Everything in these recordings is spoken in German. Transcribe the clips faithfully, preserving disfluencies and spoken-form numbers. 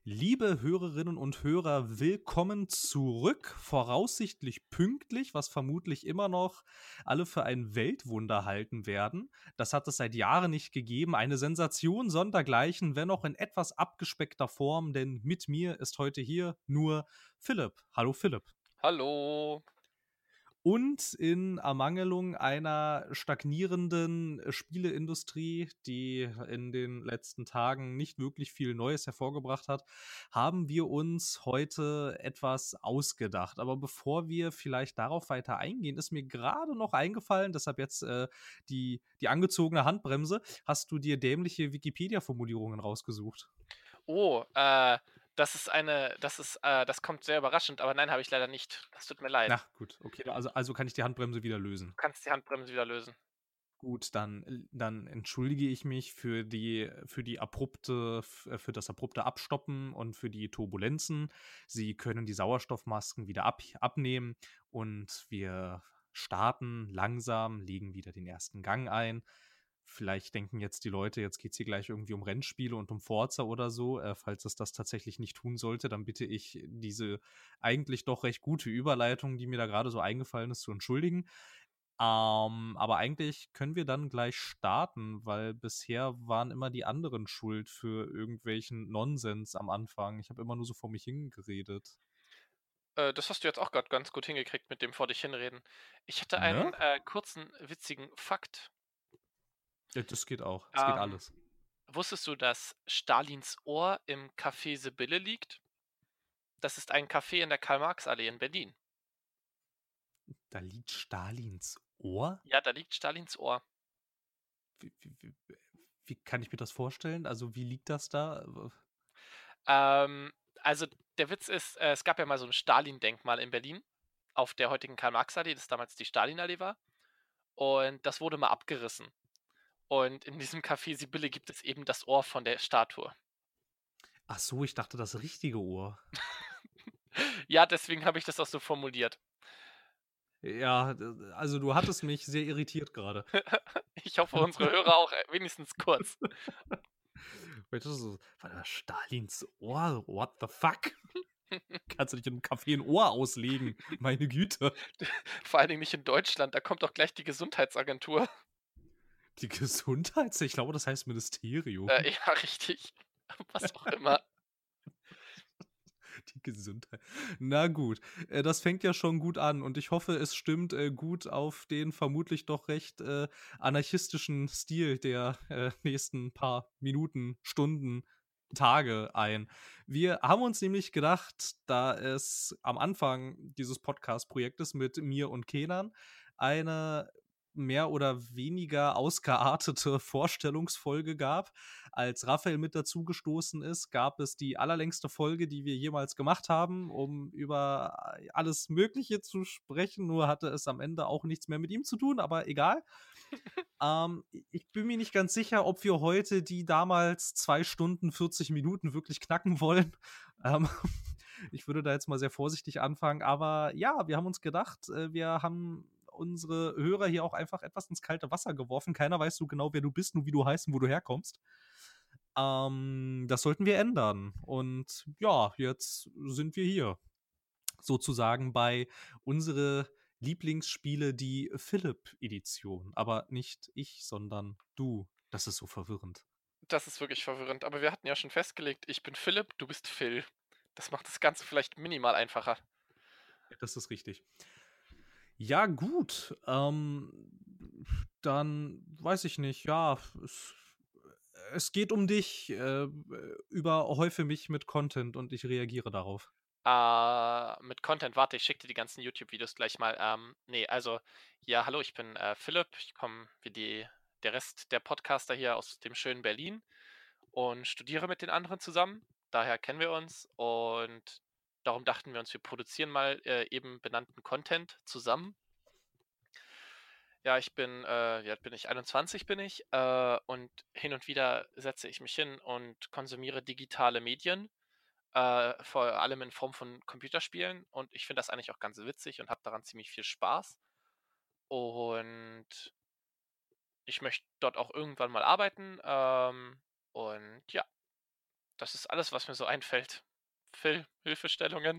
Liebe Hörerinnen und Hörer, willkommen zurück. Voraussichtlich pünktlich, was vermutlich immer noch alle für ein Weltwunder halten werden. Das hat es seit Jahren nicht gegeben. Eine Sensation sondergleichen, wenn auch in etwas abgespeckter Form, denn mit mir ist heute hier nur Philipp. Hallo Philipp. Hallo. Und in Ermangelung einer stagnierenden Spieleindustrie, die in den letzten Tagen nicht wirklich viel Neues hervorgebracht hat, haben wir uns heute etwas ausgedacht. Aber bevor wir vielleicht darauf weiter eingehen, ist mir gerade noch eingefallen, deshalb jetzt äh, die, die angezogene Handbremse, hast du dir dämliche Wikipedia-Formulierungen rausgesucht? Oh, äh, das ist eine, das ist, äh, das kommt sehr überraschend, aber nein, habe ich leider nicht. Das tut mir leid. Na gut, okay, also, also kann ich die Handbremse wieder lösen. Du kannst die Handbremse wieder lösen. Gut, dann, dann entschuldige ich mich für die, für die abrupte, für das abrupte Abstoppen und für die Turbulenzen. Sie können die Sauerstoffmasken wieder ab, abnehmen und wir starten langsam, legen wieder den ersten Gang ein. Vielleicht denken jetzt die Leute, jetzt geht es hier gleich irgendwie um Rennspiele und um Forza oder so. Äh, falls es das tatsächlich nicht tun sollte, dann bitte ich, diese eigentlich doch recht gute Überleitung, die mir da gerade so eingefallen ist, zu entschuldigen. Ähm, aber eigentlich können wir dann gleich starten, weil bisher waren immer die anderen schuld für irgendwelchen Nonsens am Anfang. Ich habe immer nur so vor mich hingeredet. Äh, das hast du jetzt auch gerade ganz gut hingekriegt mit dem vor dich hinreden. Ich hatte Ne? einen äh, kurzen, witzigen Fakt. Ja, das geht auch. Das geht Ähm, alles. Wusstest du, dass Stalins Ohr im Café Sibylle liegt? Das ist ein Café in der Karl-Marx-Allee in Berlin. Da liegt Stalins Ohr? Ja, da liegt Stalins Ohr. Wie, wie, wie, wie kann ich mir das vorstellen? Also, wie liegt das da? Ähm, also der Witz ist, äh, es gab ja mal so ein Stalin-Denkmal in Berlin auf der heutigen Karl-Marx-Allee, das damals die Stalinallee war. Und das wurde mal abgerissen. Und in diesem Café Sibylle gibt es eben das Ohr von der Statue. Ach so, ich dachte das richtige Ohr. Ja, deswegen habe ich das auch so formuliert. Ja, d- also du hattest mich sehr irritiert gerade. Ich hoffe, unsere Hörer auch äh, wenigstens kurz. Weißt du, so, warte mal, Stalins Ohr? What the fuck? Kannst du nicht in einem Café ein Ohr auslegen? Meine Güte. Vor allen Dingen nicht in Deutschland, da kommt doch gleich die Gesundheitsagentur. Die Gesundheits-, ich glaube, das heißt Ministerium. Äh, ja, richtig. Was auch immer. Die Gesundheit. Na gut, äh, das fängt ja schon gut an und ich hoffe, es stimmt äh, gut auf den vermutlich doch recht äh, anarchistischen Stil der äh, nächsten paar Minuten, Stunden, Tage ein. Wir haben uns nämlich gedacht, da es am Anfang dieses Podcast-Projektes mit mir und Kenan eine mehr oder weniger ausgeartete Vorstellungsfolge gab. Als Raphael mit dazugestoßen ist, gab es die allerlängste Folge, die wir jemals gemacht haben, um über alles Mögliche zu sprechen. Nur hatte es am Ende auch nichts mehr mit ihm zu tun, aber egal. Ähm, ich bin mir nicht ganz sicher, ob wir heute die damals zwei Stunden vierzig Minuten wirklich knacken wollen. Ähm, ich würde da jetzt mal sehr vorsichtig anfangen, aber ja, wir haben uns gedacht, äh, wir haben unsere Hörer hier auch einfach etwas ins kalte Wasser geworfen. Keiner weiß so genau, wer du bist, nur wie du heißt und wo du herkommst. Ähm, das sollten wir ändern. Und ja, jetzt sind wir hier. Sozusagen bei unsere Lieblingsspiele, die Philipp-Edition. Aber nicht ich, sondern du. Das ist so verwirrend. Das ist wirklich verwirrend. Aber wir hatten ja schon festgelegt, ich bin Philipp, du bist Phil. Das macht das Ganze vielleicht minimal einfacher. Ja, das ist richtig. Ja, gut. Ähm, dann weiß ich nicht. Ja, es, es geht um dich. Äh, überhäufe mich mit Content und ich reagiere darauf. Äh, mit Content, warte, ich schicke dir die ganzen YouTube-Videos gleich mal. Ähm, nee, also, ja, hallo, ich bin äh, Philipp. Ich komme wie die, der Rest der Podcaster hier aus dem schönen Berlin und studiere mit den anderen zusammen. Daher kennen wir uns und darum dachten wir uns, wir produzieren mal äh, eben benannten Content zusammen. Ja, ich bin, äh, wie alt bin ich? einundzwanzig bin ich äh, und hin und wieder setze ich mich hin und konsumiere digitale Medien, äh, vor allem in Form von Computerspielen und ich finde das eigentlich auch ganz witzig und habe daran ziemlich viel Spaß. Und ich möchte dort auch irgendwann mal arbeiten. Ähm, und ja, Das ist alles, was mir so einfällt. Phil, Hilfestellungen?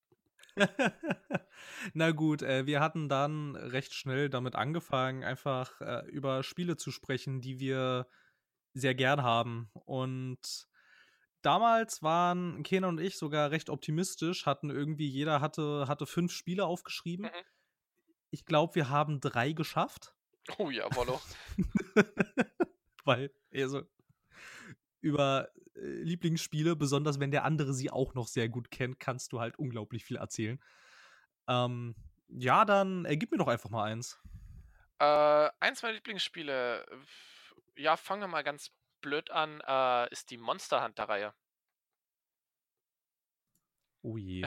Na gut, äh, wir hatten dann recht schnell damit angefangen, einfach, äh, über Spiele zu sprechen, die wir sehr gern haben. Und damals waren Kenan und ich sogar recht optimistisch, hatten irgendwie jeder hatte hatte fünf Spiele aufgeschrieben. Mhm. Ich glaube, wir haben drei geschafft. Oh, jawollo. Weil, also, über, äh, Lieblingsspiele, besonders wenn der andere sie auch noch sehr gut kennt, kannst du halt unglaublich viel erzählen. Ähm, ja, dann, äh, gib mir doch einfach mal eins. Äh, eins meiner Lieblingsspiele, f ja, fangen wir mal ganz blöd an, äh, ist die Monster Hunter-Reihe. Oh je.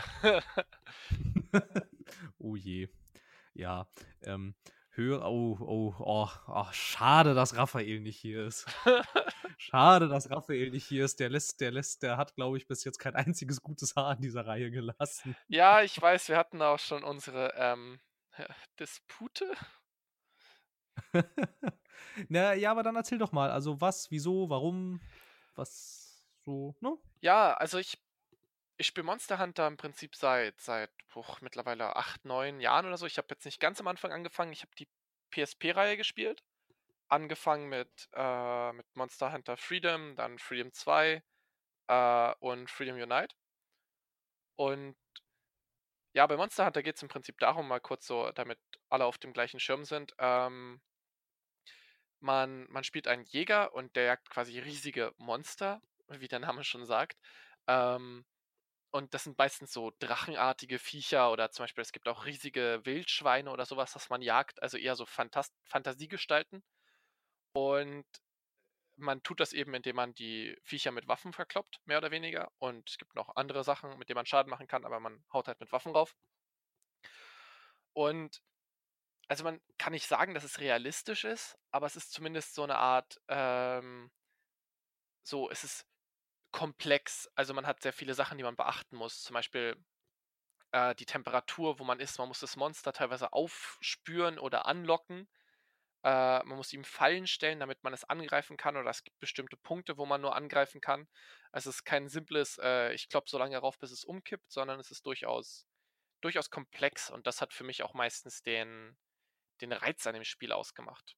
Oh je. Ja, ähm, höre oh, oh, oh, oh, schade, dass Raphael nicht hier ist. Schade, dass Raphael nicht hier ist. Der lässt der lässt der hat, glaube ich, bis jetzt kein einziges gutes Haar in dieser Reihe gelassen. Ja, ich weiß, wir hatten auch schon unsere, ähm, Dispute? Na ja, aber dann erzähl doch mal. Also, was, wieso, warum, was so, ne? Ja, also ich ich spiele Monster Hunter im Prinzip seit seit, boah, mittlerweile acht, neun Jahren oder so. Ich habe jetzt nicht ganz am Anfang angefangen. Ich habe die P S P-Reihe gespielt. Angefangen mit, äh mit Monster Hunter Freedom, dann Freedom zwei, äh, und Freedom Unite. Und ja, bei Monster Hunter geht's im Prinzip darum, mal kurz so, damit alle auf dem gleichen Schirm sind, ähm man man spielt einen Jäger und der jagt quasi riesige Monster, wie der Name schon sagt. Ähm, und das sind meistens so drachenartige Viecher oder zum Beispiel es gibt auch riesige Wildschweine oder sowas, was, das man jagt, also eher so Phantast Fantasiegestalten. Und man tut das eben, indem man die Viecher mit Waffen verkloppt, mehr oder weniger. Und es gibt noch andere Sachen, mit denen man Schaden machen kann, aber man haut halt mit Waffen rauf. Und also man kann nicht sagen, dass es realistisch ist, aber es ist zumindest so eine Art, ähm so, es ist komplex. Also man hat sehr viele Sachen, die man beachten muss. Zum Beispiel äh, die Temperatur, wo man ist. Man muss das Monster teilweise aufspüren oder anlocken. Äh, man muss ihm Fallen stellen, damit man es angreifen kann. Oder es gibt bestimmte Punkte, wo man nur angreifen kann. Also es ist kein simples, äh, ich klopp so lange rauf, bis es umkippt, sondern es ist durchaus, durchaus komplex. Und das hat für mich auch meistens den, den Reiz an dem Spiel ausgemacht.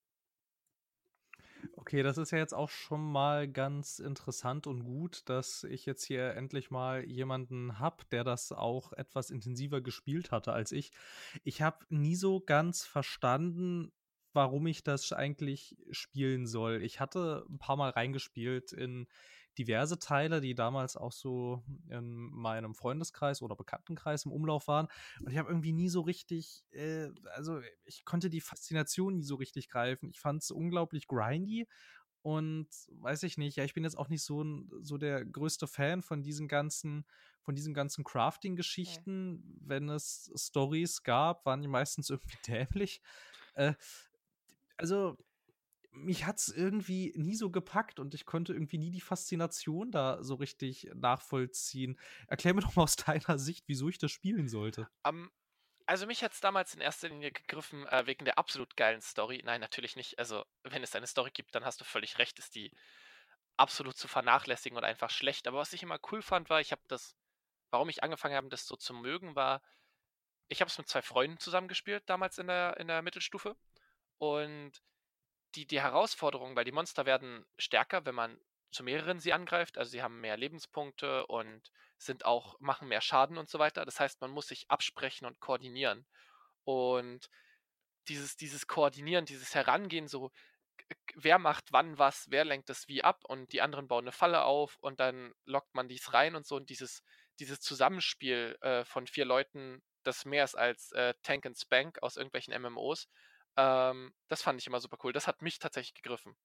Okay, das ist ja jetzt auch schon mal ganz interessant und gut, dass ich jetzt hier endlich mal jemanden habe, der das auch etwas intensiver gespielt hatte als ich. Ich habe nie so ganz verstanden, warum ich das eigentlich spielen soll. Ich hatte ein paar Mal reingespielt in diverse Teile, die damals auch so in meinem Freundeskreis oder Bekanntenkreis im Umlauf waren. Und ich habe irgendwie nie so richtig, äh, also ich konnte die Faszination nie so richtig greifen. Ich fand es unglaublich grindy und weiß ich nicht, ja, ich bin jetzt auch nicht so 'n so der größte Fan von diesen ganzen von diesen ganzen Mhm. Crafting-Geschichten. Wenn es Stories gab, waren die meistens irgendwie dämlich. Äh, also, mich hat's irgendwie nie so gepackt und ich konnte irgendwie nie die Faszination da so richtig nachvollziehen. Erklär mir doch mal aus deiner Sicht, wieso ich das spielen sollte. Am Also mich hat es damals in erster Linie gegriffen, äh, wegen der absolut geilen Story. Nein, natürlich nicht. Also, wenn es eine Story gibt, dann hast du völlig recht, ist die absolut zu vernachlässigen und einfach schlecht. Aber was ich immer cool fand, war, ich habe das warum ich angefangen habe, das so zu mögen, war, ich habe es mit zwei Freunden zusammengespielt, damals in der in der Mittelstufe. Und die die Herausforderung, weil die Monster werden stärker, wenn man zu mehreren sie angreift. Also, sie haben mehr Lebenspunkte und sind auch machen mehr Schaden und so weiter. Das heißt, man muss sich absprechen und koordinieren. Und dieses dieses Koordinieren, dieses Herangehen, so, k k wer macht wann was, wer lenkt das wie ab und die anderen bauen eine Falle auf und dann lockt man dies rein und so und dieses dieses Zusammenspiel, äh, von vier Leuten, das mehr ist als, äh, Tank and Spank aus irgendwelchen M M Os, ähm, das fand ich immer super cool. Das hat mich tatsächlich gegriffen.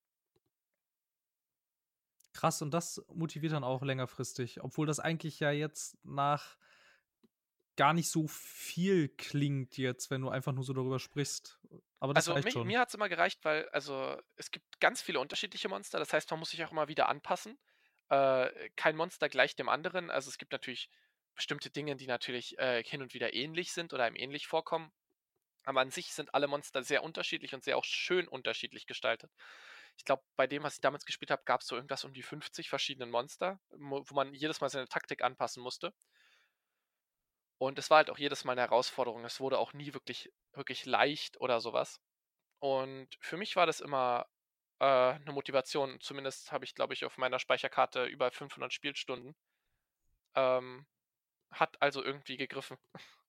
Krass, und das motiviert dann auch längerfristig, obwohl das eigentlich ja jetzt nach gar nicht so viel klingt jetzt, wenn du einfach nur so darüber sprichst. Aber das Also, reicht mi schon. mir hat's immer gereicht, weil also, es gibt ganz viele unterschiedliche Monster. Das heißt, man muss sich auch immer wieder anpassen. Äh, kein Monster gleicht dem anderen. Also, es gibt natürlich bestimmte Dinge, die natürlich, äh, hin und wieder ähnlich sind oder einem ähnlich vorkommen. Aber an sich sind alle Monster sehr unterschiedlich und sehr auch schön unterschiedlich gestaltet. Ich glaube, bei dem, was ich damals gespielt habe, gab's so irgendwas um die fünfzig verschiedenen Monster, mo wo man jedes Mal seine Taktik anpassen musste. Und es war halt auch jedes Mal 'ne Herausforderung. Es wurde auch nie wirklich wirklich leicht oder so was. Und für mich war das immer, äh, 'ne Motivation. Zumindest habe ich, glaube ich, auf meiner Speicherkarte über fünfhundert Spielstunden. Ähm, hat also irgendwie gegriffen.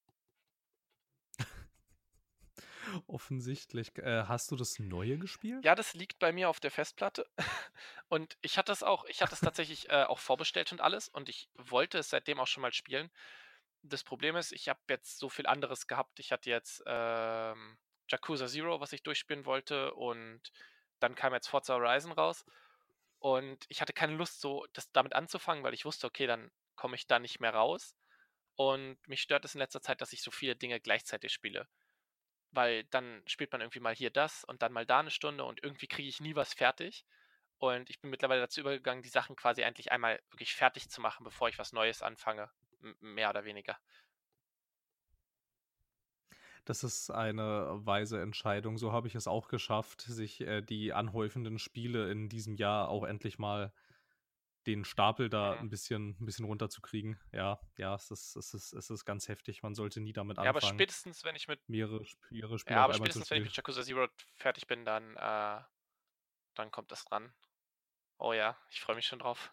Offensichtlich. G äh, hast du das Neue gespielt? Ja, das liegt bei mir auf der Festplatte. Und ich hatte es auch ich hatte es tatsächlich, äh, auch vorbestellt und alles und ich wollte es seitdem auch schon mal spielen. Das Problem ist, ich habe jetzt so viel anderes gehabt. Ich hatte jetzt, ähm, Yakuza Zero, was ich durchspielen wollte und dann kam jetzt Forza Horizon raus. Und ich hatte keine Lust, so das damit anzufangen, weil ich wusste: „Okay, dann komme ich da nicht mehr raus.“ Und mich stört es in letzter Zeit, dass ich so viele Dinge gleichzeitig spiele. Weil dann spielt man irgendwie mal hier das und dann mal da 'ne Stunde und irgendwie kriege ich nie was fertig. Und ich bin mittlerweile dazu übergegangen, die Sachen quasi endlich einmal wirklich fertig zu machen, bevor ich was Neues anfange, m mehr oder weniger. Das ist eine weise Entscheidung. So habe ich es auch geschafft, sich, äh, die anhäufenden Spiele in diesem Jahr auch endlich mal den Stapel da Mhm. 'n bisschen 'n bisschen runterzukriegen. Ja, ja, es ist es ist es ist ganz heftig. Man sollte nie damit Ja, aber anfangen, spätestens, wenn ich mit mehrere Sp mehrere Spiele ja, auf aber einmal zu spätestens, wenn ich spielen. mit Yakuza Zero fertig bin, dann, äh dann kommt das dran. Oh ja, ich freue mich schon drauf.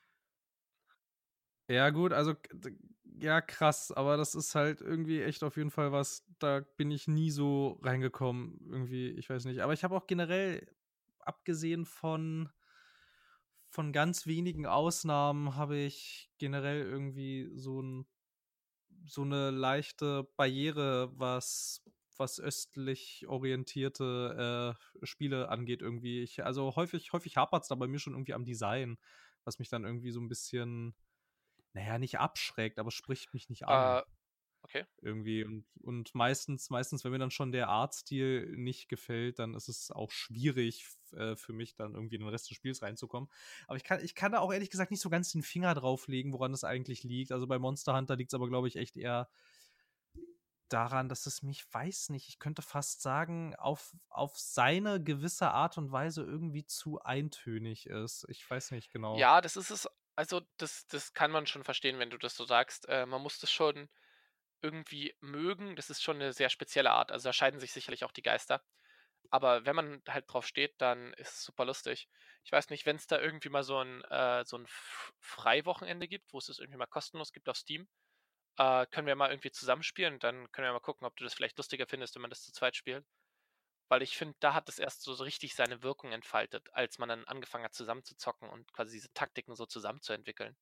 Ja gut, also k d ja krass, aber das ist halt irgendwie echt auf jeden Fall was, da bin ich nie so reingekommen irgendwie, ich weiß nicht. Aber ich habe auch generell, abgesehen von von ganz wenigen Ausnahmen, habe ich generell irgendwie so 'n so 'ne leichte Barriere, was was östlich orientierte, äh, Spiele angeht irgendwie. Ich also häufig häufig hapert's da bei mir schon irgendwie am Design, was mich dann irgendwie so 'n bisschen, na ja, nicht abschreckt, aber spricht mich nicht an Äh, okay. irgendwie. Und und meistens meistens, wenn mir dann schon der Artstil nicht gefällt, dann ist es auch schwierig f äh, für mich dann irgendwie in den Rest des Spiels reinzukommen. Aber ich kann ich kann da auch ehrlich gesagt nicht so ganz den Finger drauf legen, woran das eigentlich liegt. Also, bei Monster Hunter liegt's aber, glaube ich, echt eher daran, dass es mich weiß nicht, ich könnte fast sagen, auf auf seine gewisse Art und Weise irgendwie zu eintönig ist. Ich weiß nicht genau. Ja, das ist es. Also, das das kann man schon verstehen, wenn du das so sagst. Äh, man muss das schon irgendwie mögen. Das ist schon 'ne sehr spezielle Art. Also, da scheiden sich sicherlich auch die Geister. Aber wenn man halt drauf steht, dann ist es super lustig. Ich weiß nicht, wenn's da irgendwie mal so 'n äh, so 'n F Freiwochenende gibt, wo es das irgendwie mal kostenlos gibt auf Steam, äh, können wir mal irgendwie zusammen spielen. Dann können wir mal gucken, ob du das vielleicht lustiger findest, wenn man das zu zweit spielt. Weil ich finde, da hat es erst so so richtig seine Wirkung entfaltet, als man dann angefangen hat, zusammen zu zocken und quasi diese Taktiken so zusammen zu entwickeln.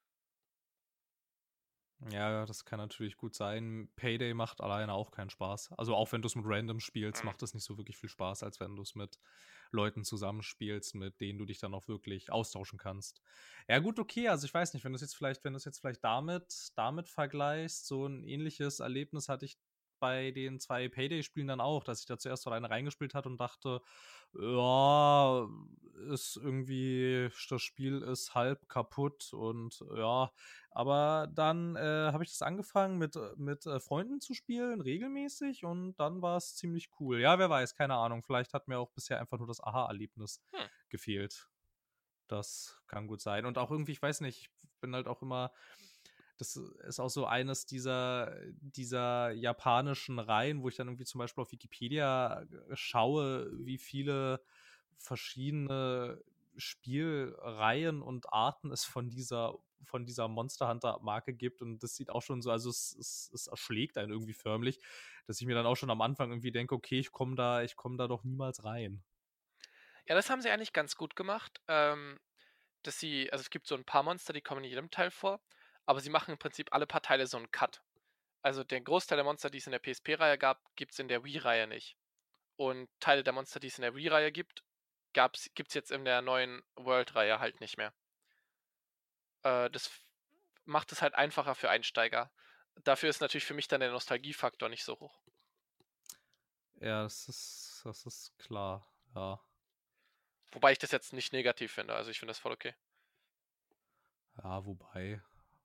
Ja, ja, das kann natürlich gut sein. Payday macht alleine auch keinen Spaß. Also, auch wenn du's mit Randoms spielst, Mhm. macht es nicht so wirklich viel Spaß, als wenn du's mit Leuten zusammenspielst, mit denen du dich dann auch wirklich austauschen kannst. Ja gut, okay, also ich weiß nicht, wenn du's jetzt vielleicht wenn du's jetzt vielleicht damit damit vergleichst, so 'n ähnliches Erlebnis hatte ich bei den zwei Payday-Spielen dann auch, dass ich da zuerst so alleine reingespielt hatte und dachte: „Ja, ist irgendwie das Spiel ist halb kaputt und ja.“ Aber dann, äh, habe ich das angefangen mit äh, mit, äh, Freunden zu spielen, regelmäßig und dann war's ziemlich cool. Ja, wer weiß, keine Ahnung. Vielleicht hat mir auch bisher einfach nur das Aha-Erlebnis Hm. gefehlt. Das kann gut sein. Und auch irgendwie, ich weiß nicht, ich bin halt auch immer das ist auch so eines dieser dieser japanischen Reihen, wo ich dann irgendwie zum Beispiel auf Wikipedia, äh, schaue, wie viele verschiedene Spielreihen und Arten es von dieser von dieser Monster-Hunter-Marke gibt. Und das sieht auch schon so also es es es erschlägt einen irgendwie förmlich, dass ich mir dann auch schon am Anfang irgendwie denke: „Okay, ich komme da ich komme da doch niemals rein.“ Ja, das haben sie eigentlich ganz gut gemacht, ähm, dass sie also, es gibt so 'n paar Monster, die kommen in jedem Teil vor, aber sie machen im Prinzip alle paar Teile so 'n Cut. Also, den Großteil der Monster, die es in der PSP-Reihe gab, gibt's in der Wii-Reihe nicht. Und Teile der Monster, die es in der Wii-Reihe gibt, gab's gibt's jetzt in der neuen World-Reihe halt nicht mehr. Äh, das f macht es halt einfacher für Einsteiger. Dafür ist natürlich für mich dann der Nostalgiefaktor nicht so hoch. Ja, das ist das ist klar, ja. Wobei ich das jetzt nicht negativ finde. Also, ich finde das voll okay. Ja, wobei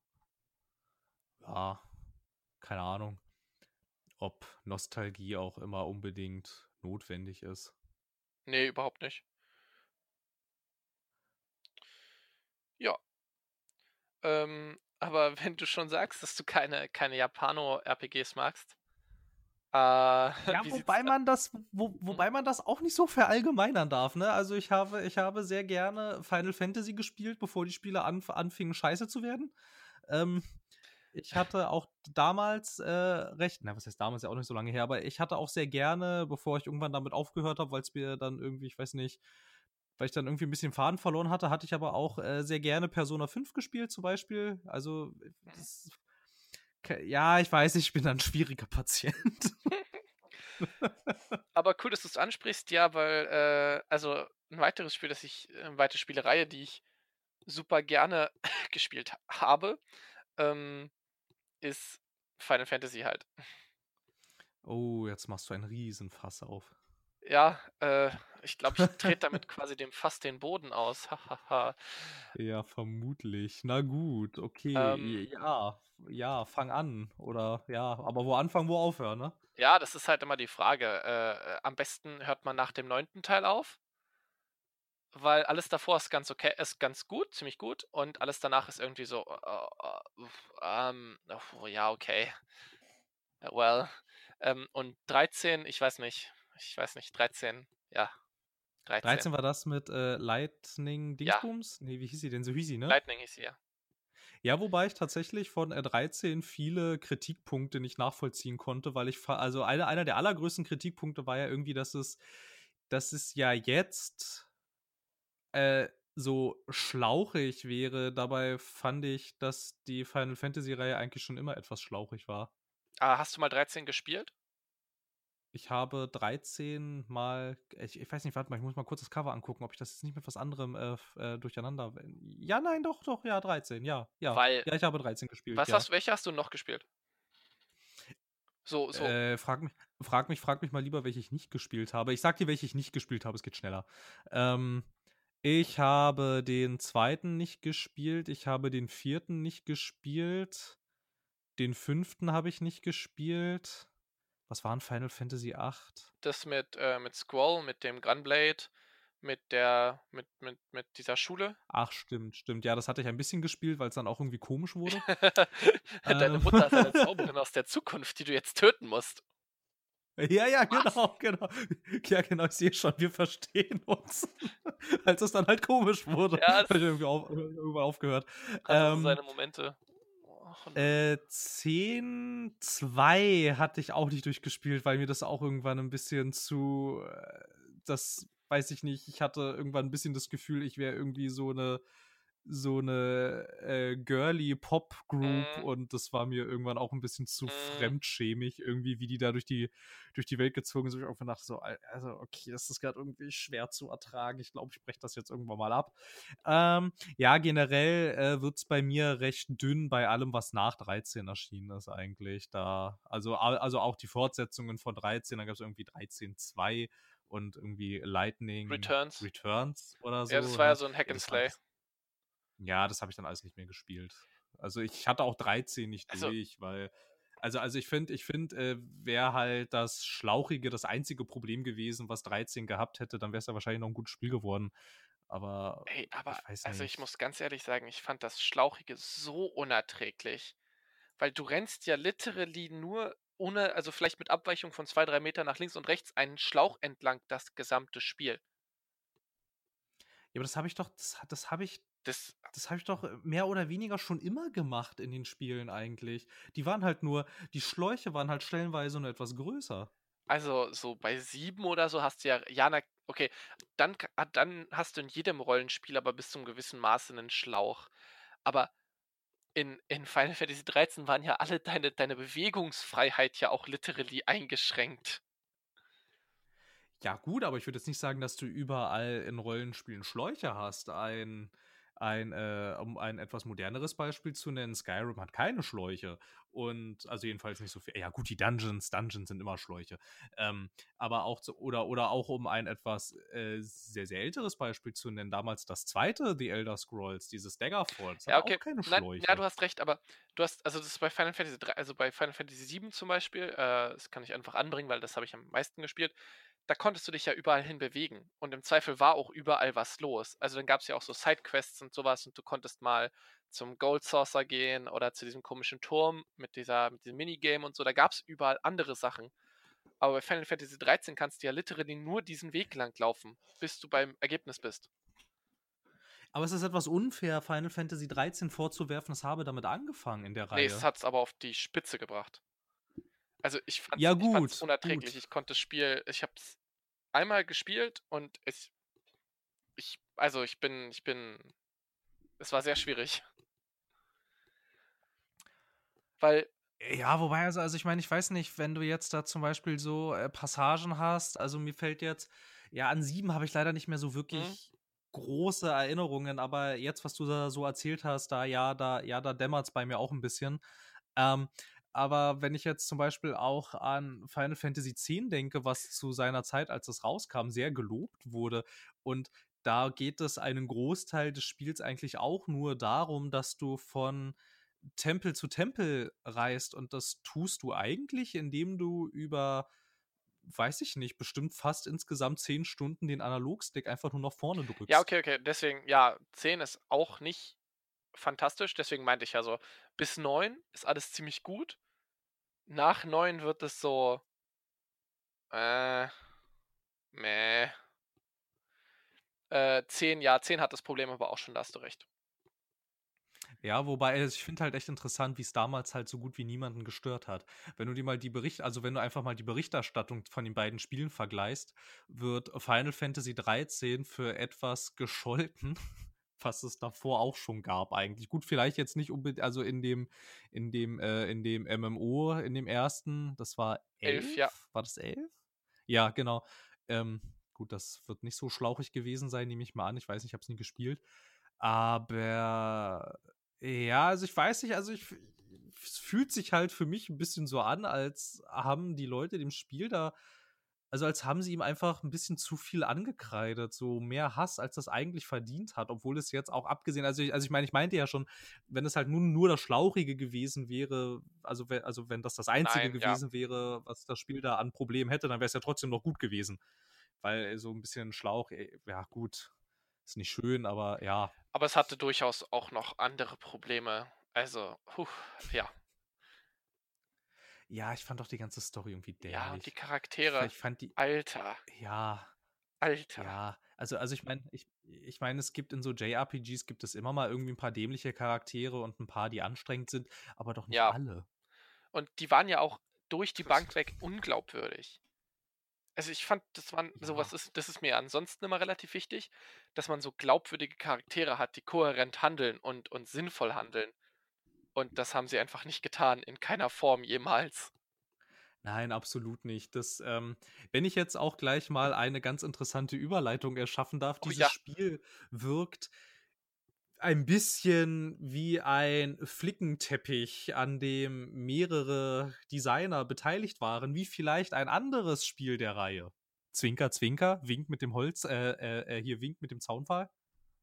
ja, keine Ahnung, ob Nostalgie auch immer unbedingt notwendig ist. Ne, überhaupt nicht. Ja. Ähm, aber wenn du schon sagst, dass du keine keine Japano-R P Gs magst, äh, Ja, wie sieht's wobei da man das wo mhm. wobei man das auch nicht so verallgemeinern darf, ne? Also, ich habe ich habe sehr gerne Final Fantasy gespielt, bevor die Spiele anf anfingen, scheiße zu werden. Ähm, ich hatte auch damals, äh, recht na, was heißt damals, ja auch nicht so lange her, aber ich hatte auch sehr gerne, bevor ich irgendwann damit aufgehört habe, weil's mir dann irgendwie, ich weiß nicht, weil ich dann irgendwie 'n bisschen Faden verloren hatte, hatte ich aber auch, äh, sehr gerne Persona fünf gespielt zum Beispiel. Also, Mhm. das k ja, ich weiß, ich bin da 'n schwieriger Patient. Aber cool, dass du's ansprichst, ja, weil, äh also, 'n weiteres Spiel, das ich äh, weite Spielereihe, die ich super gerne gespielt habe, ähm, ist Final Fantasy halt. Oh, jetzt machst du ein Riesenfass auf. Ja, äh, ich glaube, ich trete damit quasi dem Fass den Boden aus. Ha, ha, ha. Ja, vermutlich. Na gut, okay, Ähm, j ja, ja, fang an oder ja, aber wo anfangen, wo aufhören, ne? ja, das ist halt immer die Frage. Äh, am besten hört man nach dem neunten Teil auf, weil alles davor ist ganz okay ist ganz gut, ziemlich gut und alles danach ist irgendwie so, äh, äh, uff, ähm, oh, ja, okay. Äh, well, ähm, und dreizehn, ich weiß nicht. Ich weiß nicht, dreizehn, ja, dreizehn. dreizehn war das mit, äh, Lightning Ja, Dingsbums? Ne, wie hieß sie denn? So hieß sie, ne? Lightning hieß sie, ja. Ja, wobei ich tatsächlich von, äh, dreizehn viele Kritikpunkte nicht nachvollziehen konnte, weil ich fa also einer einer der allergrößten Kritikpunkte war ja irgendwie, dass es dass es ja jetzt, äh, so schlauchig wäre. Dabei fand ich, dass die Final-Fantasy-Reihe eigentlich schon immer etwas schlauchig war. Ah, hast du mal dreizehn gespielt? Ich habe dreizehn mal ich ich weiß nicht, warte mal, ich muss mal kurz das Cover angucken, ob ich das jetzt nicht mit was anderem, äh, f äh, durcheinander ja, nein, doch, doch, ja, dreizehn, ja, ja. Weil Ja, ich habe dreizehn gespielt, was ja. hast welche hast du noch gespielt? So so Äh, frag mich frag mich frag mich mal lieber, welche ich nicht gespielt habe. Ich sage dir, welche ich nicht gespielt habe, es geht schneller. Ähm, ich habe den zweiten nicht gespielt, ich habe den vierten nicht gespielt, den fünften habe ich nicht gespielt. Was war 'n Final Fantasy acht? das mit äh, mit Squall, mit dem Gunblade, mit der mit mit mit dieser Schule? Ach, stimmt, stimmt. Ja, das hatte ich ein bisschen gespielt, weil's dann auch irgendwie komisch wurde. Deine Ähm. Mutter ist eine Zauberin aus der Zukunft, die du jetzt töten musst. Ja, ja, Was? genau, genau. Ja, genau, ich sehe schon, wir verstehen uns. Als es dann halt komisch wurde, Ja, habe ich das irgendwie auf irgendwann aufgehört. hatte so Ähm, seine Momente. Och, nö. äh, zehn zwei hatte ich auch nicht durchgespielt, weil mir das auch irgendwann 'n bisschen zu äh, das weiß ich nicht, ich hatte irgendwann 'n bisschen das Gefühl, ich wäre irgendwie so 'ne so 'ne, äh, girly Pop-Group Mhm, und das war mir irgendwann auch 'n bisschen zu mhm. fremdschämig irgendwie, wie die da durch die durch die Welt gezogen sind. Ich irgendwann dachte so: „Al also, okay, das ist grad irgendwie schwer zu ertragen. Ich glaube, ich breche das jetzt irgendwann mal ab.“ Ähm, ja, generell, äh, wird's bei mir recht dünn bei allem, was nach dreizehn erschienen ist eigentlich. Da also a also auch die Fortsetzungen von dreizehn, da gab's irgendwie dreizehn zwei und irgendwie Lightning Returns. Returns oder Ja, das so, war ja ne? so 'n Hack Ja, and das war Slay. das ja, das habe ich dann alles nicht mehr gespielt. Also, ich hatte auch dreizehn nicht Also durch, weil also also, ich finde ich finde, äh, wäre halt das Schlauchige das einzige Problem gewesen, was dreizehn gehabt hätte, dann wäre es ja wahrscheinlich noch 'n gutes Spiel geworden. Aber ey, aber ich weiß also, ich nicht. muss ganz ehrlich sagen, ich fand das Schlauchige so unerträglich, weil du rennst ja literally nur ohne also, vielleicht mit Abweichung von zwei, drei Meter nach links und rechts einen Schlauch entlang das gesamte Spiel. Ja, aber das habe ich doch das ha das habe ich Das das habe ich doch, äh, mehr oder weniger schon immer gemacht in den Spielen eigentlich. Die waren halt nur die Schläuche waren halt stellenweise nur etwas größer. also, so bei sieben oder so hast du ja ja, na okay, dann k ah, dann hast du in jedem Rollenspiel aber bis zum gewissen Maße 'nen Schlauch. Aber in in Final Fantasy dreizehn waren ja alle deine deine Bewegungsfreiheit ja auch literally eingeschränkt. Ja gut, aber ich würde jetzt nicht sagen, dass du überall in Rollenspielen Schläuche hast. Ein ein, äh um ein etwas moderneres Beispiel zu nennen, Skyrim hat keine Schläuche und also jedenfalls nicht so viel ja gut, die Dungeons Dungeons sind immer Schläuche. Ähm, aber auch zu oder oder auch um ein etwas, äh, sehr, sehr älteres Beispiel zu nennen, damals das zweite The Elder Scrolls, dieses Daggerfall, das Ja, hatte auch okay. keine Nein, ja, Schläuche. du hast recht, aber du hast also, das ist bei Final Fantasy drei also, bei Final Fantasy sieben zum Beispiel, äh, das kann ich einfach anbringen, weil das habe ich am meisten gespielt. da konntest du dich ja überall hin bewegen und im Zweifel war auch überall was los. Also, dann gab's ja auch so Sidequests und so was und du konntest mal zum Gold Saucer gehen oder zu diesem komischen Turm mit dieser mit diesem Minigame und so. Da gab's überall andere Sachen. Aber bei Final Fantasy dreizehn kannst du ja literally nur diesen Weg lang laufen, bis du beim Ergebnis bist. Aber es ist etwas unfair, Final Fantasy dreizehn vorzuwerfen, es habe damit angefangen in der Ne, es Reihe. hat's aber auf die Spitze gebracht. Also, ich fand's Ja ich fand's gut, unerträglich. gut. Ich konnte das Spiel ich habe es einmal gespielt und ich ich also, ich bin ich bin es war sehr schwierig. Weil Ja, wobei, also also ich meine, ich weiß nicht, wenn du jetzt da zum Beispiel so, äh, Passagen hast, also mir fällt jetzt ja, an sieben habe ich leider nicht mehr so Mhm. wirklich große Erinnerungen, aber jetzt, was du da so erzählt hast, da ja, da ja, da dämmert's bei mir auch ein bisschen. Ähm, aber wenn ich jetzt zum Beispiel auch an Final Fantasy X denke, was zu seiner Zeit, als es rauskam, sehr gelobt wurde und da geht es einen Großteil des Spiels eigentlich auch nur darum, dass du von Tempel zu Tempel reist und das tust du eigentlich, indem du über, weiß ich nicht, bestimmt fast insgesamt zehn Stunden den Analogstick einfach nur nach vorne Ja, drückst. okay, okay, deswegen ja, zehn ist auch nicht fantastisch, deswegen meinte ich ja so, bis neun ist alles ziemlich gut. Nach neun wird es so äh, mäh. Äh, zehn, ja, zehn hat das Problem aber auch schon, da hast du recht. Ja, wobei, also ich finde halt echt interessant, wie es damals halt so gut wie niemanden gestört hat. Wenn du dir mal die Bericht also wenn du einfach mal die Berichterstattung von den beiden Spielen vergleichst, wird Final Fantasy dreizehn für etwas gescholten, was es davor auch schon gab eigentlich. Gut, vielleicht jetzt nicht unbedingt, also in dem in dem, äh in dem M M O, in dem ersten, das war elf, ja. elf? War das elf? Ja, genau. Ähm, gut, das wird nicht so schlauchig gewesen sein, nehme ich mal an. Ich weiß nicht, ich habe es nie gespielt. Aber ja, also ich weiß nicht, also ich f es fühlt sich halt für mich ein bisschen so an, als haben die Leute dem Spiel da also, als haben sie ihm einfach ein bisschen zu viel angekreidet, so mehr Hass, als das eigentlich verdient hat, obwohl es jetzt auch abgesehen also ich also ich meine ich meinte ja schon, wenn es halt nun nur das Schlauchige gewesen wäre, also we also wenn das das Einzige Nein, ja. gewesen wäre, was das Spiel da an Problemen hätte, dann wäre es ja trotzdem noch gut gewesen. Weil so ein bisschen Schlauch, äh, ja gut, ist nicht schön, aber ja. Aber es hatte durchaus auch noch andere Probleme. Also, hu, ja. Ja, ich fand auch die ganze Story irgendwie Ja, und die dämlich. Ich fa Charaktere. ich fand die Alter, ja, Alter. ja. Also also ich meine ich ich meine, es gibt in so J R P Gs gibt es immer mal irgendwie ein paar dämliche Charaktere und ein paar, die anstrengend sind, aber doch nicht Ja. alle. Und die waren ja auch durch die Bank weg unglaubwürdig. Also, ich fand, das waren sowas Ja. ist das ist mir ansonsten immer relativ wichtig, dass man so glaubwürdige Charaktere hat, die kohärent handeln und und sinnvoll handeln. Und das haben sie einfach nicht getan, in keiner Form jemals. Nein, absolut nicht. Das, ähm wenn ich jetzt auch gleich mal eine ganz interessante Überleitung erschaffen darf, Oh dieses ja, Spiel wirkt ein bisschen wie ein Flickenteppich, an dem mehrere Designer beteiligt waren, wie vielleicht ein anderes Spiel der Reihe. Zwinker, Zwinker, Wink mit dem Holz, äh, äh, äh, hier Wink mit dem Zaunpfahl.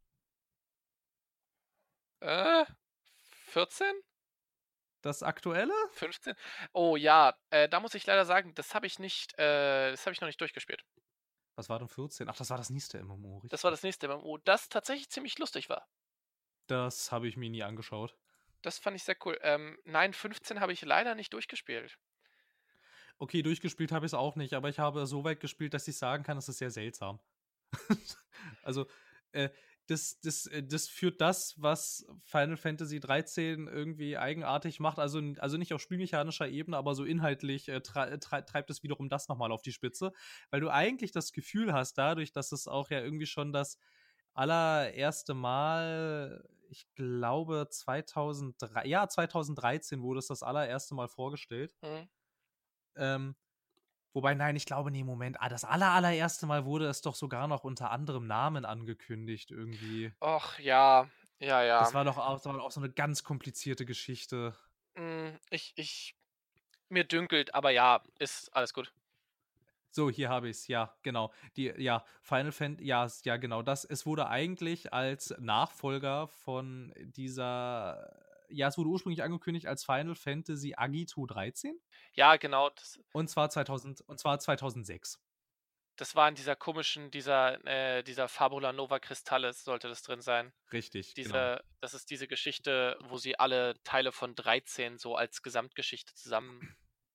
äh, vierzehn? Das aktuelle? fünfzehn? Oh ja, äh, da muss ich leider sagen, das habe ich nicht äh, das habe ich noch nicht durchgespielt. Was war denn vierzehn? Ach, das war das nächste M M O, Das war richtig. das nächste M M O, das tatsächlich ziemlich lustig war. Das habe ich mir nie angeschaut. Das fand ich sehr cool. Ähm, nein, fünfzehn habe ich leider nicht durchgespielt. Okay, durchgespielt habe ich es auch nicht, aber ich habe so weit gespielt, dass ich sagen kann, es ist sehr seltsam. Also, äh, das das äh, das führt das, was Final Fantasy dreizehn irgendwie eigenartig macht, also n also nicht auf spielmechanischer Ebene, aber so inhaltlich, äh, trei äh, trei treibt es wiederum das noch mal auf die Spitze, weil du eigentlich das Gefühl hast, dadurch, dass es auch ja irgendwie schon das allererste Mal, ich glaube zweitausenddrei ja, zweitausenddreizehn wurde es das allererste Mal vorgestellt. Mhm. Ähm, Wobei, nein, ich glaube, ne, Moment. Ah, das aller allererste Mal wurde es doch sogar noch unter anderem Namen angekündigt irgendwie. Och ja, ja, ja. Das war doch auch das war auch so 'ne ganz komplizierte Geschichte. Hm, ich ich mir dünkelt, aber ja, ist alles gut. So, hier habe ich's, ja, genau. Die ja, Final Fan ja, s ja, genau das. Es wurde eigentlich als Nachfolger von dieser ja, es wurde ursprünglich angekündigt als Final Fantasy Agito dreizehn Ja, genau, das und zwar zweitausend und zwar zweitausendsechs. Das war in dieser komischen, dieser, äh, dieser Fabula Nova Crystallis sollte das drin sein. Richtig, genau. Diese, das ist diese Geschichte, wo sie alle Teile von dreizehn so als Gesamtgeschichte zusammenfassen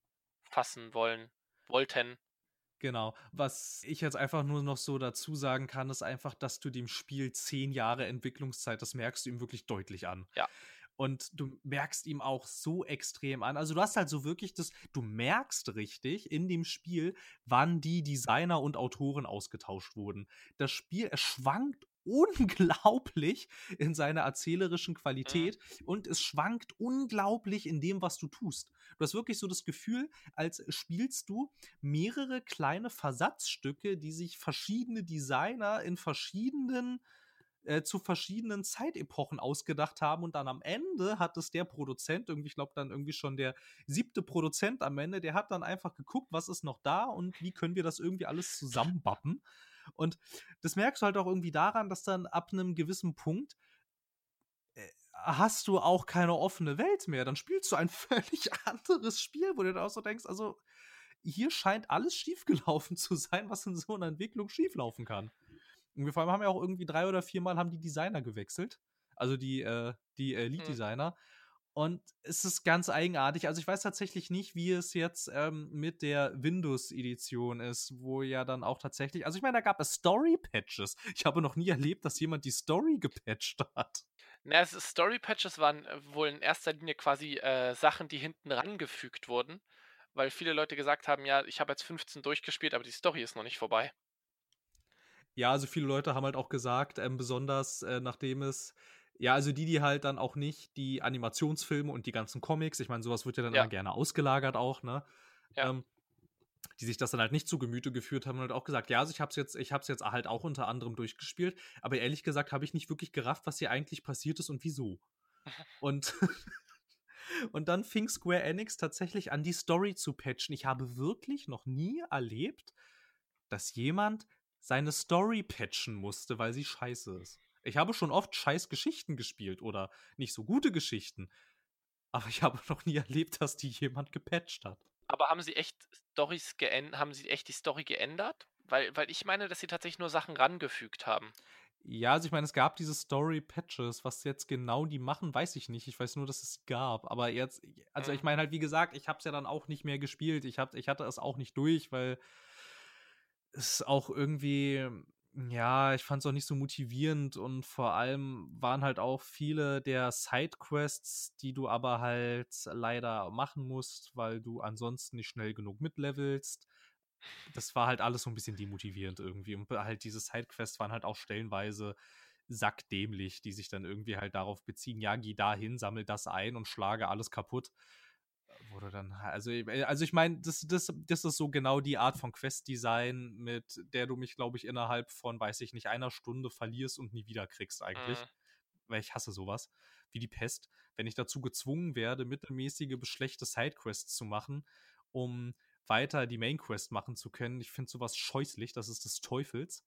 wollen, wollten. Genau. Was ich jetzt einfach nur noch so dazu sagen kann, ist einfach, dass du dem Spiel zehn Jahre Entwicklungszeit, das merkst du ihm wirklich deutlich an. Ja. Und du merkst ihm auch so extrem an. Also du hast halt so wirklich das, du merkst richtig in dem Spiel, wann die Designer und Autoren ausgetauscht wurden. Das Spiel, es schwankt unglaublich in seiner erzählerischen Mhm. Qualität und es schwankt unglaublich in dem, was du tust. Du hast wirklich so das Gefühl, als spielst du mehrere kleine Versatzstücke, die sich verschiedene Designer in verschiedenen äh, zu verschiedenen Zeitepochen ausgedacht haben und dann am Ende hat es der Produzent, irgendwie, ich glaube dann irgendwie schon der siebte Produzent am Ende, der hat dann einfach geguckt, was ist noch da und wie können wir das irgendwie alles zusammenbappen. Und das merkst du halt auch irgendwie daran, dass dann ab einem gewissen Punkt äh, hast du auch keine offene Welt mehr. Dann spielst du ein völlig anderes Spiel, wo du dann auch so denkst, also hier scheint alles schiefgelaufen zu sein, was in so einer Entwicklung schieflaufen kann. Und wir vor allem haben ja auch irgendwie drei oder viermal haben die Designer gewechselt. Also die, äh, die äh, Mhm. Lead-Designer. Und es ist ganz eigenartig. Also ich weiß tatsächlich nicht, wie es jetzt ähm, mit der Windows-Edition ist, wo ja dann auch tatsächlich, also ich meine, da gab es Story-Patches. Ich habe noch nie erlebt, dass jemand die Story gepatcht hat. Na, es ist Story-Patches waren äh, wohl in erster Linie quasi äh, Sachen, die hinten rangefügt wurden, weil viele Leute gesagt haben, ja, ich habe jetzt fünfzehn durchgespielt, aber die Story ist noch nicht vorbei. Ja, also viele Leute haben halt auch gesagt, ähm, besonders äh, nachdem es, ja, also die, die halt dann auch nicht die Animationsfilme und die ganzen Comics, ich meine, sowas wird ja dann Ja, immer gerne ausgelagert auch, ne? ja. Ähm, die sich das dann halt nicht zu Gemüte geführt haben und halt auch gesagt, ja, also ich hab's jetzt, ich hab's jetzt halt auch unter anderem durchgespielt, aber ehrlich gesagt habe ich nicht wirklich gerafft, was hier eigentlich passiert ist und wieso. Und, und dann fing Square Enix tatsächlich an, die Story zu patchen. Ich habe wirklich noch nie erlebt, dass jemand seine Story patchen musste, weil sie scheiße ist. Ich habe schon oft scheiß Geschichten gespielt oder nicht so gute Geschichten, aber ich habe noch nie erlebt, dass die jemand gepatcht hat. Aber haben sie echt Storys geändert, haben sie echt die Story geändert? Weil, weil ich meine, dass sie tatsächlich nur Sachen rangefügt haben. Ja, also ich meine, es gab diese Story-Patches. Was jetzt genau die machen, weiß ich nicht. Ich weiß nur, dass es gab. Aber jetzt, also ich Mhm. meine halt, wie gesagt, ich habe es ja dann auch nicht mehr gespielt. Ich, hab, ich hatte es auch nicht durch, weil es auch irgendwie, ja, ich fand es auch nicht so motivierend und vor allem waren halt auch viele der Sidequests, die du aber halt leider machen musst, weil du ansonsten nicht schnell genug mitlevelst. Das war halt alles so ein bisschen demotivierend irgendwie. Und halt diese Sidequests waren halt auch stellenweise sackdämlich, die sich dann irgendwie halt darauf beziehen, ja, geh da hin, sammel das ein und schlage alles kaputt. Wo du dann, also, also ich meine, das, das, das ist so genau die Art von Quest-Design, mit der du mich, glaube ich, innerhalb von, weiß ich nicht, einer Stunde verlierst und nie wieder kriegst eigentlich. Mhm. Weil ich hasse sowas. Wie die Pest. Wenn ich dazu gezwungen werde, mittelmäßige bis schlechte Sidequests zu machen, um weiter die Main Quest machen zu können. Ich finde sowas scheußlich, das ist des Teufels.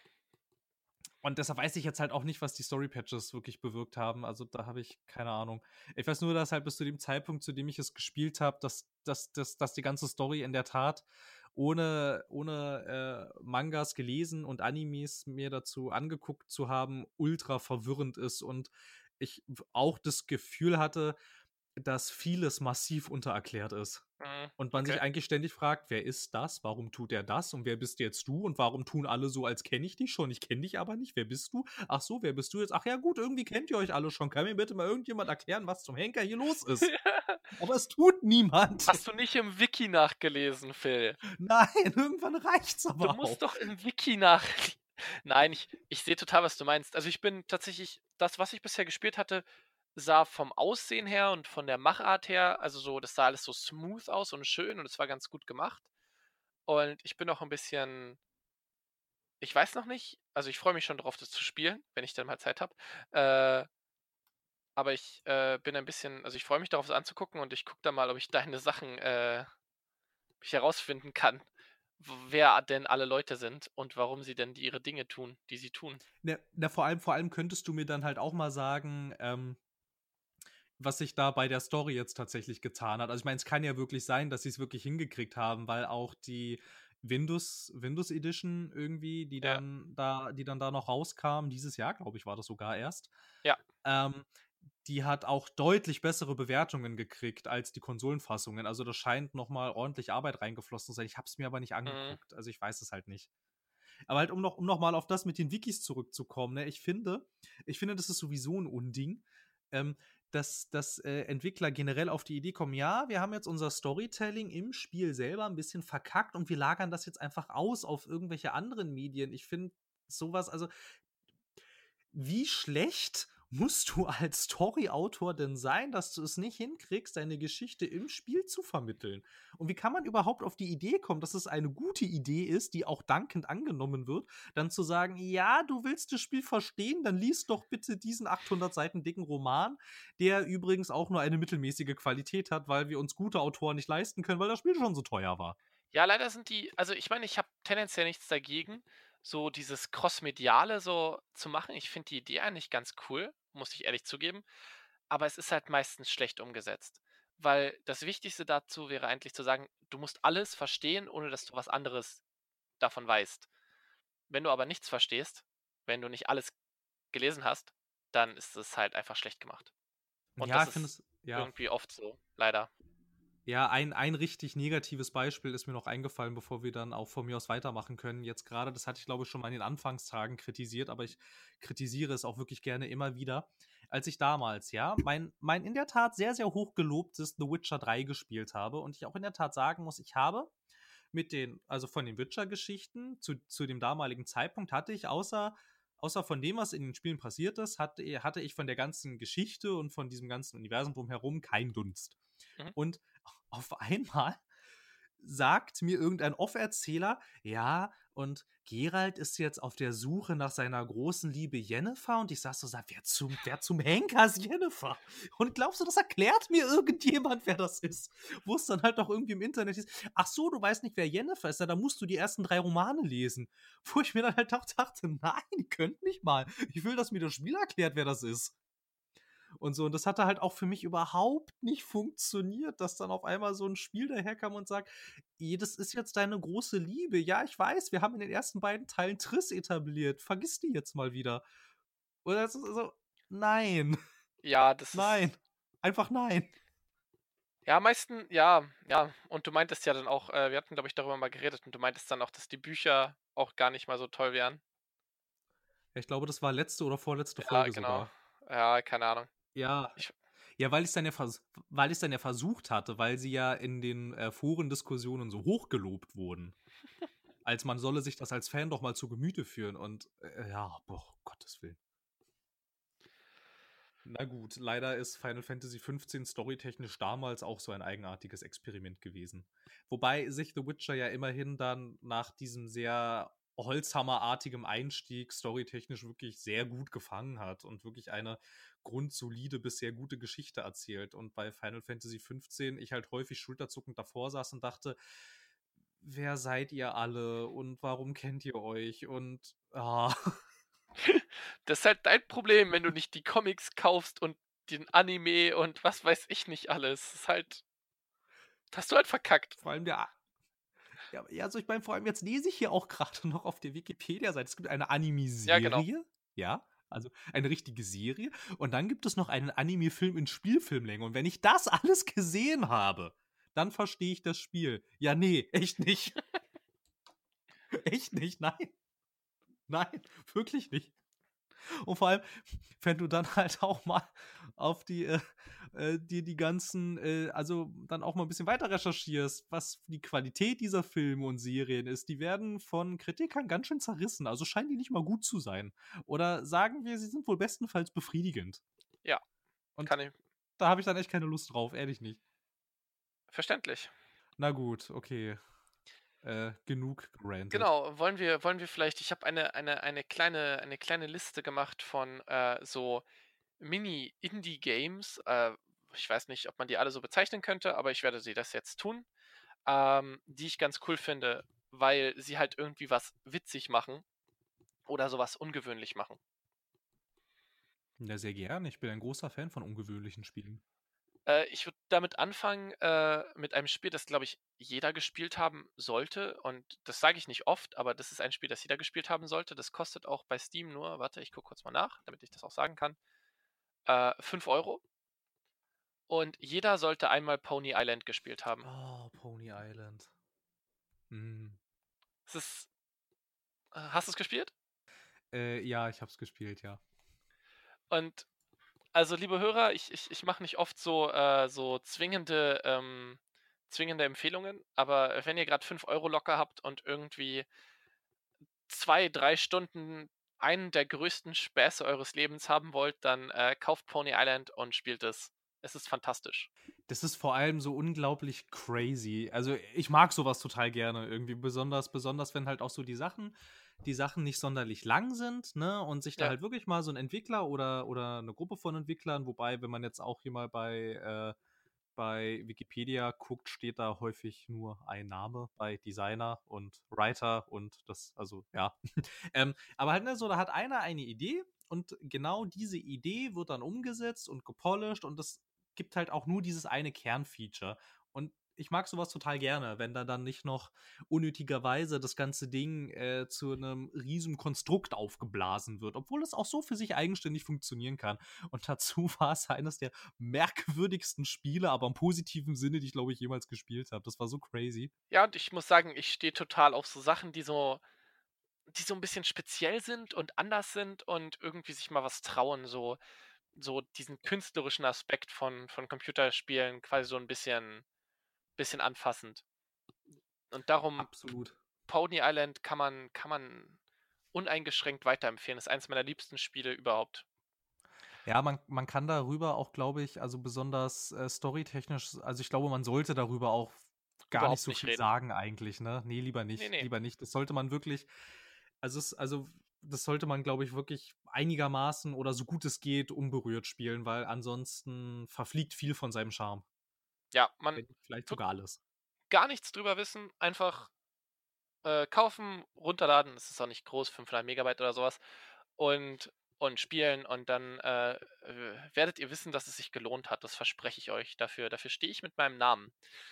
Und deshalb weiß ich jetzt halt auch nicht, was die Story-Patches wirklich bewirkt haben. Also da habe ich keine Ahnung. Ich weiß nur, dass halt bis zu dem Zeitpunkt, zu dem ich es gespielt habe, dass, dass, dass, dass die ganze Story in der Tat ohne, ohne äh, Mangas gelesen und Animes mir dazu angeguckt zu haben, ultra verwirrend ist und ich auch das Gefühl hatte, dass vieles massiv untererklärt ist. Mhm. Und man Okay. sich eigentlich ständig fragt, wer ist das? Warum tut er das? Und wer bist jetzt du? Und warum tun alle so, als kenne ich dich schon? Ich kenne dich aber nicht. Wer bist du? Ach so, wer bist du jetzt? Ach ja, gut, irgendwie kennt ihr euch alle schon. Kann mir bitte mal irgendjemand erklären, was zum Henker hier los ist? Aber es tut niemand. Hast du nicht im Wiki nachgelesen, Phil? Nein, irgendwann reicht's Du aber musst auch. doch im Wiki nach. Nein, ich, ich sehe total, was du meinst. Also ich bin tatsächlich, das, was ich bisher gespielt hatte, sah vom Aussehen her und von der Machart her, also so, das sah alles so smooth aus und schön und es war ganz gut gemacht. Und ich bin auch ein bisschen, ich weiß noch nicht, also ich freue mich schon drauf, das zu spielen, wenn ich dann mal Zeit habe. Äh, aber ich äh, bin ein bisschen, also ich freue mich darauf, es anzugucken und ich gucke da mal, ob ich deine Sachen, äh, ob ich herausfinden kann, w- wer denn alle Leute sind und warum sie denn die ihre Dinge tun, die sie tun. Na, na, vor allem, vor allem könntest du mir dann halt auch mal sagen, ähm, was sich da bei der Story jetzt tatsächlich getan hat. Also ich meine, es kann ja wirklich sein, dass sie es wirklich hingekriegt haben, weil auch die Windows, Windows Edition irgendwie, die Ja. dann da, die dann da noch rauskam, dieses Jahr, glaube ich, war das sogar erst. Ja. Ähm, die hat auch deutlich bessere Bewertungen gekriegt als die Konsolenfassungen. Also das scheint nochmal ordentlich Arbeit reingeflossen zu sein. Ich habe es mir aber nicht Mhm. angeguckt. Also ich weiß es halt nicht. Aber halt, um noch, um noch mal auf das mit den Wikis zurückzukommen, ne, ich finde, ich finde, das ist sowieso ein Unding, ähm, dass, dass äh, Entwickler generell auf die Idee kommen, ja, wir haben jetzt unser Storytelling im Spiel selber ein bisschen verkackt und wir lagern das jetzt einfach aus auf irgendwelche anderen Medien. Ich finde sowas, also wie schlecht musst du als Storyautor denn sein, dass du es nicht hinkriegst, deine Geschichte im Spiel zu vermitteln? Und wie kann man überhaupt auf die Idee kommen, dass es eine gute Idee ist, die auch dankend angenommen wird, dann zu sagen, ja, du willst das Spiel verstehen, dann lies doch bitte diesen achthundert Seiten dicken Roman, der übrigens auch nur eine mittelmäßige Qualität hat, weil wir uns gute Autoren nicht leisten können, weil das Spiel schon so teuer war. Ja, leider sind die, also ich meine, ich habe tendenziell nichts dagegen, so dieses Crossmediale so zu machen. Ich finde die Idee eigentlich ganz cool, muss ich ehrlich zugeben. Aber es ist halt meistens schlecht umgesetzt. Weil das Wichtigste dazu wäre eigentlich zu sagen, du musst alles verstehen, ohne dass du was anderes davon weißt. Wenn du aber nichts verstehst, wenn du nicht alles gelesen hast, dann ist es halt einfach schlecht gemacht. Und Ja, das ich finde ist es, ja. irgendwie oft so, leider. Ja, ein, ein richtig negatives Beispiel ist mir noch eingefallen, bevor wir dann auch von mir aus weitermachen können. Jetzt gerade, das hatte ich glaube ich schon mal in den Anfangstagen kritisiert, aber ich kritisiere es auch wirklich gerne immer wieder. Als ich damals, ja, mein, mein in der Tat sehr, sehr hoch gelobtes The Witcher drei gespielt habe und ich auch in der Tat sagen muss, ich habe mit den, also von den Witcher-Geschichten zu, zu dem damaligen Zeitpunkt hatte ich außer, außer von dem, was in den Spielen passiert ist, hatte, hatte ich von der ganzen Geschichte und von diesem ganzen Universum drumherum keinen Dunst. Mhm. Und auf einmal sagt mir irgendein Off-Erzähler, ja, und Geralt ist jetzt auf der Suche nach seiner großen Liebe Yennefer und ich sag so, sag, wer zum, wer zum Henker ist Yennefer? Und glaubst du, das erklärt mir irgendjemand, wer das ist? Wo es dann halt auch irgendwie im Internet ist, ach so, du weißt nicht, wer Yennefer ist, ja, da musst du die ersten drei Romane lesen. Wo ich mir dann halt auch dachte, nein, ihr könnt nicht mal. Ich will, dass mir das Spiel erklärt, wer das ist. Und so, und das hatte halt auch für mich überhaupt nicht funktioniert, dass dann auf einmal so ein Spiel daherkam und sagt, "Ih, das ist jetzt deine große Liebe. Ja, ich weiß, wir haben in den ersten beiden Teilen Triss etabliert. Vergiss die jetzt mal wieder." Oder das ist so, nein, Ja, das nein, ist. einfach nein. Ja, am meisten, ja, ja. Und du meintest ja dann auch, äh, wir hatten, glaube ich, darüber mal geredet und du meintest dann auch, dass die Bücher auch gar nicht mal so toll wären. Ja, ich glaube, das war letzte oder vorletzte Ja, Folge genau. sogar. Ja, keine Ahnung. Ja, Ich, ja, weil ich es dann ja, vers weil ich's dann ja versucht hatte, weil sie ja in den äh, Forendiskussionen so hochgelobt wurden. Als man solle sich das als Fan doch mal zu Gemüte führen und äh, ja, boah, um Gottes Willen. Na gut, leider ist Final Fantasy fünfzehn storytechnisch damals auch so ein eigenartiges Experiment gewesen. Wobei sich The Witcher ja immerhin dann nach diesem sehr Holzhammerartigem Einstieg storytechnisch wirklich sehr gut gefangen hat und wirklich eine grundsolide bis sehr gute Geschichte erzählt. Und bei Final Fantasy fünfzehn ich halt häufig schulterzuckend davor saß und dachte, wer seid ihr alle und warum kennt ihr euch? Und ah. das ist halt dein Problem, wenn du nicht die Comics kaufst und den Anime und was weiß ich nicht alles. Das ist halt. Das hast du halt verkackt. Vor allem der Ja, ja, also ich meine, vor allem jetzt lese ich hier auch gerade noch auf der Wikipedia-Seite. Es gibt eine Ja, genau. Anime-Serie, ja, also eine richtige Serie. Und dann gibt es noch einen Anime-Film in Spielfilmlänge. Und wenn ich das alles gesehen habe, dann verstehe ich das Spiel. Ja, nee, echt nicht. Echt nicht, nein. Nein, wirklich nicht. Und vor allem, wenn du dann halt auch mal auf die, äh, äh, dir die ganzen, äh, also dann auch mal ein bisschen weiter recherchierst, was die Qualität dieser Filme und Serien ist, die werden von Kritikern ganz schön zerrissen. Also scheinen die nicht mal gut zu sein. Oder sagen wir, sie sind wohl bestenfalls befriedigend. Ja, Und kann ich. da habe ich dann echt keine Lust drauf, ehrlich nicht. Verständlich. Na gut, okay. Äh, genug gerantet. Genau, wollen wir, wollen wir vielleicht, ich habe eine, eine, eine kleine, eine kleine Liste gemacht von äh, so Mini-Indie-Games. Äh, ich weiß nicht, ob man die alle so bezeichnen könnte, aber ich werde sie das jetzt tun, ähm, die ich ganz cool finde, weil sie halt irgendwie was witzig machen oder sowas ungewöhnlich machen. Ja, sehr gern. Ich bin ein großer Fan von ungewöhnlichen Spielen. Äh, ich würde damit anfangen, äh, mit einem Spiel, das, glaube ich, jeder gespielt haben sollte. Und das sage ich nicht oft, aber das ist ein Spiel, das jeder gespielt haben sollte. Das kostet auch bei Steam nur, warte, ich gucke kurz mal nach, damit ich das auch sagen kann, äh, fünf Euro. Und jeder sollte einmal Pony Island gespielt haben. Oh, Pony Island. Hm. Es ist. Äh, hast du es gespielt? Äh, ja, ich hab's gespielt, ja. Und also, liebe Hörer, ich, ich, ich mache nicht oft so, äh, so zwingende, ähm, zwingende Empfehlungen, aber wenn ihr gerade fünf Euro locker habt und irgendwie zwei, drei Stunden einen der größten Späße eures Lebens haben wollt, dann äh, kauft Pony Island und spielt es. Es ist fantastisch. Das ist vor allem so unglaublich crazy. Also ich mag sowas total gerne irgendwie, besonders, besonders wenn halt auch so die Sachen, die Sachen nicht sonderlich lang sind, ne, und sich da Ja, halt wirklich mal so ein Entwickler oder, oder eine Gruppe von Entwicklern, wobei, wenn man jetzt auch hier mal bei, äh, bei Wikipedia guckt, steht da häufig nur ein Name bei Designer und Writer und das, also ja. ähm, aber halt, ne, so, da hat einer eine Idee und genau diese Idee wird dann umgesetzt und gepolished und das gibt halt auch nur dieses eine Kernfeature. Und ich mag sowas total gerne, wenn da dann nicht noch unnötigerweise das ganze Ding äh, zu einem riesen Konstrukt aufgeblasen wird, obwohl es auch so für sich eigenständig funktionieren kann. Und dazu war es eines der merkwürdigsten Spiele, aber im positiven Sinne, die ich, glaube ich, jemals gespielt habe. Das war so crazy. ja, und ich muss sagen, ich stehe total auf so Sachen, die so, die so ein bisschen speziell sind und anders sind und irgendwie sich mal was trauen, so, so diesen künstlerischen Aspekt von, von Computerspielen quasi so ein bisschen, bisschen anfassend. Und darum, Absolut. Pony Island kann man, kann man uneingeschränkt weiterempfehlen. Das ist eines meiner liebsten Spiele überhaupt. Ja, man, man kann darüber auch, glaube ich, also besonders äh, storytechnisch, also ich glaube, man sollte darüber auch gar nicht Überhaupt so nicht viel reden. sagen eigentlich, ne? Nee, lieber Nee, nicht, nee. lieber nicht. Das sollte man wirklich, also es, also das sollte man, glaube ich, wirklich einigermaßen oder so gut es geht unberührt spielen, weil ansonsten verfliegt viel von seinem Charme. Ja, man Wenn nicht vielleicht wird sogar alles. gar nichts drüber wissen. Einfach äh, kaufen, runterladen. Es ist auch nicht groß, fünfhundert Megabyte oder sowas. Und, und spielen. Und dann äh, äh, werdet ihr wissen, dass es sich gelohnt hat. Das verspreche ich euch. Dafür, dafür stehe ich mit meinem Namen.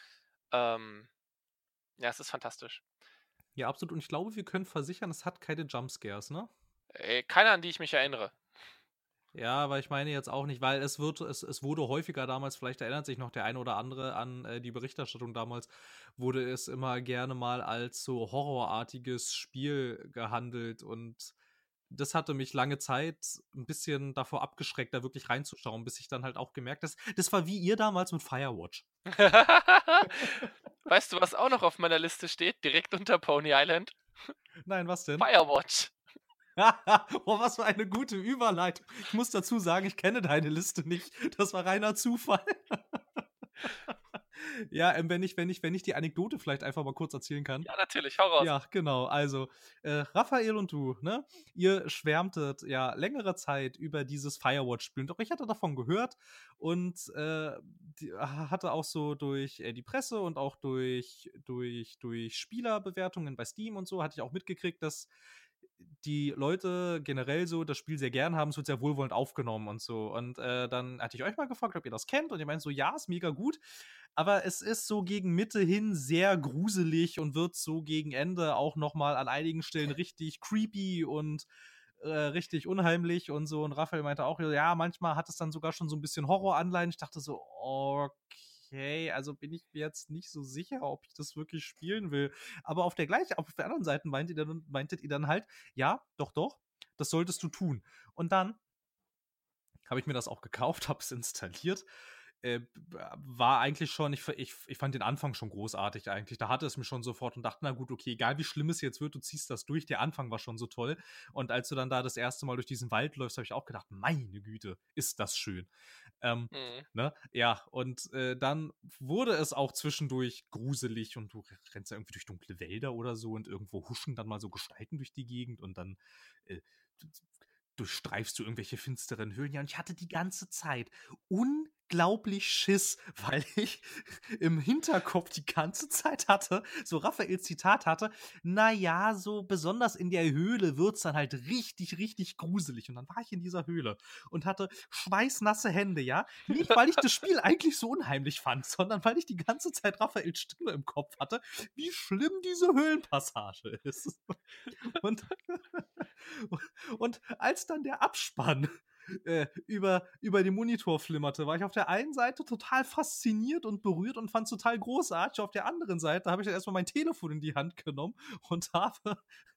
Ähm, ja, es ist fantastisch. Ja, absolut. Und ich glaube, wir können versichern, es hat keine Jumpscares, ne? Äh, keine, an die ich mich erinnere. Ja, aber ich meine jetzt auch nicht, weil es wird, es, es wurde häufiger damals, vielleicht erinnert sich noch der eine oder andere an äh, die Berichterstattung damals, wurde es immer gerne mal als so horrorartiges Spiel gehandelt und das hatte mich lange Zeit ein bisschen davor abgeschreckt, da wirklich reinzuschauen, bis ich dann halt auch gemerkt habe, das, das war wie ihr damals mit Firewatch. Weißt du, was auch noch auf meiner Liste steht? Direkt unter Pony Island? Nein, was denn? Firewatch. Boah, was für eine gute Überleitung. Ich muss dazu sagen, ich kenne deine Liste nicht. Das war reiner Zufall. Ja, ähm, wenn ich, wenn ich, wenn ich die Anekdote vielleicht einfach mal kurz erzählen kann. Ja, natürlich, hau raus. Ja, genau. Also, äh, Raphael und du, ne? Ihr schwärmtet ja längere Zeit über dieses Firewatch-Spiel. Und auch ich hatte davon gehört und äh, die, hatte auch so durch äh, die Presse und auch durch, durch, durch Spielerbewertungen bei Steam und so, hatte ich auch mitgekriegt, dass die Leute generell so das Spiel sehr gern haben, es wird sehr wohlwollend aufgenommen und so. Und äh, dann hatte ich euch mal gefragt, ob ihr das kennt und ihr meint so, ja, ist mega gut, aber es ist so gegen Mitte hin sehr gruselig und wird so gegen Ende auch noch mal an einigen Stellen richtig creepy und äh, richtig unheimlich und so. Und Raphael meinte auch, ja, manchmal hat es dann sogar schon so ein bisschen Horroranleihen. Ich dachte so, okay, also bin ich mir jetzt nicht so sicher, ob ich das wirklich spielen will. Aber auf der gleichen, auf der anderen Seite meintet ihr dann, meintet ihr dann halt, ja, doch, doch, das solltest du tun. Und dann habe ich mir das auch gekauft, habe es installiert. Äh, war eigentlich schon, ich, ich, ich fand den Anfang schon großartig eigentlich. Da hatte es mir schon sofort und dachte, na gut, okay, egal wie schlimm es jetzt wird, du ziehst das durch. Der Anfang war schon so toll. Und als du dann da das erste Mal durch diesen Wald läufst, habe ich auch gedacht, meine Güte, ist das schön. Ähm, Mhm. ne? Ja, und äh, dann wurde es auch zwischendurch gruselig und du rennst ja irgendwie durch dunkle Wälder oder so und irgendwo huschen dann mal so Gestalten durch die Gegend und dann äh, durchstreifst du irgendwelche finsteren Höhlen. Ja, und ich hatte die ganze Zeit unglaublich Schiss, weil ich im Hinterkopf die ganze Zeit hatte, so Raphaels Zitat hatte, na ja, so besonders in der Höhle wird's dann halt richtig, richtig gruselig. Und dann war ich in dieser Höhle und hatte schweißnasse Hände, ja? Nicht, weil ich das Spiel eigentlich so unheimlich fand, sondern weil ich die ganze Zeit Raphaels Stimme im Kopf hatte, wie schlimm diese Höhlenpassage ist. Und, und als dann der Abspann äh, über, über den Monitor flimmerte, war ich auf der einen Seite total fasziniert und berührt und fand es total großartig. Auf der anderen Seite habe ich dann erstmal mein Telefon in die Hand genommen und habe,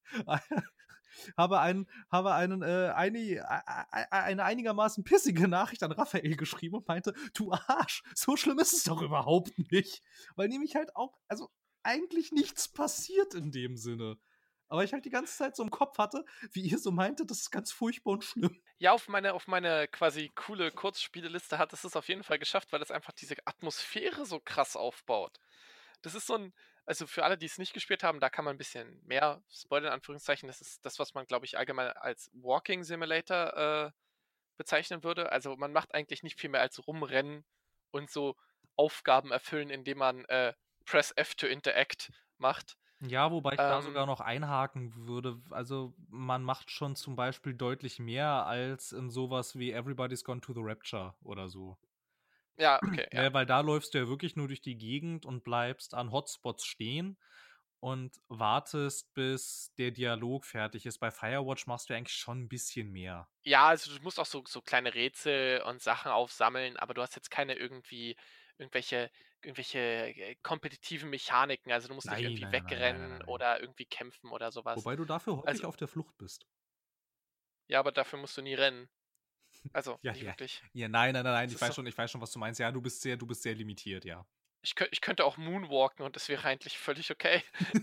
habe, einen, habe einen, äh, eine, eine einigermaßen pissige Nachricht an Raphael geschrieben und meinte, du Arsch, so schlimm ist es doch überhaupt nicht. Weil nämlich halt auch, also eigentlich nichts passiert in dem Sinne. Aber ich halt die ganze Zeit so im Kopf hatte, wie ihr so meintet, das ist ganz furchtbar und schlimm. Ja, auf meine, auf meine quasi coole Kurzspieleliste hat es es auf jeden Fall geschafft, weil es einfach diese Atmosphäre so krass aufbaut. Das ist so ein, also für alle, die es nicht gespielt haben, da kann man ein bisschen mehr spoilern, in Anführungszeichen. Das ist das, was man, glaube ich, allgemein als Walking Simulator äh, bezeichnen würde. Also man macht eigentlich nicht viel mehr als rumrennen und so Aufgaben erfüllen, indem man äh, Press F to Interact macht. Ja, wobei ich da sogar Ähm, noch einhaken würde. Also, man macht schon zum Beispiel deutlich mehr als in sowas wie Everybody's Gone to the Rapture oder so. ja, okay, ja. Ne, weil da läufst du ja wirklich nur durch die Gegend und bleibst an Hotspots stehen und wartest, bis der Dialog fertig ist. Bei Firewatch machst du eigentlich schon ein bisschen mehr. Ja, also du musst auch so, so kleine Rätsel und Sachen aufsammeln, aber du hast jetzt keine irgendwie, irgendwelche, irgendwelche äh, kompetitiven Mechaniken. Also du musst nicht Nein, irgendwie nein, nein, nein, nein, wegrennen nein, nein. oder irgendwie kämpfen oder sowas. Wobei du dafür häufig Also, auf der Flucht bist. ja, aber dafür musst du nie rennen. Also, Ja, nicht ja. wirklich. Ja, nein, nein, nein, nein, Es ich ist weiß so, schon, ich weiß schon, was du meinst. Ja, du bist sehr, du bist sehr limitiert, ja. ich, könnt, ich könnte auch Moonwalken und das wäre eigentlich völlig okay.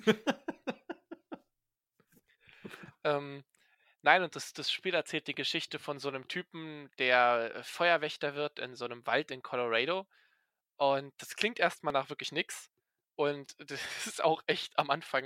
Ähm, nein, und das, das Spiel erzählt die Geschichte von so einem Typen, der äh, Feuerwächter wird in so einem Wald in Colorado. Und das klingt erstmal nach wirklich nix. Und das ist auch echt am Anfang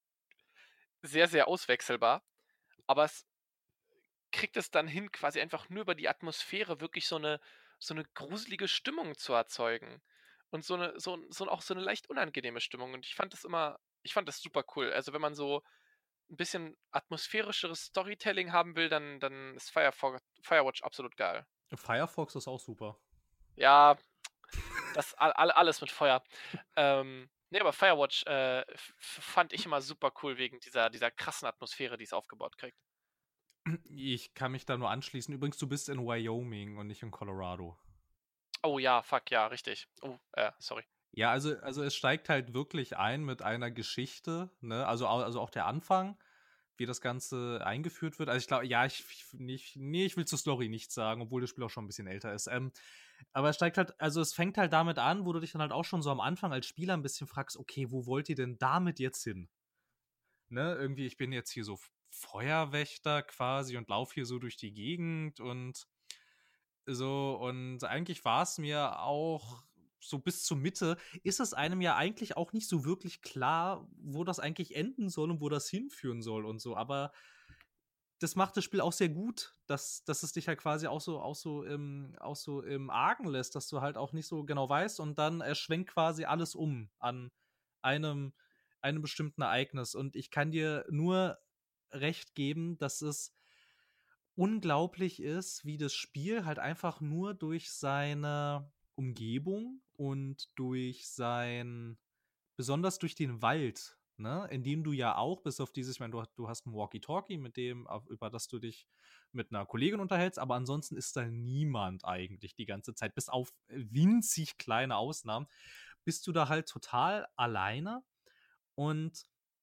sehr, sehr auswechselbar. Aber es kriegt es dann hin, quasi einfach nur über die Atmosphäre wirklich so eine, so eine gruselige Stimmung zu erzeugen. Und so eine, so, so auch so eine leicht unangenehme Stimmung. Und ich fand das immer, ich fand das super cool. Also wenn man so ein bisschen atmosphärischeres Storytelling haben will, dann, dann ist Firefo- Firewatch absolut geil. Firefox ist auch super. Ja, das all, all, alles mit Feuer. Ähm, nee, aber Firewatch äh, f- fand ich immer super cool wegen dieser, dieser krassen Atmosphäre, die es aufgebaut kriegt. Ich kann mich da nur anschließen. Übrigens, du bist in Wyoming und nicht in Colorado. Oh ja, fuck, ja, richtig. Oh, äh, sorry. Ja, also, also es steigt halt wirklich ein mit einer Geschichte, ne? Also, au- also auch der Anfang, wie das Ganze eingeführt wird. Also ich glaube, ja, ich, ich nicht, nee, ich will zur Story nichts sagen, obwohl das Spiel auch schon ein bisschen älter ist. Ähm, aber es steigt halt, also es fängt halt damit an, wo du dich dann halt auch schon so am Anfang als Spieler ein bisschen fragst, okay, wo wollt ihr denn damit jetzt hin? Ne, irgendwie, ich bin jetzt hier so Feuerwächter quasi und laufe hier so durch die Gegend und so, und eigentlich war es mir auch so bis zur Mitte, ist es einem ja eigentlich auch nicht so wirklich klar, wo das eigentlich enden soll und wo das hinführen soll und so. Aber das macht das Spiel auch sehr gut, dass, dass es dich halt quasi auch so, auch so im, auch so im Argen lässt, dass du halt auch nicht so genau weißt und dann äh, schwenkt quasi alles um an einem, einem bestimmten Ereignis. Und ich kann dir nur recht geben, dass es unglaublich ist, wie das Spiel halt einfach nur durch seine Umgebung und durch sein, besonders durch den Wald, ne, in dem du ja auch, bis auf dieses, ich meine, du, du hast ein Walkie-Talkie, mit dem, auf- über das du dich mit einer Kollegin unterhältst, aber ansonsten ist da niemand eigentlich die ganze Zeit, bis auf winzig kleine Ausnahmen, bist du da halt total alleine und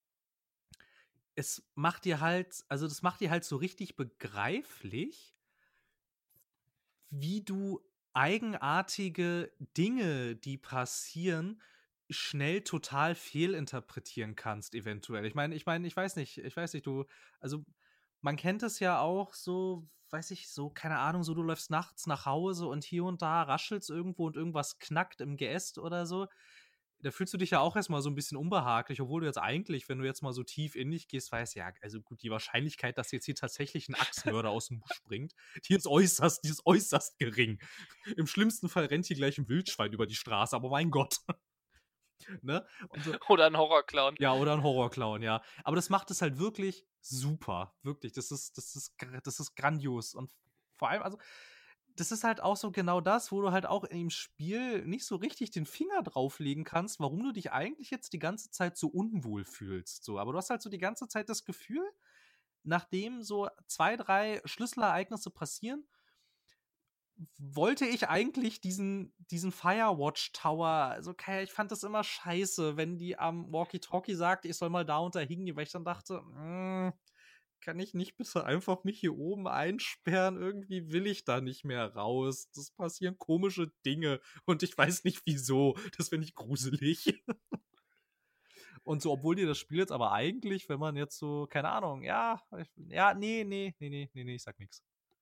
es macht dir halt, also das macht dir halt so richtig begreiflich, wie du eigenartige Dinge, die passieren, schnell total fehlinterpretieren kannst, eventuell. Ich meine, ich meine, ich weiß nicht, ich weiß nicht, du, also man kennt es ja auch so, weiß ich, so, keine Ahnung, so du läufst nachts nach Hause und hier und da raschelt's irgendwo und irgendwas knackt im Geäst oder so. da fühlst du dich ja auch erstmal so ein bisschen unbehaglich, obwohl du jetzt eigentlich, wenn du jetzt mal so tief in dich gehst, weißt, ja, also gut, die Wahrscheinlichkeit, dass jetzt hier tatsächlich ein Axtmörder aus dem Busch springt, die ist äußerst, die ist äußerst gering. Im schlimmsten Fall rennt hier gleich ein Wildschwein über die Straße, aber mein Gott. Ne? Und so, Oder ein Horrorclown. ja, oder ein Horrorclown, ja. Aber das macht es halt wirklich super. Wirklich. Das ist, das ist, gr- das ist grandios. Und vor allem, also, das ist halt auch so genau das, wo du halt auch im Spiel nicht so richtig den Finger drauflegen kannst, warum du dich eigentlich jetzt die ganze Zeit so unwohl fühlst. So, aber du hast halt so die ganze Zeit das Gefühl, nachdem so zwei, drei Schlüsselereignisse passieren, wollte ich eigentlich diesen, diesen Firewatch Tower, also Kai, ich fand das immer scheiße, wenn die am Walkie-Talkie sagte, ich soll mal da unter hingehen, weil ich dann dachte, mm, kann ich nicht bitte einfach mich hier oben einsperren? Irgendwie will ich da nicht mehr raus. Das passieren komische Dinge und ich weiß nicht wieso. Das finde ich gruselig. Und so, obwohl dir das Spiel jetzt aber eigentlich, wenn man jetzt so, keine Ahnung, ja, ich, ja, nee, nee, nee, nee, nee, nee, ich sag nix.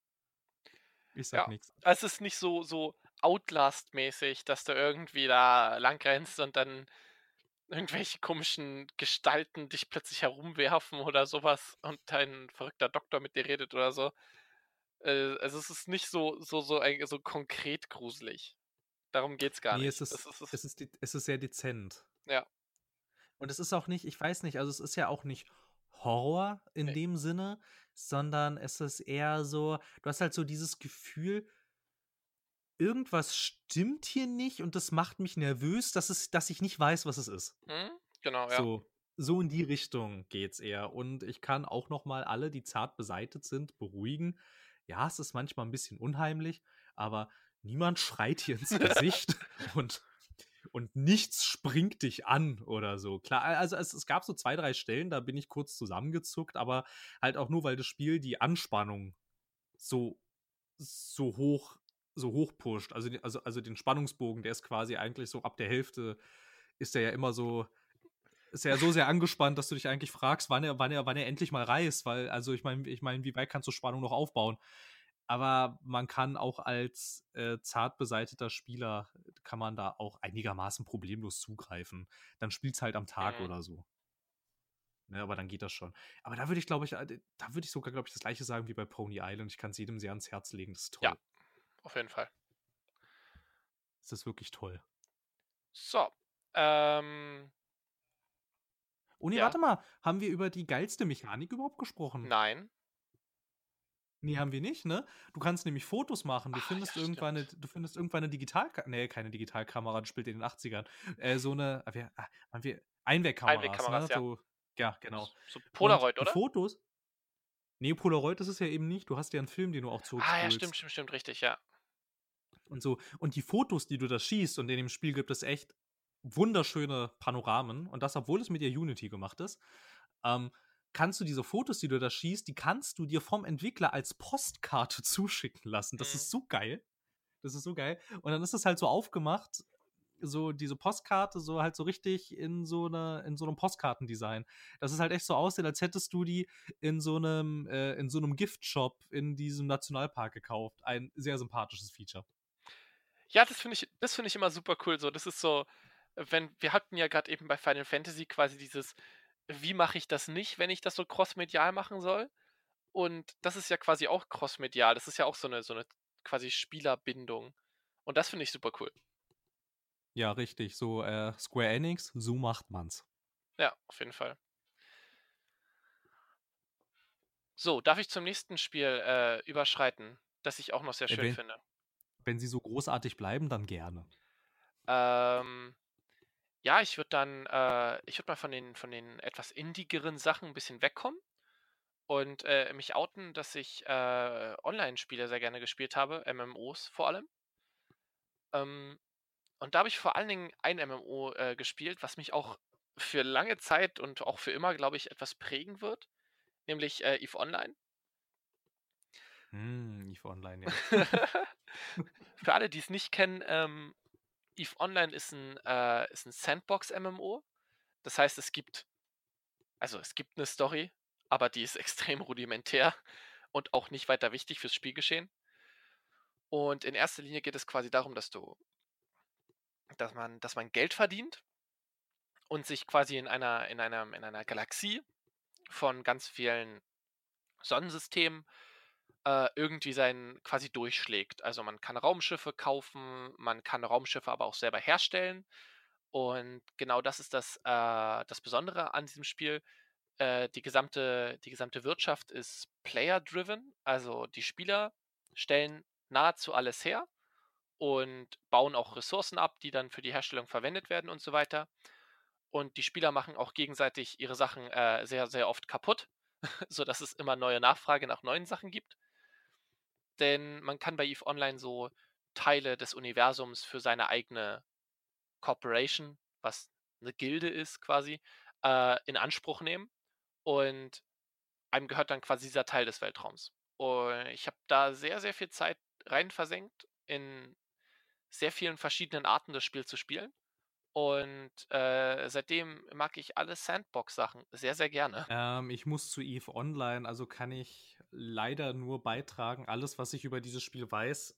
Ich sag Ja, nix. es ist nicht so, so Outlast-mäßig, dass du irgendwie da lang rennst und dann irgendwelche komischen Gestalten dich plötzlich herumwerfen oder sowas und dein verrückter Doktor mit dir redet oder so. Äh, also es ist nicht so, so, so, ein, so konkret gruselig. Darum geht's gar Nee, es nicht. Das ist, ist es. es ist, de- es ist sehr dezent. Ja. Und es ist auch nicht, ich weiß nicht, also es ist ja auch nicht Horror in Nee. dem Sinne, sondern es ist eher so, du hast halt so dieses Gefühl, irgendwas stimmt hier nicht und das macht mich nervös, dass, es, dass ich nicht weiß, was es ist. Hm? Genau, ja. So, so in die Richtung geht's eher. Und ich kann auch noch mal alle, die zart beseitet sind, beruhigen. Ja, es ist manchmal ein bisschen unheimlich, aber niemand schreit hier ins Gesicht und, und nichts springt dich an oder so. Klar, also es, es gab so zwei, drei Stellen, da bin ich kurz zusammengezuckt, aber halt auch nur, weil das Spiel die Anspannung so, so hoch so hoch pusht. Also, die- also, also den Spannungsbogen, der ist quasi eigentlich so ab der Hälfte, ist der ja immer so, ist ja so sehr angespannt, dass du dich eigentlich fragst, wann er, wann er, wann er endlich mal reißt, weil, also ich meine, ich meine, wie weit kannst du Spannung noch aufbauen? Aber man kann auch als äh, zart beseiteter Spieler, kann man da auch einigermaßen problemlos zugreifen. Dann spielt's halt am Tag Mhm. oder so. Ne, aber dann geht das schon. Aber da würde ich, glaube ich, äh, da würde ich sogar, glaube ich, das gleiche sagen wie bei Pony Island. Ich kann es jedem sehr ans Herz legen. Das ist Ja, toll. auf jeden Fall. Das ist wirklich toll. So. Ähm, Oh nee, ja. warte mal. Haben wir über die geilste Mechanik überhaupt gesprochen? Nein. Nee, haben wir nicht, ne? Du kannst nämlich Fotos machen. Du Ah, ja, findest irgendwann eine, stimmt. du findest irgendwann eine Digitalkamera. Nee, keine Digitalkamera, das spielt in den achtzigern. Äh, so eine, ah, wir, ah, haben wir Einwegkameras, Einwegkameras, ne? ja. So, ja, genau. So Und Polaroid, die oder? Fotos, nee, Polaroid ist es ja eben nicht. Du hast ja einen Film, den du auch Ah, ja, stimmt, zurückspulst. stimmt, stimmt, richtig, ja. Und so. Und die Fotos, die du da schießt, und in dem Spiel gibt es echt wunderschöne Panoramen. Und das, obwohl es mit der Unity gemacht ist. Ähm, kannst du diese Fotos, die du da schießt, die kannst du dir vom Entwickler als Postkarte zuschicken lassen. Das Mhm. ist so geil. Das ist so geil. Und dann ist es halt so aufgemacht, so diese Postkarte, so halt so richtig in so, eine, in so einem Postkartendesign. Dass es halt echt so aussieht, als hättest du die in so einem, äh, in so einem Giftshop in diesem Nationalpark gekauft. Ein sehr sympathisches Feature. Ja, das finde ich, das finde ich immer super cool. So, das ist so, wenn, wir hatten ja gerade eben bei Final Fantasy quasi dieses, wie mache ich das nicht, wenn ich das so crossmedial machen soll? Und das ist ja quasi auch crossmedial. Das ist ja auch so eine, so eine quasi Spielerbindung. Und das finde ich super cool. Ja, richtig. So äh, Square Enix, so macht man's. Ja, auf jeden Fall. So, darf ich zum nächsten Spiel äh, überschreiten, das ich auch noch sehr Äh, schön wenn, finde? wenn sie so großartig bleiben, dann gerne. Ähm, ja, ich würde dann, äh, ich würde mal von den, von den etwas indigeren Sachen ein bisschen wegkommen und äh, mich outen, dass ich äh, Online-Spiele sehr gerne gespielt habe, M M Os vor allem. Ähm, und da habe ich vor allen Dingen ein M M O äh, gespielt, was mich auch für lange Zeit und auch für immer, glaube ich, etwas prägen wird, nämlich äh, EVE Online. Hm, EVE Online, ja. Für alle, die es nicht kennen, ähm, EVE Online ist ein, äh, ist ein Sandbox-M M O. Das heißt, es gibt, also es gibt eine Story, aber die ist extrem rudimentär und auch nicht weiter wichtig fürs Spielgeschehen. Und in erster Linie geht es quasi darum, dass du, dass man, dass man Geld verdient und sich quasi in einer, in einer, in einer Galaxie von ganz vielen Sonnensystemen äh, irgendwie sein quasi durchschlägt. Also man kann Raumschiffe kaufen, man kann Raumschiffe aber auch selber herstellen. Und genau das ist das, äh, das Besondere an diesem Spiel. Äh, die gesamte, die gesamte Wirtschaft ist player-driven. Also die Spieler stellen nahezu alles her und bauen auch Ressourcen ab, die dann für die Herstellung verwendet werden und so weiter. Und die Spieler machen auch gegenseitig ihre Sachen äh, sehr, sehr oft kaputt, sodass es immer neue Nachfrage nach neuen Sachen gibt. Denn man kann bei EVE Online so Teile des Universums für seine eigene Corporation, was eine Gilde ist quasi, äh, in Anspruch nehmen. Und einem gehört dann quasi dieser Teil des Weltraums. Und ich habe da sehr, sehr viel Zeit rein versenkt, in sehr vielen verschiedenen Arten das Spiel zu spielen. Und äh, seitdem mag ich alle Sandbox-Sachen sehr, sehr gerne. Ähm, ich muss zu EVE Online, also kann ich leider nur beitragen. Alles, was ich über dieses Spiel weiß,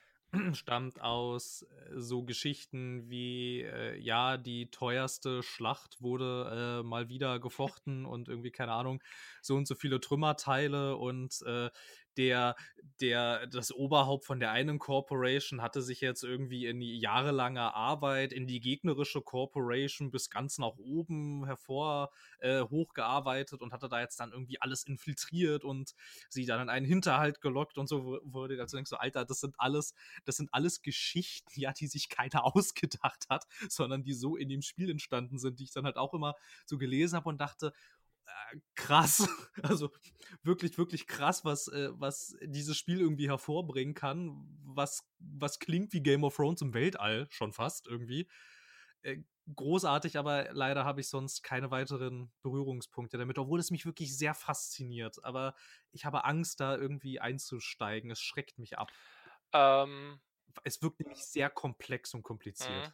stammt aus äh, so Geschichten wie, äh, ja, die teuerste Schlacht wurde äh, mal wieder gefochten und irgendwie, keine Ahnung, so und so viele Trümmerteile und äh, der, der, das Oberhaupt von der einen Corporation hatte sich jetzt irgendwie in jahrelanger Arbeit in die gegnerische Corporation bis ganz nach oben hervor äh, hochgearbeitet und hatte da jetzt dann irgendwie alles infiltriert und sie dann in einen Hinterhalt gelockt und so, wurde dazu denkst so, Alter, das sind alles das sind alles Geschichten, ja, die sich keiner ausgedacht hat, sondern die so in dem Spiel entstanden sind, die ich dann halt auch immer so gelesen habe und dachte, äh, krass, also wirklich, wirklich krass, was, äh, was dieses Spiel irgendwie hervorbringen kann, was, was klingt wie Game of Thrones im Weltall, schon fast irgendwie. Äh, großartig, aber leider habe ich sonst keine weiteren Berührungspunkte damit, obwohl es mich wirklich sehr fasziniert. Aber ich habe Angst, da irgendwie einzusteigen. Es schreckt mich ab. Ähm, Es wirkt nämlich sehr komplex und mh. kompliziert.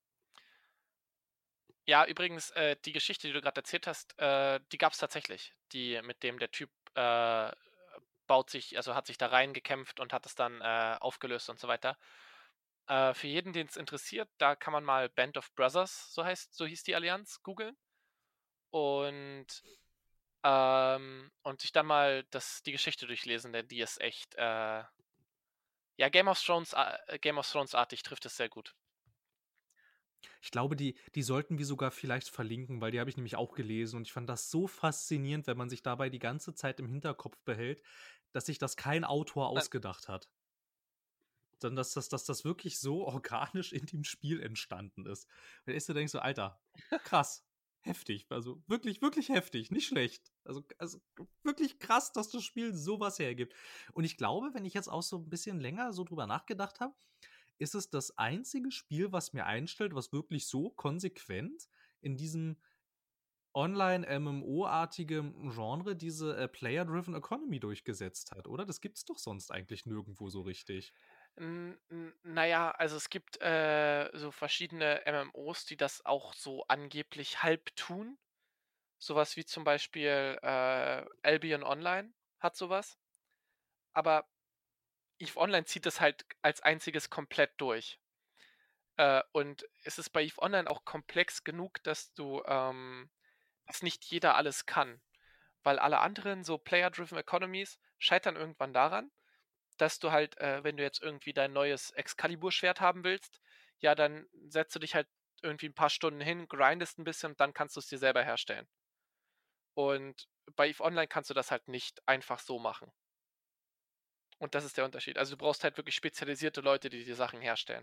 Ja, übrigens, äh, die Geschichte, die du gerade erzählt hast, äh, die gab es tatsächlich. Die, mit dem der Typ äh, baut sich, also hat sich da reingekämpft und hat es dann äh, aufgelöst und so weiter. Äh, für jeden, den es interessiert, da kann man mal Band of Brothers, so heißt, so hieß die Allianz, googeln. Und, ähm, und sich dann mal das, die Geschichte durchlesen, denn die ist echt, äh, ja, Game of Thrones, äh, Game of Thrones artig trifft es sehr gut. Ich glaube, die, die sollten wir sogar vielleicht verlinken, weil die habe ich nämlich auch gelesen und ich fand das so faszinierend, wenn man sich dabei die ganze Zeit im Hinterkopf behält, dass sich das kein Autor Nein, ausgedacht hat. Sondern dass das, dass das wirklich so organisch in dem Spiel entstanden ist. Wenn du denkst so, Alter, krass, heftig. Also wirklich, wirklich heftig, nicht schlecht. Also, also wirklich krass, dass das Spiel sowas hergibt. Und ich glaube, wenn ich jetzt auch so ein bisschen länger so drüber nachgedacht habe, ist es das einzige Spiel, was mir einstellt, was wirklich so konsequent in diesem Online-M M O-artigem Genre diese äh, Player-Driven Economy durchgesetzt hat, oder? Das gibt's doch sonst eigentlich nirgendwo so richtig. N n na ja, also es gibt, äh, so verschiedene M M Os, die das auch so angeblich halb tun. Sowas wie zum Beispiel, äh, Albion Online hat sowas. Aber EVE Online zieht das halt als einziges komplett durch. Äh, und es ist bei EVE Online auch komplex genug, dass du, ähm dass nicht jeder alles kann. Weil alle anderen so Player-Driven Economies scheitern irgendwann daran, dass du halt, äh, wenn du jetzt irgendwie dein neues Excalibur-Schwert haben willst, ja, dann setzt du dich halt irgendwie ein paar Stunden hin, grindest ein bisschen und dann kannst du es dir selber herstellen. Und bei EVE Online kannst du das halt nicht einfach so machen. Und das ist der Unterschied. Also, du brauchst halt wirklich spezialisierte Leute, die dir Sachen herstellen.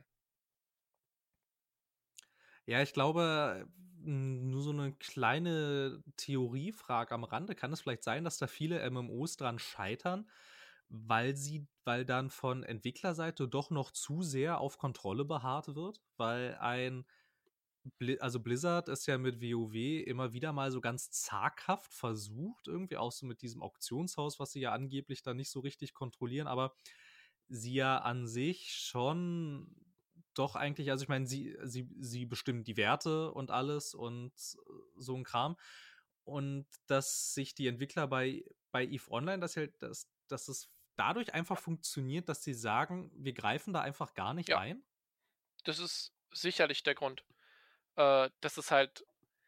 Ja, ich glaube, n nur so eine kleine Theoriefrage am Rande. Kann es vielleicht sein, dass da viele M M Os dran scheitern, weil sie weil dann von Entwicklerseite doch noch zu sehr auf Kontrolle beharrt wird? Weil ein Bli also Blizzard ist ja mit WoW immer wieder mal so ganz zaghaft versucht, irgendwie auch so mit diesem Auktionshaus, was sie ja angeblich da nicht so richtig kontrollieren, aber sie ja an sich schon doch eigentlich, also ich meine, sie, sie, sie bestimmen die Werte und alles und äh, so ein Kram. Und dass sich die Entwickler bei, bei EVE Online, dass, halt, dass, dass es dadurch einfach funktioniert, dass sie sagen, wir greifen da einfach gar nicht Ja, ein. das ist sicherlich der Grund. Äh, das ist halt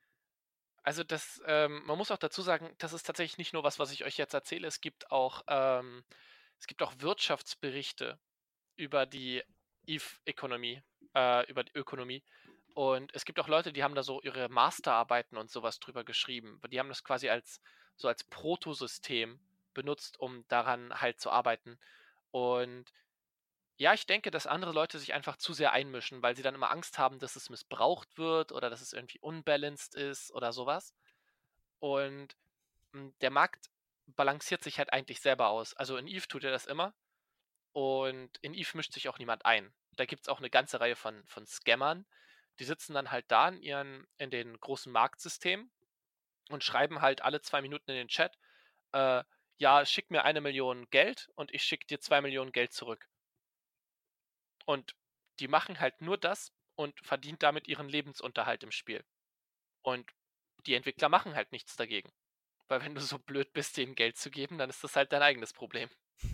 Also das, ähm, man muss auch dazu sagen, das ist tatsächlich nicht nur was, was ich euch jetzt erzähle. Es gibt auch, ähm, es gibt auch Wirtschaftsberichte über die Eve-Ökonomie, äh, über die Ökonomie. Und es gibt auch Leute, die haben da so ihre Masterarbeiten und sowas drüber geschrieben. Die haben das quasi als so als Protosystem benutzt, um daran halt zu arbeiten. Und ja, ich denke, dass andere Leute sich einfach zu sehr einmischen, weil sie dann immer Angst haben, dass es missbraucht wird oder dass es irgendwie unbalanced ist oder sowas. Und m, der Markt balanciert sich halt eigentlich selber aus. Also in Eve tut er das immer und in Eve mischt sich auch niemand ein. Da gibt es auch eine ganze Reihe von, von Scammern. Die sitzen dann halt da in ihren, in den großen Marktsystemen und schreiben halt alle zwei Minuten in den Chat, äh, ja, schick mir eine Million Geld und ich schick dir zwei Millionen Geld zurück. Und die machen halt nur das und verdienen damit ihren Lebensunterhalt im Spiel. Und die Entwickler machen halt nichts dagegen. Weil wenn du so blöd bist, denen Geld zu geben, dann ist das halt dein eigenes Problem.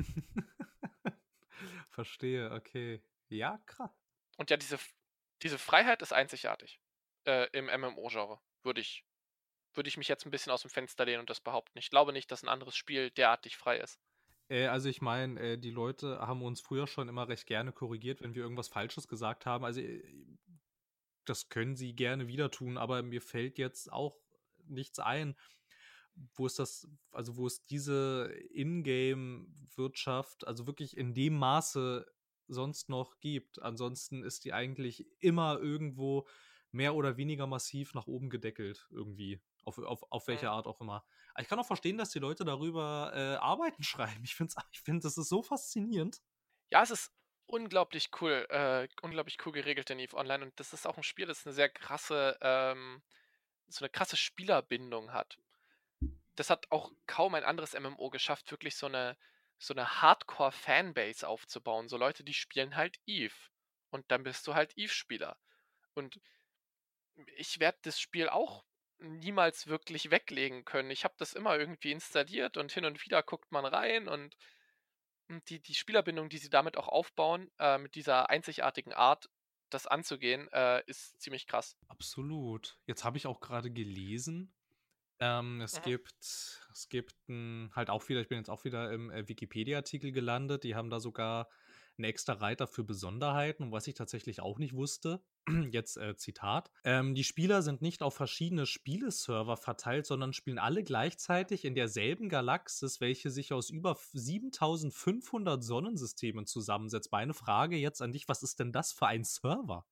Verstehe, okay. Ja, krass. Und ja, diese, diese Freiheit ist einzigartig äh, im M M O-Genre. Würde ich, würde ich mich jetzt ein bisschen aus dem Fenster lehnen und das behaupten. Ich glaube nicht, dass ein anderes Spiel derartig frei ist. Äh, also ich meine, äh, die Leute haben uns früher schon immer recht gerne korrigiert, wenn wir irgendwas Falsches gesagt haben. Also äh, das können sie gerne wieder tun, aber mir fällt jetzt auch nichts ein, wo es das, also wo es diese Ingame-Wirtschaft, also wirklich in dem Maße sonst noch gibt. Ansonsten ist die eigentlich immer irgendwo mehr oder weniger massiv nach oben gedeckelt, irgendwie. Auf, auf, auf welche Mhm. Art auch immer. Aber ich kann auch verstehen, dass die Leute darüber äh, Arbeiten schreiben. Ich finde, ich find, das ist so faszinierend. Ja, es ist unglaublich cool, äh, unglaublich cool geregelt in EVE Online und das ist auch ein Spiel, das eine sehr krasse, ähm, so eine krasse Spielerbindung hat. Das hat auch kaum ein anderes M M O geschafft, wirklich so eine, so eine Hardcore-Fanbase aufzubauen. So Leute, die spielen halt EVE. Und dann bist du halt EVE-Spieler. Und ich werde das Spiel auch niemals wirklich weglegen können. Ich habe das immer irgendwie installiert und hin und wieder guckt man rein und und die, die Spielerbindung, die sie damit auch aufbauen, äh, mit dieser einzigartigen Art, das anzugehen, äh, ist ziemlich krass. Absolut. Jetzt habe ich auch gerade gelesen, ähm, es Mhm. gibt es gibt 'n halt auch wieder ich bin jetzt auch wieder im, äh, Wikipedia-Artikel gelandet. Die haben da sogar 'n extra Reiter für Besonderheiten, und was ich tatsächlich auch nicht wusste, jetzt, äh, Zitat: „Ähm, die Spieler sind nicht auf verschiedene Spieleserver verteilt, sondern spielen alle gleichzeitig in derselben Galaxis, welche sich aus über f siebentausendfünfhundert Sonnensystemen zusammensetzt." Meine Frage jetzt an dich: Was ist denn das für ein Server?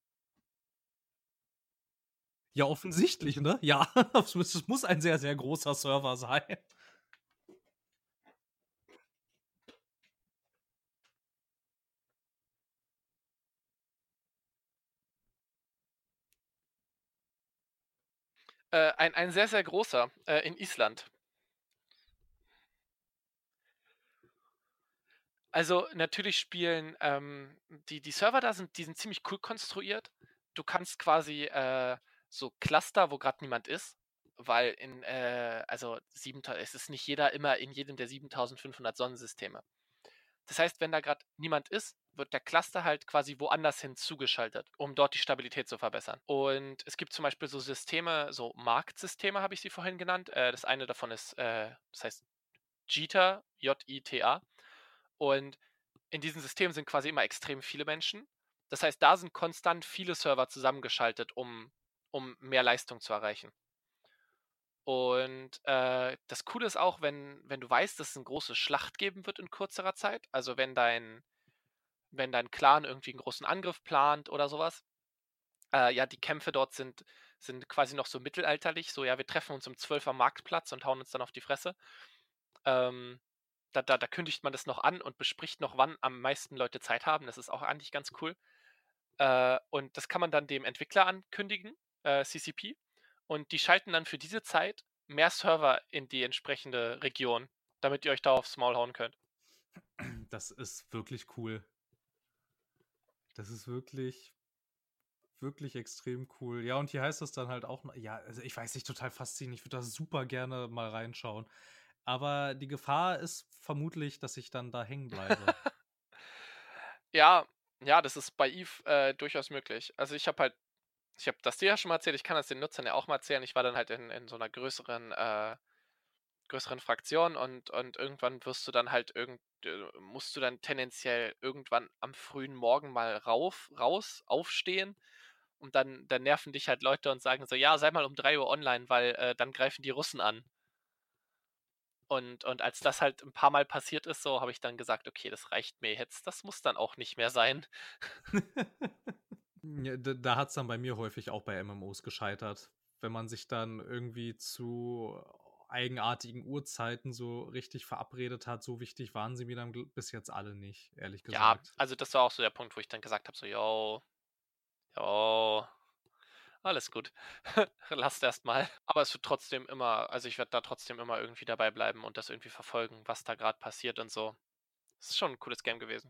Ja, offensichtlich, ne? Ja, es muss es muss ein sehr, sehr großer Server sein. Äh, ein, ein sehr, sehr großer äh, in Island. Also natürlich spielen ähm, die, die Server da sind, die sind ziemlich cool konstruiert. Du kannst quasi äh, so Cluster, wo gerade niemand ist, weil in, äh, also siebentausend, es ist nicht jeder immer in jedem der siebentausendfünfhundert Sonnensysteme. Das heißt, wenn da gerade niemand ist, wird der Cluster halt quasi woanders hin zugeschaltet, um dort die Stabilität zu verbessern. Und es gibt zum Beispiel so Systeme, so Marktsysteme habe ich sie vorhin genannt. Äh, das eine davon ist, äh, das heißt Jita, J I T A. Und in diesen Systemen sind quasi immer extrem viele Menschen. Das heißt, da sind konstant viele Server zusammengeschaltet, um, um mehr Leistung zu erreichen. Und äh, das Coole ist auch, wenn, wenn du weißt, dass es eine große Schlacht geben wird in kürzerer Zeit, also wenn dein, wenn dein Clan irgendwie einen großen Angriff plant oder sowas, äh, ja, die Kämpfe dort sind, sind quasi noch so mittelalterlich, so ja, wir treffen uns um zwölf am Marktplatz und hauen uns dann auf die Fresse. Ähm, da, da, da kündigt man das noch an und bespricht noch, wann am meisten Leute Zeit haben. Das ist auch eigentlich ganz cool. Äh, und das kann man dann dem Entwickler ankündigen, äh, C C P. Und die schalten dann für diese Zeit mehr Server in die entsprechende Region, damit ihr euch da aufs Maul hauen könnt. Das ist wirklich cool. Das ist wirklich, wirklich extrem cool. Ja, und hier heißt es dann halt auch, ja, also ich weiß nicht, total faszinierend. Ich würde da super gerne mal reinschauen. Aber die Gefahr ist vermutlich, dass ich dann da hängen bleibe. Ja, ja, das ist bei Eve äh, durchaus möglich. Also ich habe halt Ich habe das dir ja schon mal erzählt, ich kann das den Nutzern ja auch mal erzählen. Ich war dann halt in in so 'ner größeren äh, größeren Fraktion und und irgendwann wirst du dann halt irgend äh, musst du dann tendenziell irgendwann am frühen Morgen mal rauf raus aufstehen und dann dann nerven dich halt Leute und sagen so: „Ja, sei mal um drei Uhr online, weil, äh, dann greifen die Russen an.“ Und und als das halt 'n paar Mal passiert ist so, habe ich dann gesagt: „Okay, das reicht mir jetzt. Das muss dann auch nicht mehr sein.“ Ja, d da hat's dann bei mir häufig auch bei M M Os gescheitert. Wenn man sich dann irgendwie zu eigenartigen Uhrzeiten so richtig verabredet hat, so wichtig waren sie mir dann gl bis jetzt alle nicht, ehrlich Ja, gesagt. also das war auch so der Punkt, wo ich dann gesagt habe, so: „Jo, jo, alles gut. Lasst erst mal.“ Aber es wird trotzdem immer also ich werde da trotzdem immer irgendwie dabei bleiben und das irgendwie verfolgen, was da grad passiert und so. Es ist schon 'n cooles Game gewesen.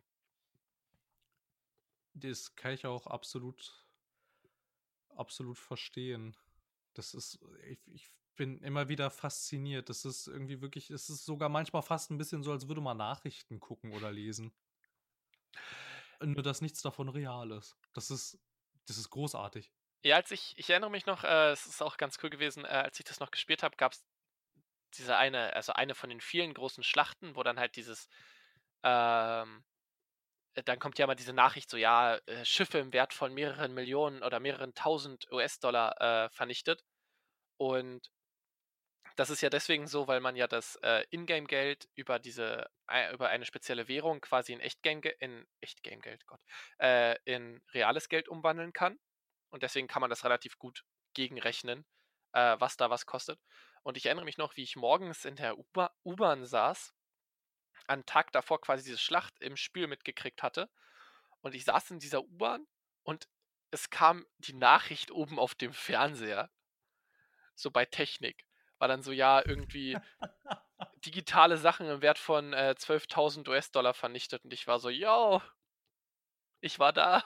Das kann ich auch absolut absolut verstehen. Das ist ich ich bin immer wieder fasziniert. Das ist irgendwie wirklich es ist sogar manchmal fast 'n bisschen so, als würde man Nachrichten gucken oder lesen. Nur, dass nichts davon real ist. Das ist das ist großartig. Ja, als ich ich erinnere mich noch, äh, es ist auch ganz cool gewesen, äh, als ich das noch gespielt habe, gab's diese eine also eine von den vielen großen Schlachten, wo dann halt dieses, ähm äh, dann kommt ja immer diese Nachricht so, ja, äh, Schiffe im Wert von mehreren Millionen oder mehreren Tausend US-Dollar, äh, vernichtet. Und das ist ja deswegen so, weil man ja das, äh, Ingame-Geld über diese ei über eine spezielle Währung quasi in Echtgame in Echtgamegeld, Gott, äh, in reales Geld umwandeln kann. Und deswegen kann man das relativ gut gegenrechnen, äh, was da was kostet. Und ich erinnere mich noch, wie ich morgens in der U-Ba U-Bahn saß, einen Tag davor quasi diese Schlacht im Spiel mitgekriegt hatte. Und ich saß in dieser U-Bahn und es kam die Nachricht oben auf dem Fernseher. So bei Technik. War dann so, ja, irgendwie digitale Sachen im Wert von, äh, zwölftausend US-Dollar vernichtet und ich war so: „Jo“ „ich war da.“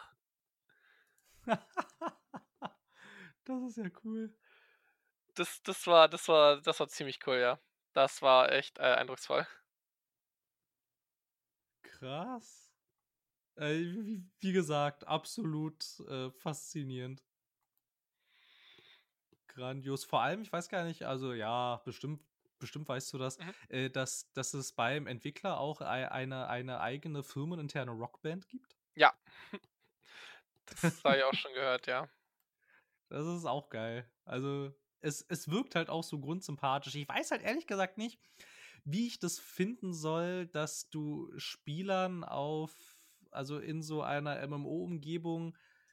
Das ist ja cool. Das das war das war das war ziemlich cool, ja. Das war echt, äh, eindrucksvoll. Krass. Äh, w w wie gesagt, absolut, äh, faszinierend. Grandios. Vor allem, ich weiß gar nicht, also ja, bestimmt bestimmt weißt du das, Mhm. äh, dass dass es beim Entwickler auch ei eine eine eigene firmeninterne Rockband gibt? Ja. Das habe ich auch schon gehört, ja. Das ist auch geil. Also, es es wirkt halt auch so grundsympathisch. Ich weiß halt ehrlich gesagt nicht, wie ich das finden soll, dass du Spielern auf also in so einer MMO-Umgebung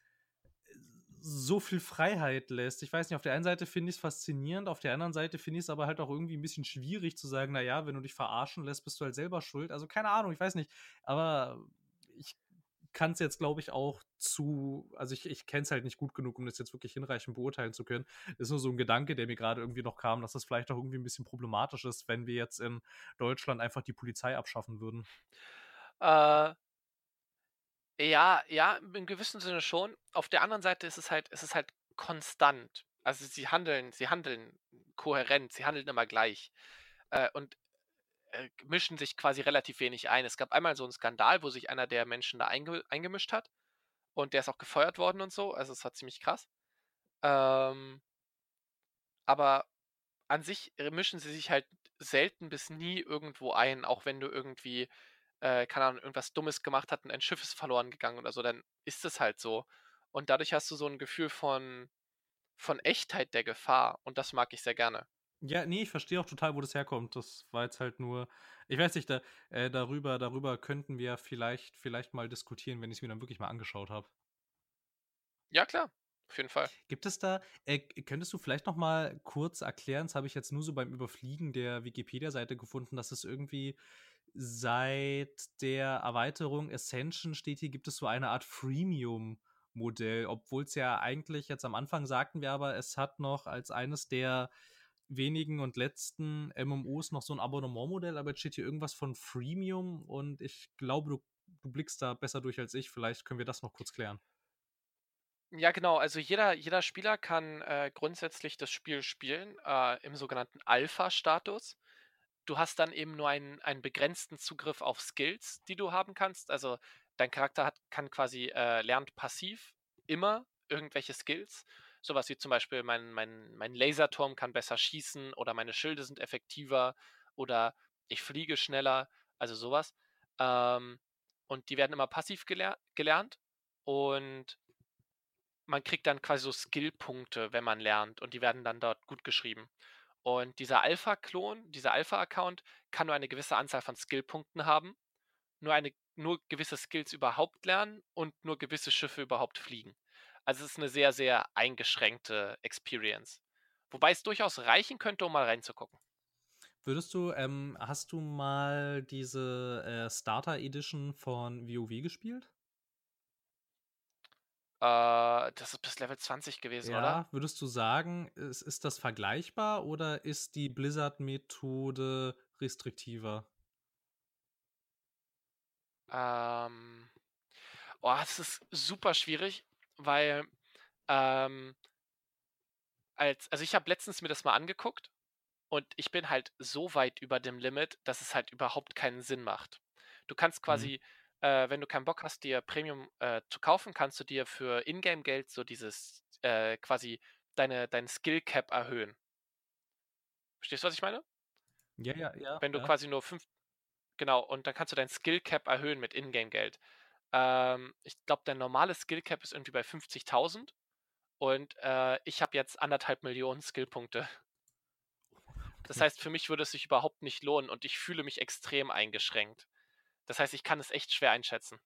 so viel Freiheit lässt. Ich weiß nicht, auf der einen Seite finde ich's faszinierend, auf der anderen Seite finde ich's aber halt auch irgendwie 'n bisschen schwierig zu sagen: „Na ja, wenn du dich verarschen lässt, bist du halt selber schuld.“ Also, keine Ahnung, ich weiß nicht. Aber ich kann's jetzt, glaube ich, auch zu also ich ich kenne es halt nicht gut genug, um das jetzt wirklich hinreichend beurteilen zu können. Ist nur so 'n Gedanke, der mir grade irgendwie noch kam, dass das vielleicht auch irgendwie 'n bisschen problematisch ist, wenn wir jetzt in Deutschland einfach die Polizei abschaffen würden. Äh ja, ja, im gewissen Sinne schon. Auf der anderen Seite ist es halt es ist halt konstant. Also, sie handeln sie handeln kohärent, sie handeln immer gleich, äh, und, äh, mischen sich quasi relativ wenig ein. Es gab einmal so 'n Skandal, wo sich einer der Menschen da einge eingemischt hat und der ist auch gefeuert worden und so. Also, es war ziemlich krass. Ähm aber an sich, äh, mischen sie sich halt selten bis nie irgendwo ein, auch wenn du irgendwie, äh, keine Ahnung, irgendwas Dummes gemacht hat und ein Schiff ist verloren gegangen oder so, dann ist es halt so. Und dadurch hast du so 'n Gefühl von von Echtheit der Gefahr und das mag ich sehr gerne. Ja, ne, ich verstehe auch total, wo das herkommt. Das war jetzt halt nur ich weiß nicht, da äh, darüber darüber könnten wir vielleicht vielleicht mal diskutieren, wenn ich's mir dann wirklich mal angeschaut habe. Ja klar, auf jeden Fall. Gibt es da äh, k könntest du vielleicht noch mal kurz erklären, das habe ich jetzt nur so beim Überfliegen der Wikipedia-Seite gefunden, dass es irgendwie seit der Erweiterung Ascension steht hier, gibt es so eine Art Freemium-Modell, obwohl's ja eigentlich jetzt am Anfang sagten wir aber, es hat noch als eines der wenigen und letzten MMOs noch so 'n Abonnementmodell, aber jetzt steht hier irgendwas von Freemium und ich glaube, du du blickst da besser durch als ich. Vielleicht können wir das noch kurz klären. Ja, genau. Also jeder jeder Spieler kann, äh, grundsätzlich das Spiel spielen, äh, im sogenannten Alpha-Status. Du hast dann eben nur einen einen begrenzten Zugriff auf Skills, die du haben kannst. Also, dein Charakter hat kann quasi, äh lernt passiv immer irgendwelche Skills. Sowas wie zum Beispiel mein, mein, mein Laserturm kann besser schießen oder meine Schilde sind effektiver oder ich fliege schneller, also sowas. Ähm, und die werden immer passiv geler gelernt und man kriegt dann quasi so Skillpunkte, wenn man lernt und die werden dann dort gut geschrieben. Und dieser Alpha-Klon, dieser Alpha-Account kann nur eine gewisse Anzahl von Skillpunkten haben, nur eine nur gewisse Skills überhaupt lernen und nur gewisse Schiffe überhaupt fliegen. Also es ist eine sehr, sehr eingeschränkte Experience. Wobei es durchaus reichen könnte, um mal reinzugucken. Würdest du, ähm, hast du mal diese äh, Starter Edition von WoW gespielt? Äh, das ist bis Level zwanzig gewesen, oder? Ja, würdest du sagen, ist, ist das vergleichbar oder ist die Blizzard-Methode restriktiver? Ähm, oh, es ist super schwierig, weil ähm, als, also ich habe letztens mir das mal angeguckt und ich bin halt so weit über dem Limit, dass es halt überhaupt keinen Sinn macht. Du kannst Mhm. quasi, äh, wenn du keinen Bock hast, dir Premium äh, zu kaufen, kannst du dir für Ingame-Geld so dieses äh, quasi deine, dein Skill-Cap erhöhen. Verstehst du, was ich meine? Ja, ja, ja, Wenn du ja. quasi nur fünf, genau, und dann kannst du dein Skill-Cap erhöhen mit Ingame-Geld. Ähm, ich glaube, dein normales Skill-Cap ist irgendwie bei fünfzigtausend und äh, ich habe jetzt anderthalb Millionen Skillpunkte. Das Okay. heißt, für mich würde es sich überhaupt nicht lohnen und ich fühle mich extrem eingeschränkt. Das heißt, ich kann es echt schwer einschätzen.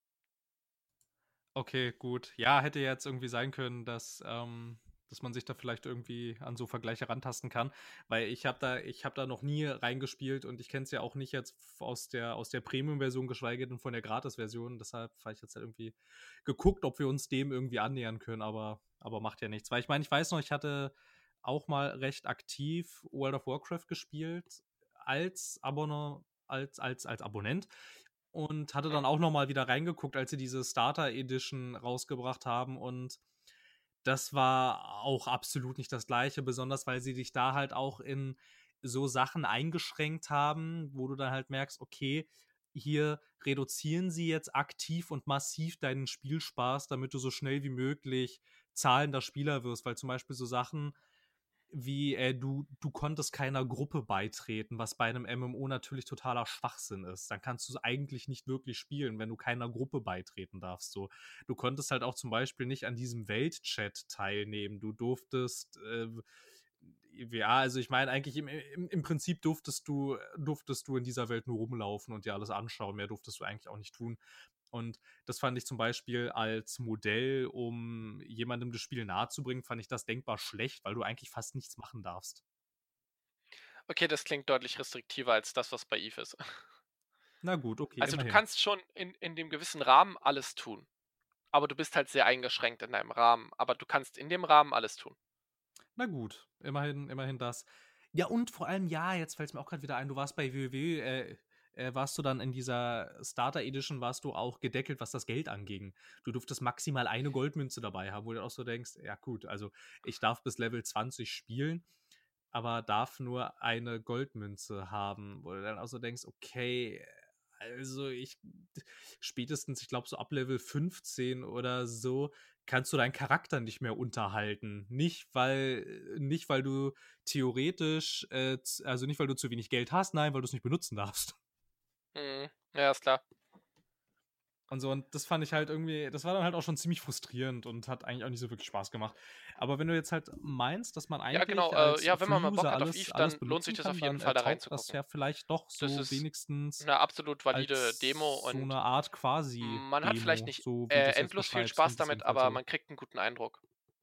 Okay, gut. Ja, hätte jetzt irgendwie sein können, dass, ähm, dass man sich da vielleicht irgendwie an so Vergleiche rantasten kann, weil ich habe da, ich habe da noch nie reingespielt und ich kenne es ja auch nicht jetzt f- aus der, aus der Premium-Version, geschweige denn von der Gratis-Version. Deshalb habe ich jetzt halt irgendwie geguckt, ob wir uns dem irgendwie annähern können, aber, aber macht ja nichts. Weil ich meine, ich weiß noch, ich hatte auch mal recht aktiv World of Warcraft gespielt als Abonner, als, als, als Abonnent und hatte Mhm. dann auch noch mal wieder reingeguckt, als sie diese Starter Edition rausgebracht haben und das war auch absolut nicht das Gleiche, besonders weil sie dich da halt auch in so Sachen eingeschränkt haben, wo du dann halt merkst, okay, hier reduzieren sie jetzt aktiv und massiv deinen Spielspaß, damit du so schnell wie möglich zahlender Spieler wirst, weil zum Beispiel so Sachen wie äh, du, du konntest keiner Gruppe beitreten, was bei einem M M O natürlich totaler Schwachsinn ist. Dann kannst du eigentlich nicht wirklich spielen, wenn du keiner Gruppe beitreten darfst. So, du konntest halt auch zum Beispiel nicht an diesem Weltchat teilnehmen. Du durftest äh, ja, also ich meine, eigentlich im, im, im Prinzip durftest du, durftest du in dieser Welt nur rumlaufen und dir alles anschauen. Mehr durftest du eigentlich auch nicht tun. Und das fand ich zum Beispiel als Modell, um jemandem das Spiel nahezubringen, fand ich das denkbar schlecht, weil du eigentlich fast nichts machen darfst. Okay, das klingt deutlich restriktiver als das, was bei Eve ist. Na gut, okay, Also du immerhin. kannst schon in, in dem gewissen Rahmen alles tun. Aber du bist halt sehr eingeschränkt in deinem Rahmen. Aber du kannst in dem Rahmen alles tun. Na gut, immerhin, immerhin das. Ja, und vor allem, ja, jetzt fällt es mir auch gerade wieder ein, du warst bei WoW, äh, äh, warst du dann in dieser Starter Edition, warst du auch gedeckelt, was das Geld anging. Du durftest maximal eine Goldmünze dabei haben, wo du auch so denkst, ja gut, also ich darf bis Level zwanzig spielen, aber darf nur eine Goldmünze haben, wo du dann auch so denkst, okay, also ich spätestens, ich glaube so ab Level fünfzehn oder so, kannst du deinen Charakter nicht mehr unterhalten. Nicht, weil, nicht, weil du theoretisch, äh, z- also nicht, weil du zu wenig Geld hast, nein, weil du es nicht benutzen darfst. Mhm. Ja, ist klar. Und so, und das fand ich halt irgendwie, das war dann halt auch schon ziemlich frustrierend und hat eigentlich auch nicht so wirklich Spaß gemacht. Aber wenn du jetzt halt meinst, dass man Ja, genau. eigentlich Äh, als ja, wenn man mal Bock Free-User hat auf alles, Eve, alles dann lohnt sich benutzen das auf kann, jeden dann Fall äh, da taugt das reinzugucken. ja vielleicht doch Das so ist wenigstens eine absolut valide Demo als so und eine Art man hat vielleicht Quasi-Demo, nicht so wie du äh, es jetzt endlos viel beschreibst, Spaß klingt es damit, jedenfalls aber so. man kriegt einen guten Eindruck.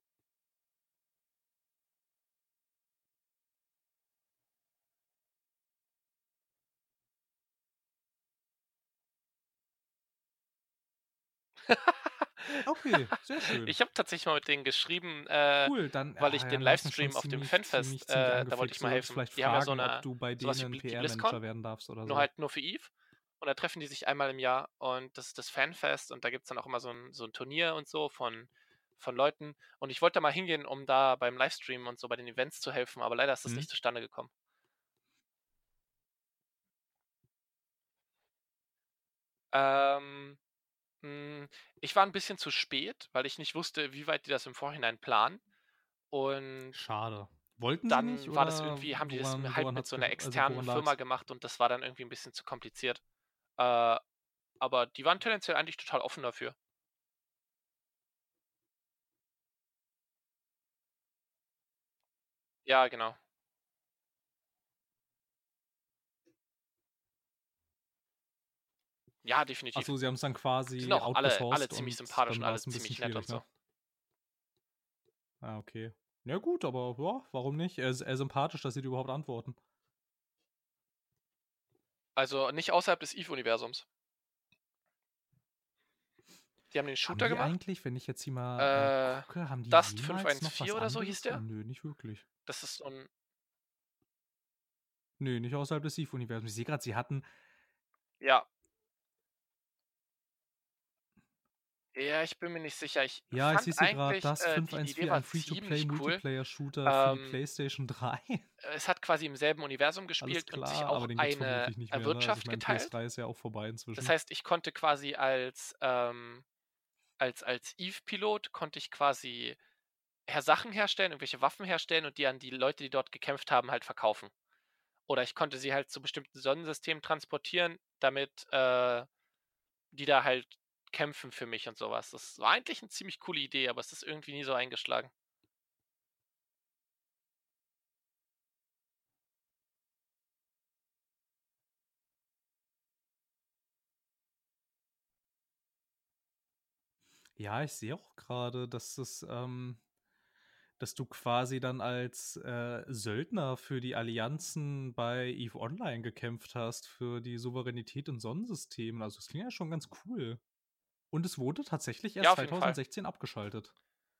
Okay, sehr schön. Ich habe tatsächlich mal mit denen geschrieben, äh, Cool, dann, weil ah, ich ja, den dann hast du mich schon Livestream auf dem ziemlich, Fanfest, ziemlich, ziemlich äh, da wollte ich angefixt. Du mal solltest helfen. vielleicht Die haben ja so fragen, ob eine, du bei sowas wie denen Bl- die P R-Manager BlizzCon, werden darfst oder nur so. halt nur für Eve. Und da treffen die sich einmal im Jahr und das ist das Fanfest und da gibt es dann auch immer so ein, so ein Turnier und so von, von Leuten. Und ich wollte da mal hingehen, um da beim Livestream und so bei den Events zu helfen, aber leider ist das Hm? nicht zustande gekommen. Ähm, Hm, ich war ein bisschen zu spät, weil ich nicht wusste, wie weit die das im Vorhinein planen. Und Schade. Wollten sie nicht dann war das oder irgendwie haben die das woran, halt woran mit hat's so ge 'ner also externen woran Firma lag's? gemacht und das war dann irgendwie 'n bisschen zu kompliziert. Äh, aber die waren tendenziell eigentlich total offen dafür. Ja, genau. Ja, Ach definitiv. so, sie haben's dann Die sind quasi auch alle alle outgesourced ziemlich und sympathisch dann und alle war's 'n bisschen ziemlich nett und schwierig, ne? so. Ah, okay. Ja gut, aber ja, warum nicht? Eher eher sympathisch, dass sie dir überhaupt antworten. Also, nicht außerhalb des Eve-Universums. Die haben den Haben Shooter die gemacht. eigentlich, wenn ich jetzt hier mal, äh, Äh, gucke haben die Dust jemals noch fünfhundertvierzehn was oder so hieß anderes? der. Nö, nicht wirklich. Das ist so 'n Ne, nicht außerhalb des Eve-Universums. Ich sehe grad, sie hatten Ja. Ja, ich bin mir nicht sicher. Ich Ja, ich sehe fand es hier grad, eigentlich, Dust äh, die die Idee fünfhundertvierzehn, ein war ziemlich cool. Free-to-Play-Multiplayer-Shooter für die Ähm PlayStation drei. es hat quasi im selben Universum Alles gespielt und sich klar, aber auch den gibt's eine vermutlich nicht äh, mehr, ne? Also ich Wirtschaft meine, geteilt. P S drei ist ja auch vorbei Das inzwischen. heißt, ich konnte quasi als, ähm als als Eve-Pilot konnte ich quasi her Sachen herstellen, irgendwelche Waffen herstellen und die an die Leute, die dort gekämpft haben, halt verkaufen. Oder ich konnte sie halt zu bestimmten Sonnensystemen transportieren, damit, äh, die da halt kämpfen für mich und so was. Das war eigentlich 'ne ziemlich coole Idee, aber es ist irgendwie nie so eingeschlagen. Ja, ich sehe auch grade, dass es, ähm dass du quasi dann als, äh, Söldner für die Allianzen bei EVE Online gekämpft hast, für die Souveränität in Sonnensystemen. Also, das klingt ja schon ganz cool. Und es wurde tatsächlich Ja, erst auf jeden Fall. zweitausendsechzehn abgeschaltet.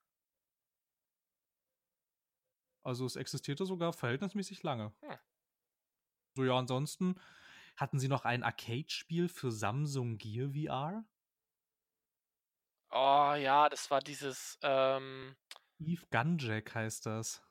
Also, es existierte sogar verhältnismäßig lange. Hm. So, ja, ansonsten hatten sie noch ein Arcade-Spiel für Samsung Gear VR? Oh ja, das war dieses, ähm EVE Gunjack heißt das.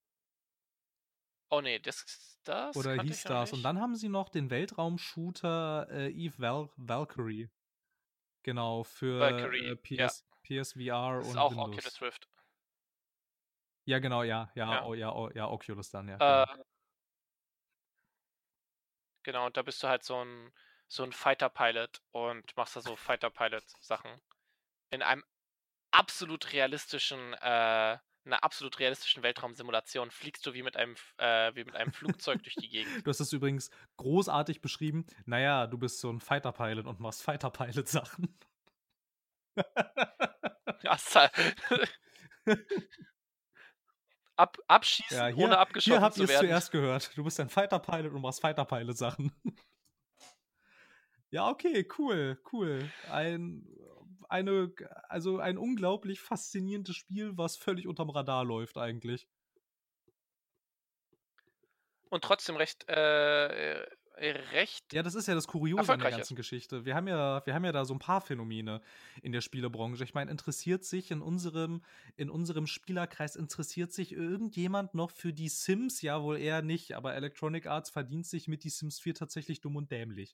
Oh ne, das das Oder kannte ich hieß noch das. Und nicht. dann haben sie noch den Weltraum-Shooter, äh, EVE Val Valkyrie. Genau, für, äh, Valkyrie, ja. PS PSVR Das ist und auch Oculus Windows. Rift. Ja, genau, ja, ja, Ja. oh ja, oh ja, Oculus dann, ja, Äh genau. Genau, und da bist du halt so 'n so 'n Fighter Pilot und machst da so Fighter Pilot Sachen. In einem absolut realistischen äh, 'ner absolut realistischen Weltraumsimulation fliegst du wie mit einem F äh, wie mit einem Flugzeug durch die Gegend. Du hast das übrigens großartig beschrieben. Na ja, du bist so 'n Fighter Pilot und machst Fighter Pilot Sachen. Ab Ja, abschießen, ohne hier hier abgeschossen habt zu ihr's werden. zuerst gehört. Du bist ein Fighter Pilot und machst Fighter Pilot Sachen. Ja, okay, cool, cool. Ein eine g also ein unglaublich faszinierendes Spiel, was völlig unterm Radar läuft eigentlich. Und trotzdem recht äh, äh, recht Ja, das ist ja das Kuriose an der erfolgreich ist. ganzen Geschichte. Wir haben ja wir haben ja da so 'n paar Phänomene in der Spielebranche. Ich meine, interessiert sich in unserem in unserem Spielerkreis interessiert sich irgendjemand noch für die Sims? Ja, wohl eher nicht, aber Electronic Arts verdient sich mit die Sims vier tatsächlich dumm und dämlich.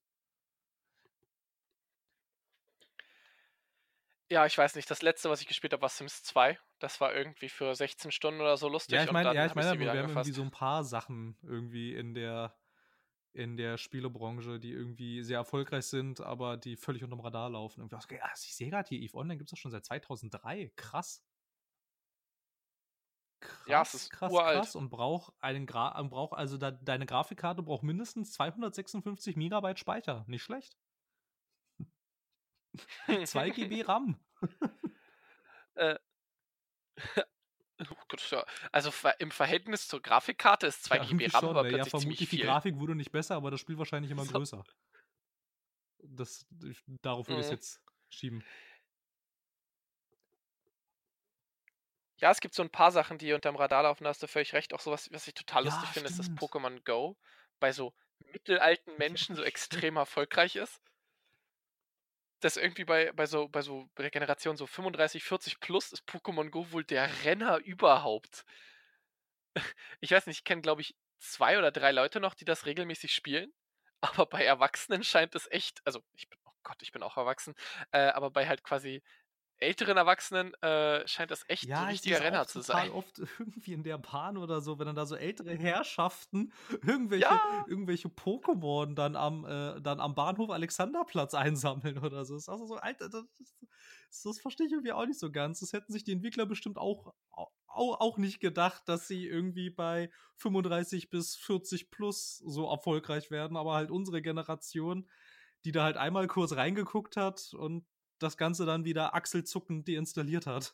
Ja, ich weiß nicht. Das Letzte, was ich gespielt habe, war Sims zwei. Das war irgendwie für sechzehn Stunden oder so Ja, lustig ich und meine ja, dann ich habe ich meine sie halt nur, wieder wir haben irgendwie angefasst. so 'n paar Sachen irgendwie in der in der Spielebranche, die irgendwie sehr erfolgreich sind, aber die völlig unterm Radar laufen. Irgendwie auch ja, ich sehe grad hier, EVE Online gibt's doch schon seit zweitausenddrei. Krass. Ja, es Krass, ist krass, uralt. krass und braucht einen Gra braucht also da deine Grafikkarte braucht mindestens zweihundertsechsundfünfzig Megabyte Speicher. Nicht schlecht. zwei GB RAM. Äh. Oh Gott, ja. Also Ver im Verhältnis zur Grafikkarte ist zwei Ja, GB irgendwie RAM schon, aber ne? Ja, plötzlich ziemlich vermutlich die viel. Grafik wurde nicht besser, aber das Spiel wahrscheinlich immer So. größer. Das d darauf würde ich's Mhm. jetzt schieben. Ja, es gibt so 'n paar Sachen, die unterm Radar laufen, da hast du völlig recht. Auch so was, was ich total lustig Ja, finde, ist, dass stimmt. Pokémon Go bei so mittelalten Ja, Menschen so stimmt. extrem erfolgreich ist. Dass irgendwie bei bei so bei so bei der Generation so fünfunddreißig, vierzig plus ist Pokémon Go wohl der Renner überhaupt. Ich weiß nicht, ich kenne, glaube ich, zwei oder drei Leute noch, die das regelmäßig spielen, aber bei Erwachsenen scheint es echt also, ich bin auch Gott, ich bin auch erwachsen, äh, aber bei halt quasi älteren Erwachsenen, äh, scheint das echt so Ja, ich sehe richtiger es auch Renner zu sein. total oft irgendwie in der Bahn oder so, wenn dann da so ältere Herrschaften irgendwelche Ja! irgendwelche Pokémon dann am äh, dann am Bahnhof Alexanderplatz einsammeln oder so. Ist auch so, Alter, das das das verstehe ich irgendwie auch nicht so ganz. Das hätten sich die Entwickler bestimmt auch au au auch nicht gedacht, dass sie irgendwie bei fünfunddreißig bis vierzig plus so erfolgreich werden, aber halt unsere Generation, die da halt einmal kurz reingeguckt hat und das Ganze dann wieder achselzuckend deinstalliert hat.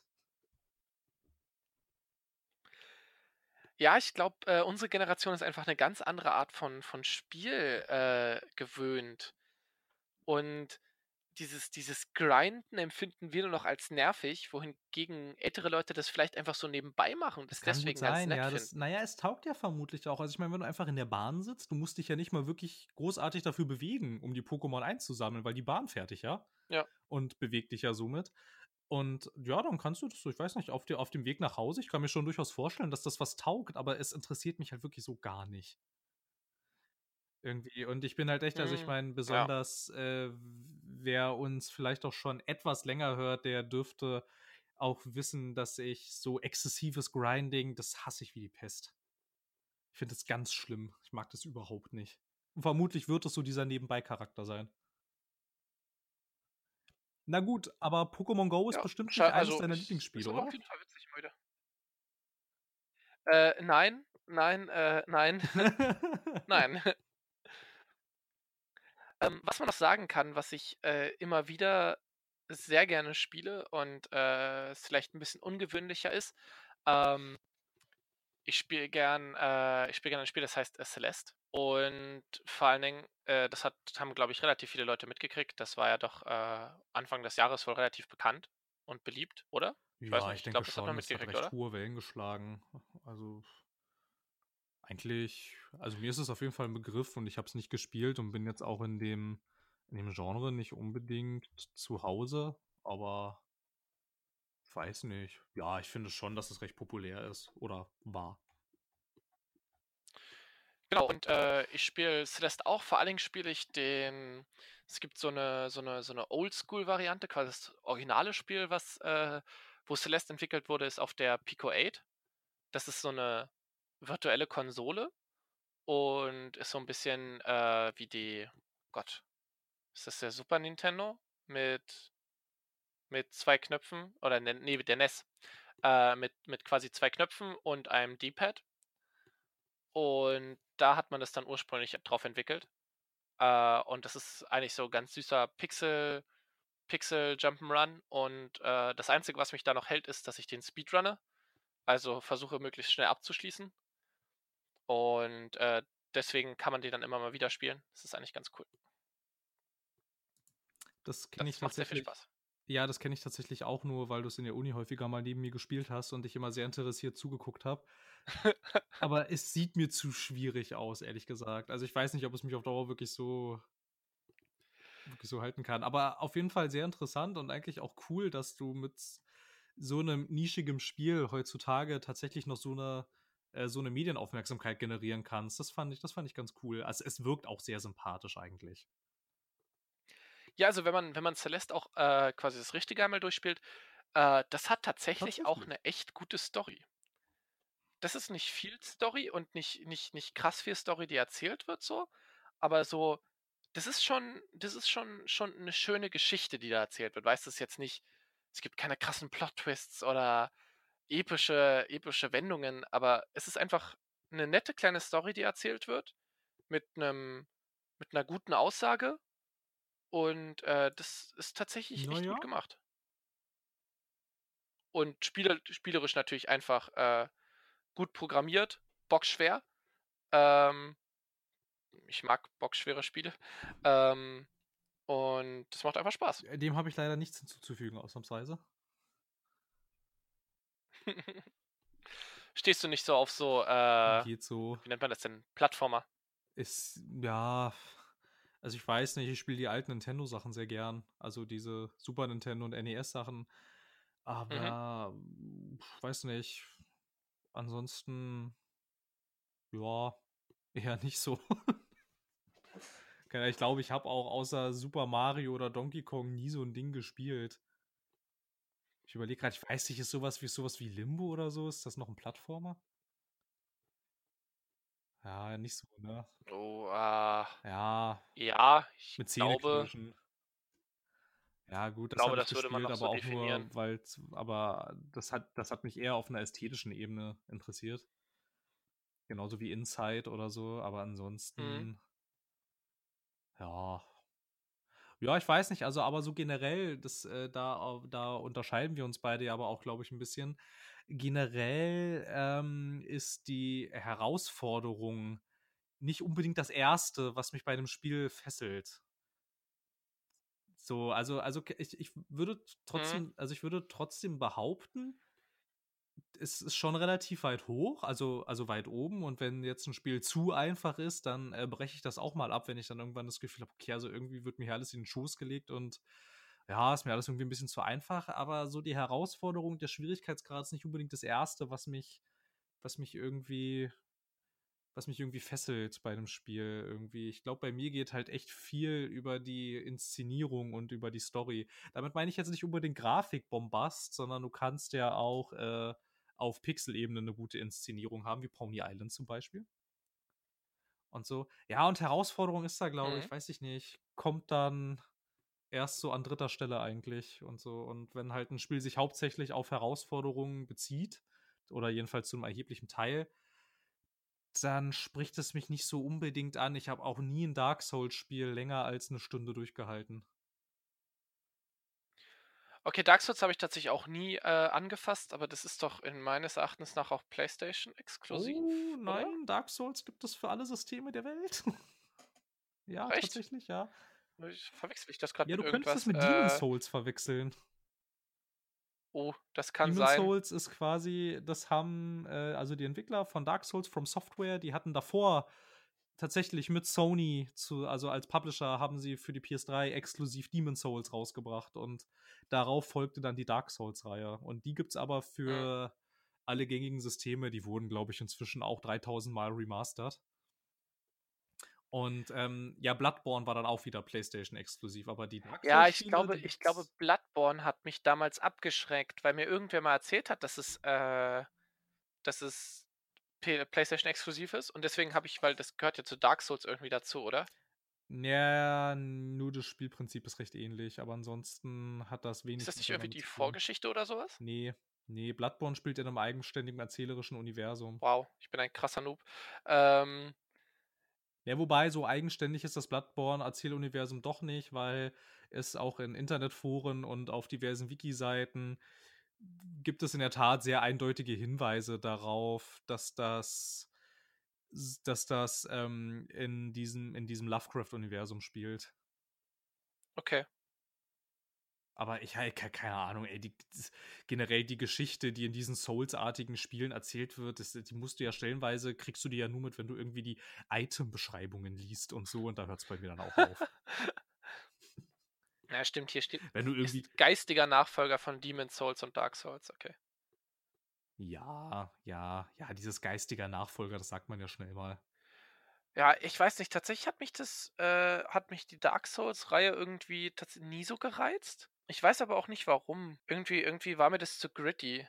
Ja, ich glaube, äh, unsere Generation ist einfach 'ne ganz andere Art von von Spiel, äh, gewöhnt. Und dieses dieses Grinden empfinden wir nur noch als nervig, wohingegen ältere Leute das vielleicht einfach so nebenbei machen und Das das kann gut deswegen ganz sein, nett ja. Das finden. na ja, es taugt ja vermutlich auch. Also, ich meine, wenn du einfach in der Bahn sitzt, du musst dich ja nicht mal wirklich großartig dafür bewegen, um die Pokémon einzusammeln, weil die Bahn fährt dich ja Ja. und bewegt dich ja somit. Und ja, dann kannst du das so, ich weiß nicht, auf de auf dem Weg nach Hause, ich kann mir schon durchaus vorstellen, dass das was taugt, aber es interessiert mich halt wirklich so gar nicht. Irgendwie. Und ich bin halt echt, also, ich Mhm. meine, Ja. besonders, äh, wer uns vielleicht auch schon etwas länger hört, der dürfte auch wissen, dass ich so exzessives Grinding, das hasse ich wie die Pest. Ich finde das ganz schlimm. Ich mag das überhaupt nicht. Und vermutlich wird es so dieser Nebenbei-Charakter sein. Na gut, aber Pokémon Go ist Ja, bestimmt schei nicht eines also, deiner ist ist Lieblingsspiele, aber auf oder? jeden Fall witzig mal wieder. Äh, nein, nein, äh, nein, nein. Ähm, was man noch sagen kann, was ich, äh, immer wieder sehr gerne spiele und, äh, es vielleicht 'n bisschen ungewöhnlicher ist, ähm ich spiele gern äh, ich spiele gerne ein Spiel, das heißt, äh, Celeste. Und vor allen Dingen, äh, das hat haben, glaube ich, relativ viele Leute mitgekriegt. Das war ja doch, äh, Anfang des Jahres wohl relativ bekannt und beliebt, oder? Ich weiß Ja, nicht, ich ich denke glaube, das hat man schon, das hat mitgekriegt, recht oder? hohe Wellen geschlagen. Also eigentlich, also mir ist es auf jeden Fall 'n Begriff und ich habe es nicht gespielt und bin jetzt auch in dem in dem Genre nicht unbedingt zu Hause, aber weiß nicht. Ja, ich finde schon, dass es recht populär ist oder war. Genau, und, äh, ich spiele Celeste auch. Vor allen Dingen spiele ich den es gibt so 'ne so 'ne so 'ne Oldschool-Variante, quasi das originale Spiel, was, äh wo Celeste entwickelt wurde, ist auf der Pico Eight. Das ist so 'ne virtuelle Konsole und ist so 'n bisschen, äh, wie die Gott, ist das der Super Nintendo mit mit zwei Knöpfen oder ne ne, der NES, äh, mit mit quasi zwei Knöpfen und einem D-Pad. Und da hat man das dann ursprünglich drauf entwickelt. Äh, und das ist eigentlich so ganz süßer Pixel Pixel Jump'n'Run und, äh, das Einzige, was mich da noch hält, ist, dass ich den speedrunne, also versuche, möglichst schnell abzuschließen. Und, äh, deswegen kann man den dann immer mal wieder spielen. Das ist eigentlich ganz cool. Das kenne ich Das macht sehr viel tatsächlich Spaß. ja, das kenne ich tatsächlich auch nur, weil du's in der Uni häufiger mal neben mir gespielt hast und ich immer sehr interessiert zugeguckt habe. Aber es sieht mir zu schwierig aus, ehrlich gesagt. Also, ich weiß nicht, ob es mich auf Dauer wirklich so wirklich so halten kann. Aber auf jeden Fall sehr interessant und eigentlich auch cool, dass du mit so 'nem nischigem Spiel heutzutage tatsächlich noch so 'ne äh, so 'ne Medienaufmerksamkeit generieren kannst. Das fand ich das fand ich ganz cool. Also, es wirkt auch sehr sympathisch eigentlich. Ja, also wenn man wenn man Celeste auch, äh, quasi das Richtige einmal durchspielt, äh, das hat tatsächlich auch Tatsächlich. 'ne echt gute Story. Das ist nicht viel Story und nicht nicht nicht krass viel Story, die erzählt wird so, aber so das ist schon das ist schon schon 'ne schöne Geschichte, die da erzählt wird. Weißt du, es ist jetzt nicht es gibt keine krassen Plot-Twists oder epische epische Wendungen, aber es ist einfach 'ne nette kleine Story, die erzählt wird mit 'nem mit 'ner guten Aussage und, äh, das ist tatsächlich Na echt gut ja. gemacht. Und spiele spielerisch natürlich einfach, äh, gut programmiert, bockschwer. Ähm, ich mag bockschwere Spiele. Ähm, und das macht einfach Spaß. Äh, dem habe ich leider nichts hinzuzufügen, ausnahmsweise. Stehst du nicht so auf so, äh Geht so. wie nennt man das denn? Plattformer? Ist ja, also ich weiß nicht, ich spiele die alten Nintendo-Sachen sehr gern, also diese Super Nintendo und NES-Sachen, Mhm. aber weiß nicht. Ansonsten ja, eher nicht so. Keine- Ich glaube, ich habe auch außer Super Mario oder Donkey Kong nie so ein Ding gespielt. Ich überlege gerade, ich weiß nicht, ist sowas wie sowas wie Limbo oder so? Ist das noch ein Plattformer? Ja, nicht so, ne? Oh, äh, Ja, ja, ich mit glaube, Zähneknirschen. Ja, gut, das glaube, habe ich das würde man gespielt, noch so aber auch definieren. nur, weil, aber das hat, das hat mich eher auf einer ästhetischen Ebene interessiert. Genauso wie Inside oder so, aber Mhm. ansonsten, ja. Ja, ich weiß nicht, also aber so generell, das, äh, da, da unterscheiden wir uns beide ja aber auch, glaube ich, ein bisschen. Generell ähm, ist die Herausforderung nicht unbedingt das Erste, was mich bei einem Spiel fesselt. So, also, also ich, ich würde Mhm. trotzdem, also ich würde trotzdem behaupten, es ist schon relativ weit hoch, also, also weit oben. Und wenn jetzt ein Spiel zu einfach ist, dann äh, breche ich das auch mal ab, wenn ich dann irgendwann das Gefühl habe, okay, also irgendwie wird mir hier alles in den Schoß gelegt und ja, ist mir alles irgendwie ein bisschen zu einfach. Aber so die Herausforderung, der Schwierigkeitsgrad ist nicht unbedingt das Erste, was mich, was mich irgendwie, was mich irgendwie fesselt bei einem Spiel irgendwie. Ich glaube, bei mir geht halt echt viel über die Inszenierung und über die Story. Damit meine ich jetzt nicht unbedingt Grafikbombast, sondern du kannst ja auch äh, auf Pixel-Ebene eine gute Inszenierung haben, wie Pony Island zum Beispiel. Und so. Ja, und Herausforderung ist da, glaube Mhm. ich, weiß ich nicht, kommt dann erst so an dritter Stelle eigentlich und so. Und wenn halt ein Spiel sich hauptsächlich auf Herausforderungen bezieht, oder jedenfalls zu einem erheblichen Teil, dann spricht es mich nicht so unbedingt an. Ich habe auch nie ein Dark Souls-Spiel länger als eine Stunde durchgehalten. Okay, Dark Souls habe ich tatsächlich auch nie äh, angefasst, aber das ist doch in meines Erachtens nach auch PlayStation exklusiv, Oh, oder? nein, Dark Souls gibt es für alle Systeme der Welt. Ja, Echt? tatsächlich, ja. Ich verwechsel ich das gerade Ja, mit du könntest es irgendwas? mit Demon Äh, Souls verwechseln. oh, das kann Demon sein. Souls ist quasi, das haben, äh, also die Entwickler von Dark Souls From Software, die hatten davor tatsächlich mit Sony, zu, also als Publisher, haben sie für die P S drei exklusiv Demon Souls rausgebracht und darauf folgte dann die Dark Souls-Reihe. Und die gibt es aber Mhm. für alle gängigen Systeme, die wurden, glaube ich, inzwischen auch dreitausend Mal remastert. Und ähm, ja, Bloodborne war dann auch wieder PlayStation exklusiv, aber die Dark Ja, ich Souls-Spiele, glaube, die ich glaube, gibt's. Bloodborne hat mich damals abgeschreckt, weil mir irgendwer mal erzählt hat, dass es, äh, dass es P PlayStation exklusiv ist. Und deswegen habe ich, weil das gehört ja zu Dark Souls irgendwie dazu, oder? Ja, nur das Spielprinzip ist recht ähnlich, aber ansonsten hat das Ist wenig das nicht irgendwie miteinander die zu tun. Vorgeschichte oder sowas? Nee, nee, Bloodborne spielt in einem eigenständigen erzählerischen Universum. Wow, ich bin ein krasser Noob. Ähm, Ja, wobei so eigenständig ist das Bloodborne-Erzähluniversum doch nicht, weil es auch in Internetforen und auf diversen Wiki-Seiten gibt es in der Tat sehr eindeutige Hinweise darauf, dass das, dass das ähm, in diesem, in diesem Lovecraft-Universum spielt. okay. Aber ich habe keine Ahnung, ey, die, das, generell die Geschichte, die in diesen Souls-artigen Spielen erzählt wird, das, die musst du ja stellenweise, kriegst du die ja nur mit, wenn du irgendwie die Item-Beschreibungen liest und so, und da hört es bei mir dann auch auf. Ja, stimmt, hier steht, Wenn du irgendwie, ist geistiger Nachfolger von Demon's Souls und Dark Souls, okay. ja, ja, ja, dieses geistiger Nachfolger, das sagt man ja schnell mal. Ja, ich weiß nicht, tatsächlich hat mich das, äh, hat mich die Dark Souls-Reihe irgendwie tatsächlich nie so gereizt. Ich weiß aber auch nicht warum. Irgendwie, irgendwie war mir das zu gritty.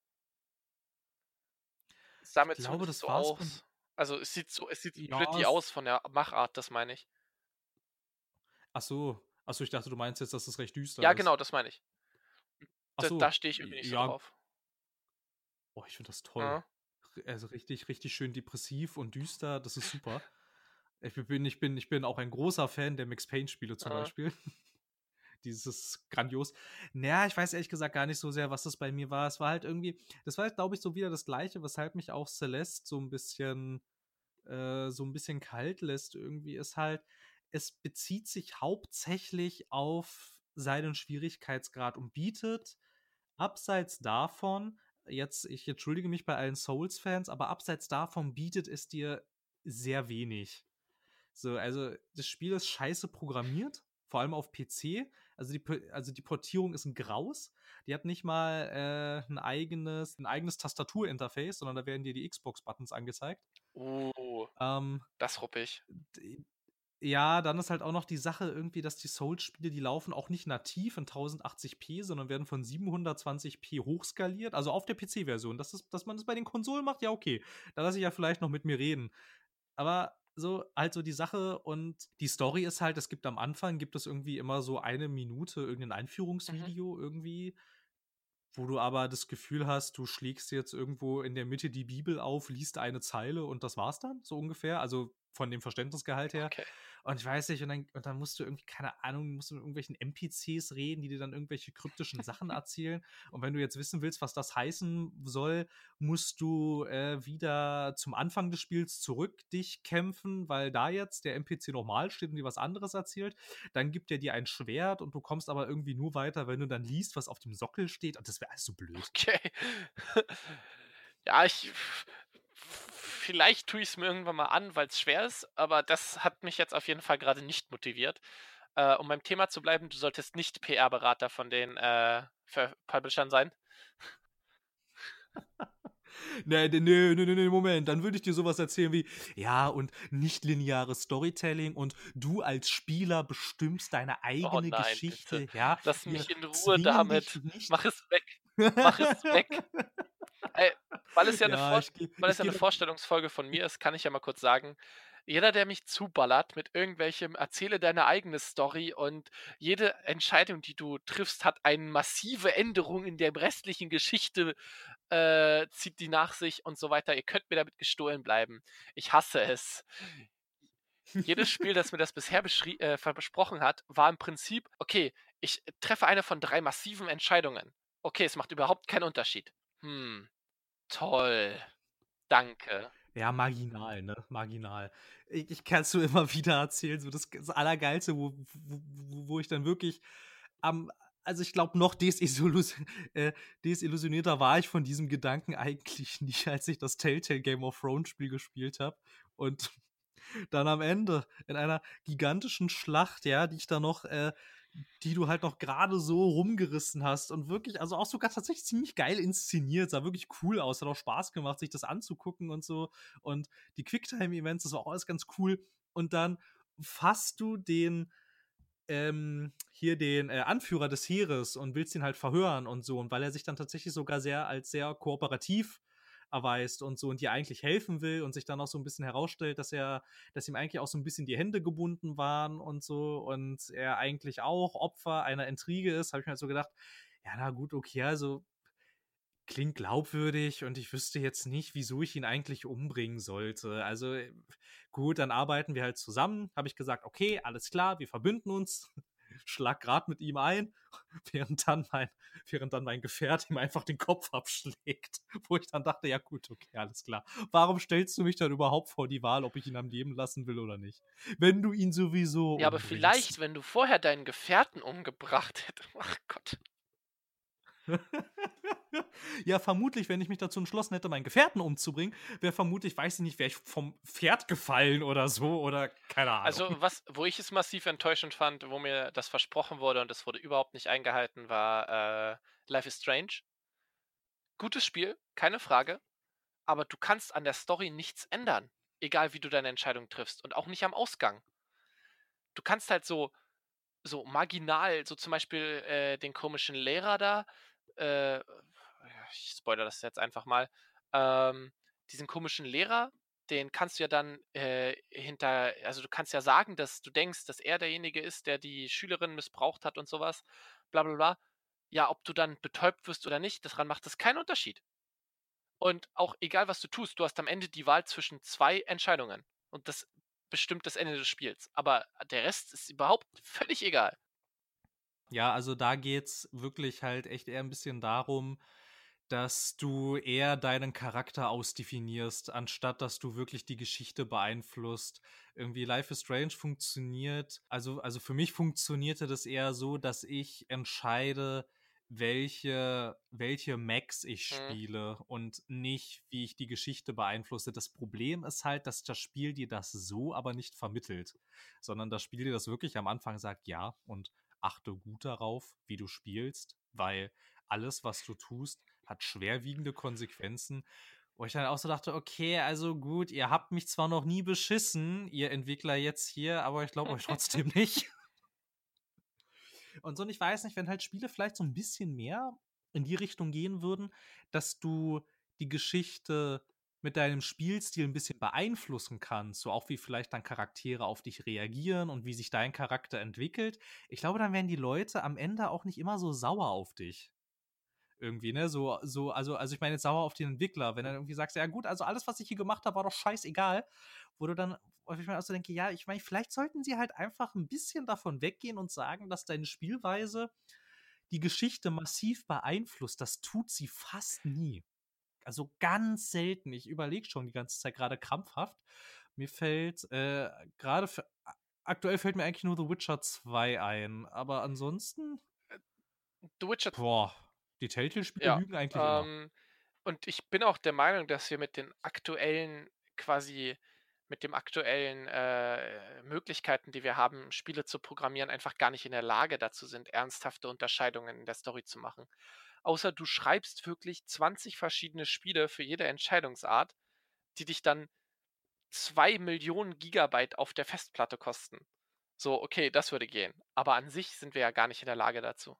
Es sah Ich mir glaube, zumindest das so war's von, aus. Also es sieht so, es sieht so ja, gritty es, aus von der Machart, das meine ich. ach so, ach so, ich dachte, du meinst jetzt, dass es recht Ja, düster ist. genau, das meine ich. Ach Da, da so, stehe ich irgendwie nicht so ja, drauf. oh, ich finde das toll. Äh, Also richtig, richtig schön depressiv und düster, das ist super. Ich bin, ich bin, ich bin auch ein großer Fan der Max Payne-Spiele zum äh. Beispiel. Dieses grandios. Naja, ich weiß ehrlich gesagt gar nicht so sehr, was das bei mir war. Es war halt irgendwie, das war halt, glaube ich, so wieder das Gleiche, weshalb mich auch Celeste so ein bisschen, äh, so ein bisschen kalt lässt. Irgendwie ist halt, es bezieht sich hauptsächlich auf seinen Schwierigkeitsgrad und bietet abseits davon, jetzt, ich entschuldige mich bei allen Souls-Fans, aber abseits davon bietet es dir sehr wenig. So, also das Spiel ist scheiße programmiert, vor allem auf P C. Also die, also die Portierung ist ein Graus. Die hat nicht mal äh, ein eigenes, ein eigenes Tastaturinterface, sondern da werden dir die Xbox-Buttons angezeigt. Uh, Ähm, das ruppig. ja, dann ist halt auch noch die Sache irgendwie, dass die Souls-Spiele, die laufen auch nicht nativ in tausendachtzig p, sondern werden von siebenhundertzwanzig p hochskaliert, also auf der P C-Version. Dass das dass man das bei den Konsolen macht, ja okay. Da lasse ich ja vielleicht noch mit mir reden. Aber so halt so die Sache und die Story ist halt, es gibt am Anfang gibt es irgendwie immer so eine Minute irgendein Mhm. Einführungsvideo irgendwie, wo du aber das Gefühl hast, du schlägst jetzt irgendwo in der Mitte die Bibel auf, liest eine Zeile und das war's dann, so ungefähr. Also von dem Verständnisgehalt her. Okay. Und ich weiß nicht, und dann, und dann musst du irgendwie, keine Ahnung, musst du mit irgendwelchen N P Cs reden, die dir dann irgendwelche kryptischen Sachen erzählen. Und wenn du jetzt wissen willst, was das heißen soll, musst du äh, wieder zum Anfang des Spiels zurück dich kämpfen, weil da jetzt der N P C normal steht und dir was anderes erzählt. Dann gibt er dir ein Schwert und du kommst aber irgendwie nur weiter, wenn du dann liest, was auf dem Sockel steht. Und das wäre alles so blöd. Okay. Ja, ich vielleicht tue ich es mir irgendwann mal an, weil es schwer ist, aber das hat mich jetzt auf jeden Fall gerade nicht motiviert. Äh, um beim Thema zu bleiben, du solltest nicht P R-Berater von den äh, Ver Publishern sein. Nee, nee, nee, nee, nee, Moment. Dann würde ich dir sowas erzählen wie, ja, und nicht-lineares Storytelling und du als Spieler bestimmst deine Oh eigene nein, bitte. Geschichte, ja. Lass Wir mich in Ruhe zwingen dich damit. nicht. Mach es weg. Mach es weg. Ey, weil es ja 'ne Ja, Vor ich gehe weil es ich ja 'ne gehe Vorstellungsfolge von mir ist, kann ich ja mal kurz sagen: Jeder, der mich zuballert mit irgendwelchem „Erzähle deine eigene Story und jede Entscheidung, die du triffst, hat eine massive Änderung in der restlichen Geschichte, äh, zieht die nach sich“ und so weiter. Ihr könnt mir damit gestohlen bleiben. Ich hasse es. Jedes Spiel, das mir das bisher beschrie äh, versprochen hat, war im Prinzip: „Okay, ich treffe eine von drei massiven Entscheidungen. Okay, es macht überhaupt keinen Unterschied. Hm, toll. Danke.“ Ja, marginal, ne? Marginal. Ich ich kann's nur immer wieder erzählen, so das das Allergeilste, wo wo wo wo ich dann wirklich am also, ich glaube, noch desillusi äh, desillusionierter war ich von diesem Gedanken eigentlich nicht, als ich das Telltale Game of Thrones Spiel gespielt habe und dann am Ende in einer gigantischen Schlacht, ja, die ich da noch äh, die du halt noch gerade so rumgerissen hast und wirklich also, auch sogar tatsächlich ziemlich geil inszeniert, sah wirklich cool aus, hat auch Spaß gemacht, sich das anzugucken und so und die Quicktime-Events, das war auch alles ganz cool und dann fasst du den ähm, hier den äh, Anführer des Heeres und willst ihn halt verhören und so. Und weil er sich dann tatsächlich sogar sehr als sehr kooperativ erweist und so und dir eigentlich helfen will und sich dann auch so ein bisschen herausstellt, dass er, dass ihm eigentlich auch so ein bisschen die Hände gebunden waren und so und er eigentlich auch Opfer einer Intrige ist, habe ich mir halt so gedacht, ja, na gut, okay, also klingt glaubwürdig und ich wüsste jetzt nicht, wieso ich ihn eigentlich umbringen sollte. Also äh, gut, dann arbeiten wir halt zusammen. Habe ich gesagt, okay, alles klar, wir verbünden uns. Schlag grad mit ihm ein, während dann mein, während dann mein Gefährt ihm einfach den Kopf abschlägt. Wo ich dann dachte, ja gut, okay, alles klar. Warum stellst du mich dann überhaupt vor die Wahl, ob ich ihn am Leben lassen will oder nicht? Wenn du ihn sowieso Ja, aber umbringst. vielleicht, wenn du vorher deinen Gefährten umgebracht hätte ach Gott. Ja, vermutlich, wenn ich mich dazu entschlossen hätte, meinen Gefährten umzubringen, wäre vermutlich, weiß ich nicht, wäre ich vom Pferd gefallen oder so oder keine Ahnung. Also, was wo ich es massiv enttäuschend fand, wo mir das versprochen wurde und es wurde überhaupt nicht eingehalten, war, äh, Life is Strange. Gutes Spiel, keine Frage, aber du kannst an der Story nichts ändern, egal wie du deine Entscheidung triffst und auch nicht am Ausgang. Du kannst halt so so marginal, so zum Beispiel, äh, den komischen Lehrer da, äh, ich spoilere das jetzt einfach mal, ähm, diesen komischen Lehrer, den kannst du ja dann, äh, hinter also, du kannst ja sagen, dass du denkst, dass er derjenige ist, der die Schülerin missbraucht hat und sowas, bla bla bla. Ja, ob du dann betäubt wirst oder nicht, daran macht es keinen Unterschied. Und auch egal, was du tust, du hast am Ende die Wahl zwischen zwei Entscheidungen und das bestimmt das Ende des Spiels. Aber der Rest ist überhaupt völlig egal. Ja, also da geht's wirklich halt echt eher ein bisschen darum, dass du eher deinen Charakter ausdefinierst, anstatt dass du wirklich die Geschichte beeinflusst. Irgendwie Life is Strange funktioniert, also, also für mich funktionierte das eher so, dass ich entscheide, welche, welche Max ich Mhm. spiele und nicht, wie ich die Geschichte beeinflusse. Das Problem ist halt, dass das Spiel dir das so aber nicht vermittelt, sondern das Spiel dir das wirklich am Anfang sagt, ja, und achte gut darauf, wie du spielst, weil alles, was du tust, hat schwerwiegende Konsequenzen. Wo ich dann auch so dachte, okay, also gut, ihr habt mich zwar noch nie beschissen, ihr Entwickler jetzt hier, aber ich glaube euch trotzdem nicht. Und so, und ich weiß nicht, wenn halt Spiele vielleicht so ein bisschen mehr in die Richtung gehen würden, dass du die Geschichte mit deinem Spielstil ein bisschen beeinflussen kannst, so auch wie vielleicht dann Charaktere auf dich reagieren und wie sich dein Charakter entwickelt. Ich glaube, dann wären die Leute am Ende auch nicht immer so sauer auf dich. Irgendwie, ne? So, so, also, also ich meine jetzt sauer auf den Entwickler, wenn er irgendwie sagst, ja gut, also alles, was ich hier gemacht habe, war doch scheißegal. Wo du dann, wo ich mir auch so denke, ja, ich meine, vielleicht sollten sie halt einfach ein bisschen davon weggehen und sagen, dass deine Spielweise die Geschichte massiv beeinflusst. Das tut sie fast nie. Also ganz selten. Ich überlege schon die ganze Zeit gerade krampfhaft. Mir fällt äh, gerade für aktuell fällt mir eigentlich nur The Witcher zwei ein. Aber ansonsten, The Witcher, boah, die Telltale-Spiele ja. lügen eigentlich immer. Ähm, und ich bin auch der Meinung, dass wir mit den aktuellen, quasi mit dem aktuellen äh, Möglichkeiten, die wir haben, Spiele zu programmieren, einfach gar nicht in der Lage dazu sind, ernsthafte Unterscheidungen in der Story zu machen. Außer du schreibst wirklich zwanzig verschiedene Spiele für jede Entscheidungsart, die dich dann zwei Millionen Gigabyte auf der Festplatte kosten. So, okay, das würde gehen. Aber an sich sind wir ja gar nicht in der Lage dazu.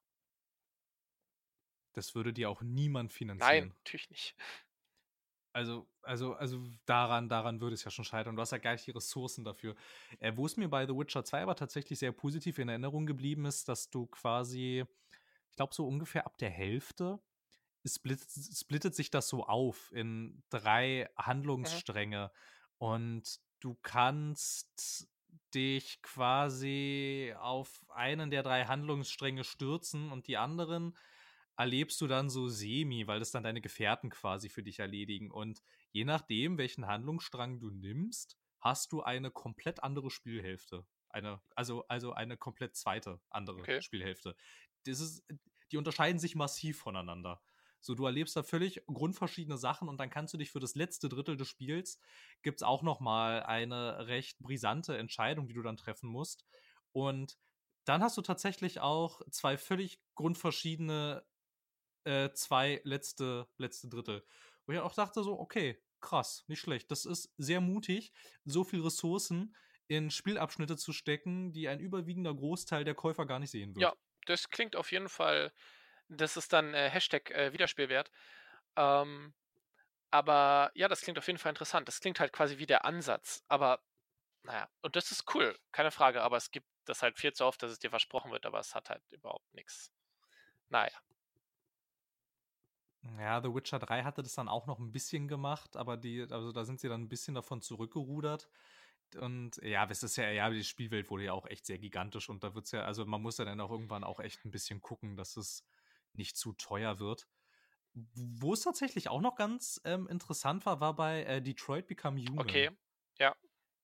Das würde dir auch niemand Nein, finanzieren. natürlich nicht. Also, also, also daran, daran würde es ja schon scheitern. Du hast ja gar nicht die Ressourcen dafür. Äh, wo es mir bei The Witcher zwei aber tatsächlich sehr positiv in Erinnerung geblieben ist, dass du quasi, ich glaube, so ungefähr ab der Hälfte splittet, splittet sich das so auf in drei Mhm. Handlungsstränge. Und du kannst dich quasi auf einen der drei Handlungsstränge stürzen und die anderen erlebst du dann so semi, weil das dann deine Gefährten quasi für dich erledigen. Und je nachdem, welchen Handlungsstrang du nimmst, hast du eine komplett andere Spielhälfte. Eine, also, also eine komplett zweite andere Okay. Spielhälfte. Das ist, die unterscheiden sich massiv voneinander. So, du erlebst da völlig grundverschiedene Sachen und dann kannst du dich für das letzte Drittel des Spiels, gibt es auch noch mal eine recht brisante Entscheidung, die du dann treffen musst. Und dann hast du tatsächlich auch zwei völlig grundverschiedene äh, zwei letzte, letzte Drittel. Wo ich auch dachte so, okay, krass, nicht schlecht. Das ist sehr mutig, so viel Ressourcen in Spielabschnitte zu stecken, die ein überwiegender Großteil der Käufer gar nicht sehen Ja, wird. das klingt auf jeden Fall, das ist dann äh, Hashtag äh, Wiederspielwert. Ähm, aber ja, das klingt auf jeden Fall interessant. Das klingt halt quasi wie der Ansatz. Aber naja, und das ist cool, keine Frage. Aber es gibt das halt viel zu oft, dass es dir versprochen wird, aber es hat halt überhaupt nichts. Naja. Ja, The Witcher drei hatte das dann auch noch ein bisschen gemacht, aber die, also da sind sie dann ein bisschen davon zurückgerudert. Und ja, es ist ja, ja, die Spielwelt wurde ja auch echt sehr gigantisch und da wird's ja, also man muss ja dann auch irgendwann auch echt ein bisschen gucken, dass es nicht zu teuer wird. Wo es tatsächlich auch noch ganz ähm, interessant war, war bei äh, Detroit Become Okay. Human. Ja.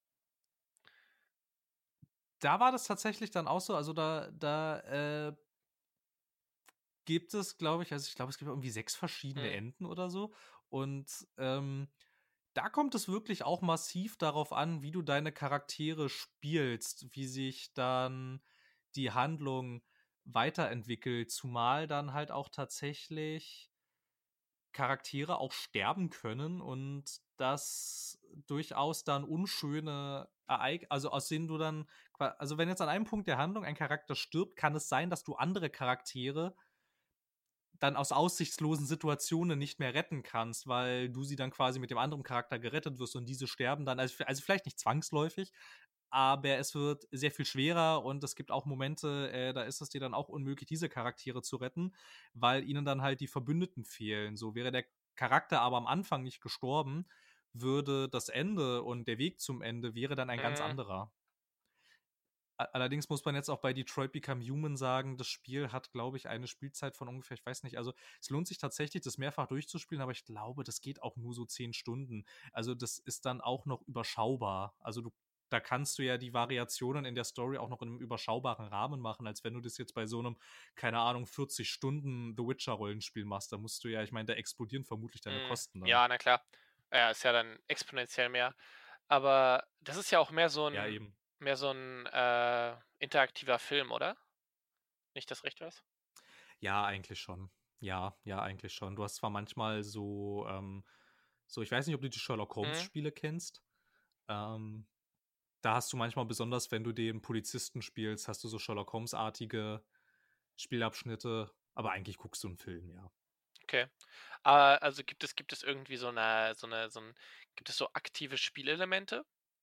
Da war das tatsächlich dann auch so, also da, da äh, gibt es, glaube ich, also ich glaube, es gibt irgendwie sechs verschiedene Hm. Enden oder so. Und ähm, da kommt es wirklich auch massiv darauf an, wie du deine Charaktere spielst, wie sich dann die Handlung weiterentwickelt, zumal dann halt auch tatsächlich Charaktere auch sterben können und das durchaus dann unschöne Ereignisse, also aus denen du dann, qua- also wenn jetzt an einem Punkt der Handlung ein Charakter stirbt, kann es sein, dass du andere Charaktere dann aus aussichtslosen Situationen nicht mehr retten kannst, weil du sie dann quasi mit dem anderen Charakter gerettet wirst und diese sterben dann, also, also vielleicht nicht zwangsläufig, aber es wird sehr viel schwerer und es gibt auch Momente, äh, da ist es dir dann auch unmöglich, diese Charaktere zu retten, weil ihnen dann halt die Verbündeten fehlen. So wäre der Charakter aber am Anfang nicht gestorben, würde das Ende und der Weg zum Ende wäre dann ein ganz Hm. anderer. Allerdings muss man jetzt auch bei Detroit Become Human sagen, das Spiel hat, glaube ich, eine Spielzeit von ungefähr, ich weiß nicht, also es lohnt sich tatsächlich, das mehrfach durchzuspielen, aber ich glaube, das geht auch nur so zehn Stunden. Also das ist dann auch noch überschaubar. Also du, da kannst du ja die Variationen in der Story auch noch in einem überschaubaren Rahmen machen, als wenn du das jetzt bei so einem, keine Ahnung, vierzig Stunden The Witcher-Rollenspiel machst. Da musst du ja, ich meine, da explodieren vermutlich deine Hm. Kosten dann. Ja, na klar. Ja, ist ja dann exponentiell mehr. Aber das ist ja auch mehr so Ja, ein, eben. mehr so ein äh, interaktiver Film, oder? Nicht das recht weiß? Ja, eigentlich schon. Ja, ja, eigentlich schon. Du hast zwar manchmal so, ähm, So, ich weiß nicht, ob du die Sherlock Mhm. Holmes-Spiele kennst. Ähm, da hast du manchmal, besonders wenn du den Polizisten spielst, hast du so Sherlock Holmes-artige Spielabschnitte, aber eigentlich guckst du einen Film, ja. Okay. Ah, also gibt es gibt es irgendwie so eine so eine so 'n gibt es so aktive Spielelemente?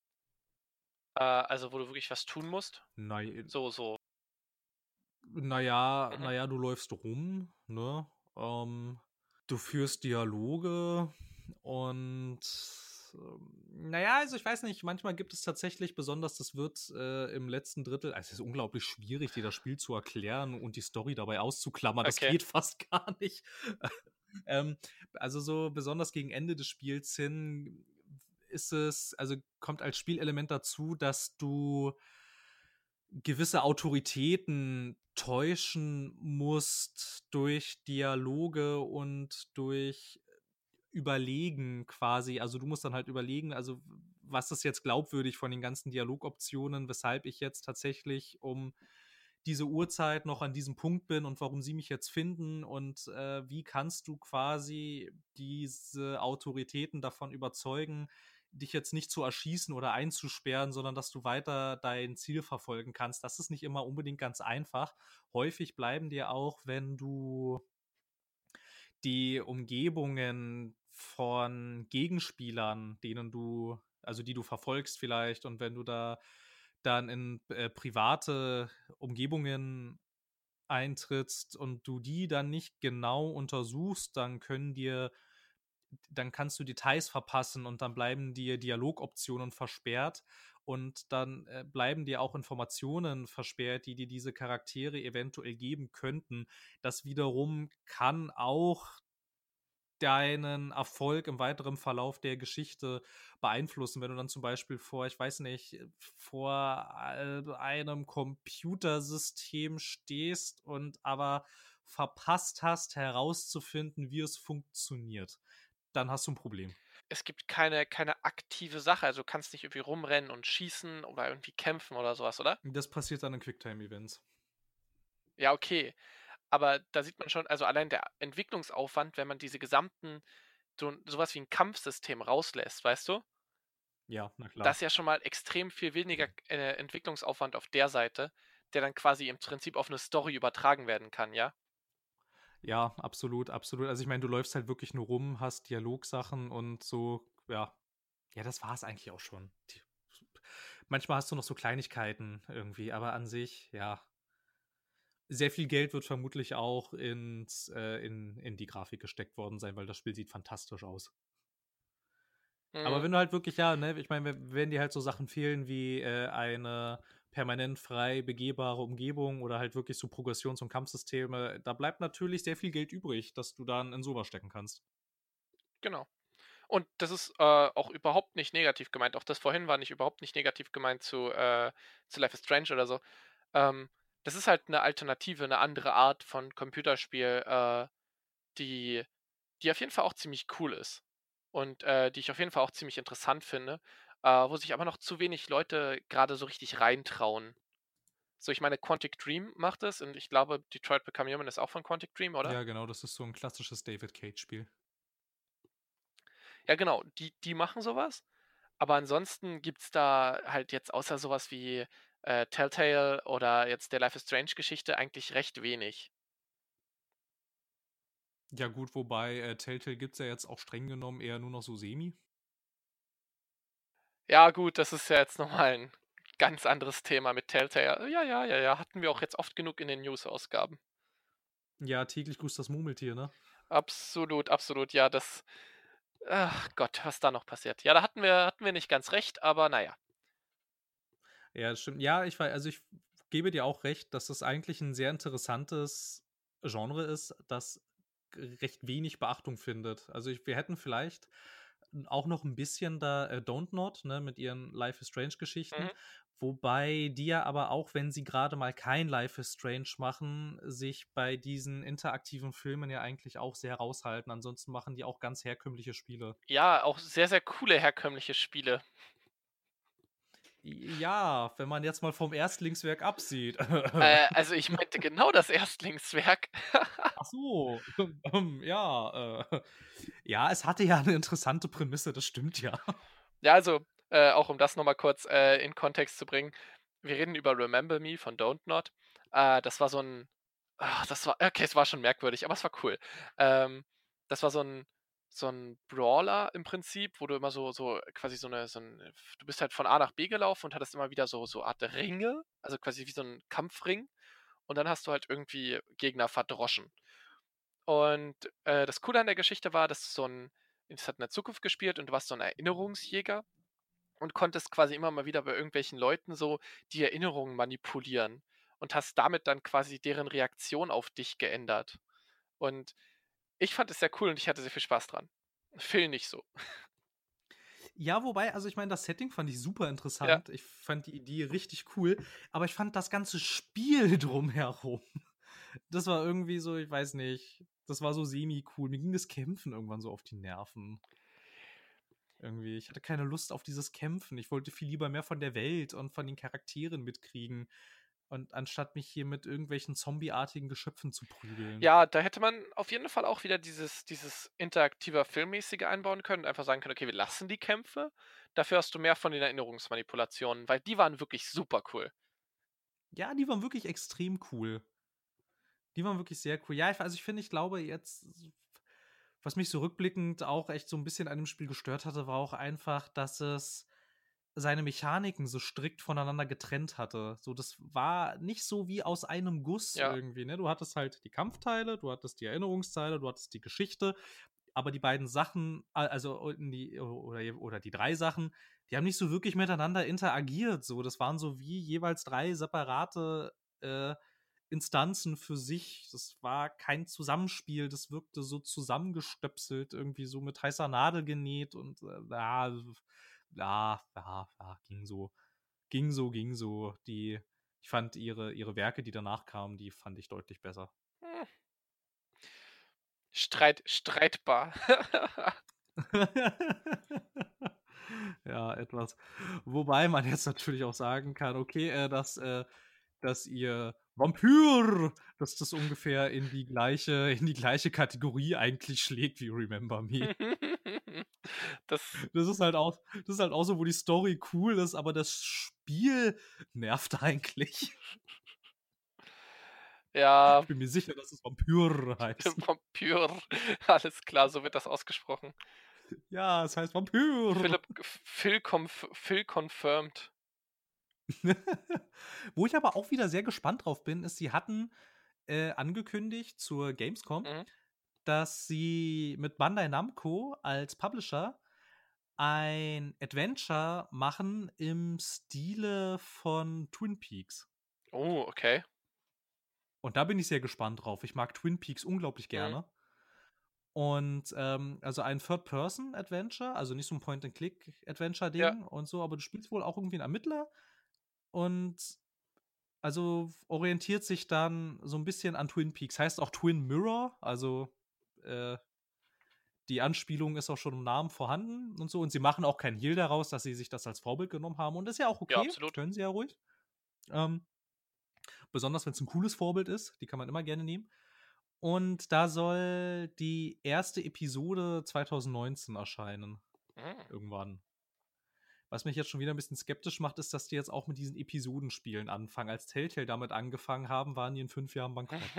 Äh, also, wo du wirklich was tun musst? Nei So so na ja mhm, na ja, du läufst rum, ne? Ähm, du führst Dialoge und, ähm, na ja, also ich weiß nicht, manchmal gibt es tatsächlich, besonders das wird, äh, im letzten Drittel, also, es ist unglaublich schwierig, dir das Spiel zu erklären und die Story dabei auszuklammern. Das okay. geht fast gar nicht. Ähm, also, so besonders gegen Ende des Spiels hin ist es also, kommt als Spielelement dazu, dass du gewisse Autoritäten täuschen musst durch Dialoge und durch Überlegen quasi. Also, du musst dann halt überlegen, also, was ist jetzt glaubwürdig von den ganzen Dialogoptionen, weshalb ich jetzt tatsächlich um diese Uhrzeit noch an diesem Punkt bin und warum sie mich jetzt finden und, äh, wie kannst du quasi diese Autoritäten davon überzeugen, dich jetzt nicht zu erschießen oder einzusperren, sondern dass du weiter dein Ziel verfolgen kannst. Das ist nicht immer unbedingt ganz einfach. Häufig bleiben dir auch, wenn du die Umgebungen von Gegenspielern, denen du also die du verfolgst vielleicht, und wenn du da dann in, äh, private Umgebungen eintrittst und du die dann nicht genau untersuchst, dann können dir dann kannst du Details verpassen und dann bleiben dir Dialogoptionen versperrt und dann, äh, bleiben dir auch Informationen versperrt, die dir diese Charaktere eventuell geben könnten. Das wiederum kann auch deinen Erfolg im weiteren Verlauf der Geschichte beeinflussen, wenn du dann zum Beispiel vor, ich weiß nicht, vor äh, einem Computersystem stehst und aber verpasst hast, herauszufinden, wie es funktioniert. Dann hast du ein Problem. Es gibt keine keine aktive Sache, also, du kannst nicht irgendwie rumrennen und schießen oder irgendwie kämpfen oder so was, oder? Das passiert dann in Quicktime-Events. Ja, okay. Aber da sieht man schon, also, allein der Entwicklungsaufwand, wenn man diese gesamten so 'n so was wie 'n Kampfsystem rauslässt, weißt du? Ja, na klar. Das ist ja schon mal extrem viel weniger, äh, Entwicklungsaufwand auf der Seite, der dann quasi im Prinzip auf 'ne Story übertragen werden kann, ja? Ja, absolut, absolut. Also, ich meine, du läufst halt wirklich nur rum, hast Dialogsachen und so, ja. Ja, das war's eigentlich auch schon. Die Manchmal hast du noch so Kleinigkeiten irgendwie, aber an sich, ja. Sehr viel Geld wird vermutlich auch ins äh, in in die Grafik gesteckt worden sein, weil das Spiel sieht fantastisch aus. Aber Mhm. wenn du halt wirklich, ja, ne, ich meine, wenn wenn dir halt so Sachen fehlen wie, äh, eine permanent frei begehbare Umgebung oder halt wirklich so Progressions und Kampfsysteme, da bleibt natürlich sehr viel Geld übrig, das du dann in so was stecken kannst. Genau. Und das ist, äh, auch überhaupt nicht negativ gemeint. Auch das vorhin war nicht überhaupt nicht negativ gemeint zu, äh zu Life is Strange oder so. Ähm, das ist halt 'ne Alternative, 'ne andere Art von Computerspiel, äh, die die auf jeden Fall auch ziemlich cool ist und, äh, die ich auf jeden Fall auch ziemlich interessant finde, äh, wo sich aber noch zu wenig Leute grade so richtig reintrauen. So, ich meine, Quantic Dream macht es und ich glaube, Detroit Become Human ist auch von Quantic Dream, oder? Ja, genau, das ist so ein klassisches David Cage-Spiel. Ja, genau, die die machen so was, aber ansonsten gibt's da halt jetzt außer so was wie, äh, Telltale oder jetzt der Life is Strange Geschichte eigentlich recht wenig. Ja gut, wobei, äh, Telltale gibt's ja jetzt auch streng genommen eher nur noch so semi. Ja gut, das ist ja jetzt noch mal 'n ganz anderes Thema mit Telltale. Ja, ja, ja, ja, hatten wir auch jetzt oft genug in den News-Ausgaben. Ja, täglich grüßt das Murmeltier, ne? Absolut, absolut, ja, das ach Gott, was da noch passiert. Ja, da hatten wir hatten wir nicht ganz recht, aber na ja. Ja, das stimmt. Ja, ich wei also, ich gebe dir auch recht, dass das eigentlich ein sehr interessantes Genre ist, das g recht wenig Beachtung findet. Also, ich wir hätten vielleicht auch noch ein bisschen da, äh, Don't Nod, ne, mit ihren Life is Strange-Geschichten, Mhm. wobei die ja aber auch, wenn sie gerade mal kein Life is Strange machen, sich bei diesen interaktiven Filmen ja eigentlich auch sehr raushalten. Ansonsten machen die auch ganz herkömmliche Spiele. Ja, auch sehr, sehr coole herkömmliche Spiele. Ja, wenn man jetzt mal vom Erstlingswerk absieht. Äh, also ich meinte genau das Erstlingswerk. Ach so, ähm, ja, äh, ja, es hatte ja 'ne interessante Prämisse, das stimmt ja. Ja, also, äh, auch um das noch mal kurz, äh, in Kontext zu bringen. Wir reden über Remember Me von Don't Nod. Äh, das war so 'n ah, das war okay, es war schon merkwürdig, aber es war cool. Ähm, das war so 'n so 'n Brawler im Prinzip, wo du immer so so quasi so 'ne so 'n f du bist halt von A nach B gelaufen und hattest immer wieder so so Art Ringe, also quasi wie so 'n Kampfring. Und dann hast du halt irgendwie Gegner verdroschen. Und, äh, das Coole an der Geschichte war, dass so 'n es hat in der Zukunft gespielt und du warst so 'n Erinnerungsjäger und konntest quasi immer mal wieder bei irgendwelchen Leuten so die Erinnerungen manipulieren und hast damit dann quasi deren Reaktion auf dich geändert. Und ich fand es sehr cool und ich hatte sehr viel Spaß dran. Phil nicht so. Ja, wobei, also ich meine, das Setting fand ich super Ja. interessant. Ich fand die Idee richtig cool, aber ich fand das ganze Spiel drumherum, das war irgendwie so, ich weiß nicht, das war so semi-cool. Mir ging das Kämpfen irgendwann so auf die Nerven. Irgendwie, ich hatte keine Lust auf dieses Kämpfen. Ich wollte viel lieber mehr von der Welt und von den Charakteren mitkriegen und anstatt mich hier mit irgendwelchen zombieartigen Geschöpfen zu prügeln. Ja, da hätte man auf jeden Fall auch wieder dieses dieses interaktiver Filmmäßige einbauen können und einfach sagen können: „Okay, wir lassen die Kämpfe. Dafür hast du mehr von den Erinnerungsmanipulationen“, weil die waren wirklich super cool. Ja, die waren wirklich extrem cool. Die waren wirklich sehr cool. Ja, ich also ich finde, ich glaube jetzt was mich so rückblickend auch echt so 'n bisschen an dem Spiel gestört hatte, war auch einfach, dass es seine Mechaniken so strikt voneinander getrennt hatte. So, das war nicht so wie aus einem Guss Ja. irgendwie, ne? Du hattest halt die Kampfteile, du hattest die Erinnerungsteile, du hattest die Geschichte, aber die beiden Sachen, a also unten die o oder je oder die drei Sachen, die haben nicht so wirklich miteinander interagiert so. Das waren so wie jeweils drei separate, äh, Instanzen für sich. Das war kein Zusammenspiel, das wirkte so zusammengestöpselt, irgendwie so mit heißer Nadel genäht und, äh, ja, ja, ja, ja, ging so. Ging so, ging so. Die ich fand ihre ihre Werke, die danach kamen, die fand ich deutlich besser. Hm. Streit streitbar. Ja, etwas. Wobei man jetzt natürlich auch sagen kann, okay, äh, dass äh, dass ihr Vampyr dass das ungefähr in die gleiche in die gleiche Kategorie eigentlich schlägt wie Remember Me. Das Das ist halt auch das ist halt auch so, wo die Story cool ist, aber das Spiel nervt eigentlich. Ja. Ich bin mir sicher, dass es Vampyr heißt. Vampyr. Alles klar, so wird das ausgesprochen. Ja, es heißt Vampyr. Philipp F Phil conf Phil confirmed. Wo ich aber auch wieder sehr gespannt drauf bin, ist, sie hatten, äh, angekündigt zur Gamescom, Mhm. dass sie mit Bandai Namco als Publisher ein Adventure machen im Stile von Twin Peaks. Oh, okay. Und da bin ich sehr gespannt drauf. Ich mag Twin Peaks unglaublich Mhm. gerne. Und, ähm, also ein Third-Person-Adventure, also nicht so 'n Ja. Point-and-Click-Adventure-Ding und so, aber du spielst wohl auch irgendwie 'n Ermittler und also orientiert sich dann so 'n bisschen an Twin Peaks. Heißt auch Twin Mirror, also, äh die Anspielung ist auch schon im Namen vorhanden und so. Und sie machen auch kein Hehl daraus, dass sie sich das als Vorbild genommen haben. Und das ist ja auch Ja, okay, absolut. können sie ja ruhig. Ähm, besonders wenn's 'n cooles Vorbild ist, die kann man immer gerne nehmen. Und da soll die erste Episode zweitausendneunzehn erscheinen, Mhm. irgendwann. Was mich jetzt schon wieder 'n bisschen skeptisch macht, ist, dass die jetzt auch mit diesen Episodenspielen anfangen. Als Telltale damit angefangen haben, waren die in fünf Jahren bankrott.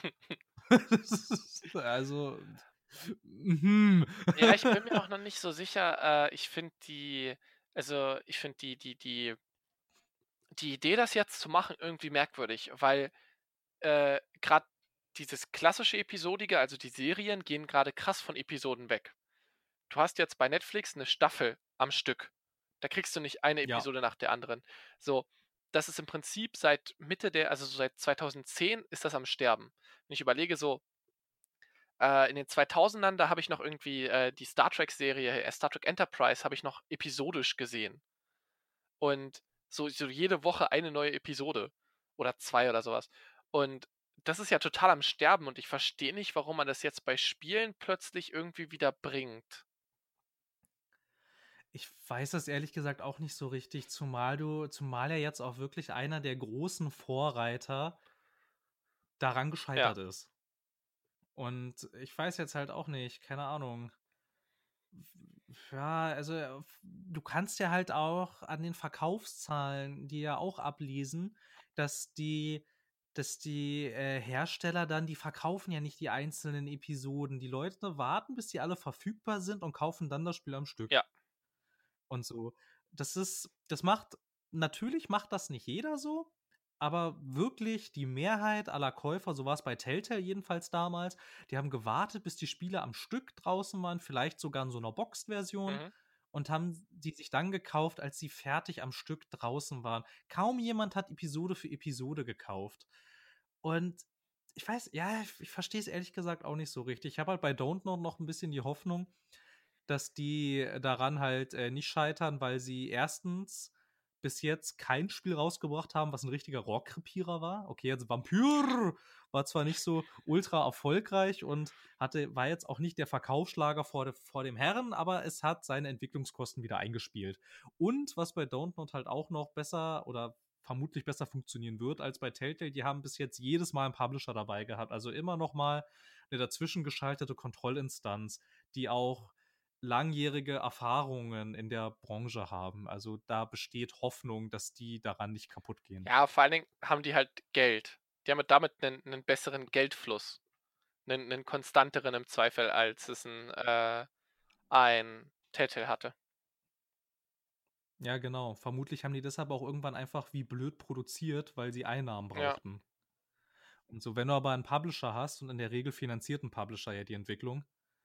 Also, mhm. Ja, ich bin mir auch noch nicht so sicher. Äh, ich finde die also, ich finde die die die die Idee, das jetzt zu machen, irgendwie merkwürdig, weil, äh, grad dieses klassische Episodige, also die Serien, gehen grade krass von Episoden weg. Du hast jetzt bei Netflix 'ne Staffel am Stück. Da kriegst du nicht eine Ja. Episode nach der anderen. So, das ist im Prinzip seit Mitte der also so seit zweitausendzehn ist das am Sterben. Wenn ich überlege so äh, in den zweitausendern, da habe ich noch irgendwie, äh, die Star Trek-Serie, äh, Star Trek Enterprise habe ich noch episodisch gesehen. Und so so jede Woche eine neue Episode oder zwei oder so was. Und das ist ja total am Sterben und ich verstehe nicht, warum man das jetzt bei Spielen plötzlich irgendwie wieder bringt. Ich weiß das ehrlich gesagt auch nicht so richtig, zumal du zumal ja jetzt auch wirklich einer der großen Vorreiter daran Ja. gescheitert ist. Und ich weiß jetzt halt auch nicht, keine Ahnung. Ja, also äh, f- du kannst ja halt auch an den Verkaufszahlen, die ja auch ablesen, dass die, dass die äh, Hersteller dann, die verkaufen ja nicht die einzelnen Episoden. Die Leute warten, bis die alle verfügbar sind und kaufen dann das Spiel am Stück. Ja. Und so. Das ist, das macht, natürlich macht das nicht jeder so, aber wirklich die Mehrheit aller Käufer, so war es bei Telltale jedenfalls damals, die haben gewartet, bis die Spiele am Stück draußen waren, vielleicht sogar in so einer Boxed-Version, Mhm. und haben die sich dann gekauft, als sie fertig am Stück draußen waren. Kaum jemand hat Episode für Episode gekauft. Und ich weiß, ja, ich, ich verstehe es ehrlich gesagt auch nicht so richtig. Ich habe halt bei Don't Know noch ein bisschen die Hoffnung, dass die daran halt äh, nicht scheitern, weil sie erstens bis jetzt kein Spiel rausgebracht haben, was ein richtiger Rohrkrepierer war. Okay, jetzt Vampyr war zwar nicht so ultra erfolgreich und hatte, war jetzt auch nicht der Verkaufsschlager vor, de, vor dem Herren, aber es hat seine Entwicklungskosten wieder eingespielt. Und was bei Don't Not halt auch noch besser oder vermutlich besser funktionieren wird als bei Telltale, die haben bis jetzt jedes Mal einen Publisher dabei gehabt. Also immer noch mal eine dazwischen geschaltete Kontrollinstanz, die auch langjährige Erfahrungen in der Branche haben. Also da besteht Hoffnung, dass die daran nicht kaputt gehen. Ja, vor allen Dingen haben die halt Geld. Die haben damit einen, einen besseren Geldfluss. Einen, einen konstanteren im Zweifel, als es ein, äh, ein Telltale hatte. Ja, genau. Vermutlich haben die deshalb auch irgendwann einfach wie blöd produziert, weil sie Einnahmen Ja. brauchten. Und so, wenn du aber einen Publisher hast, und in der Regel finanziert ein Publisher ja die Entwicklung,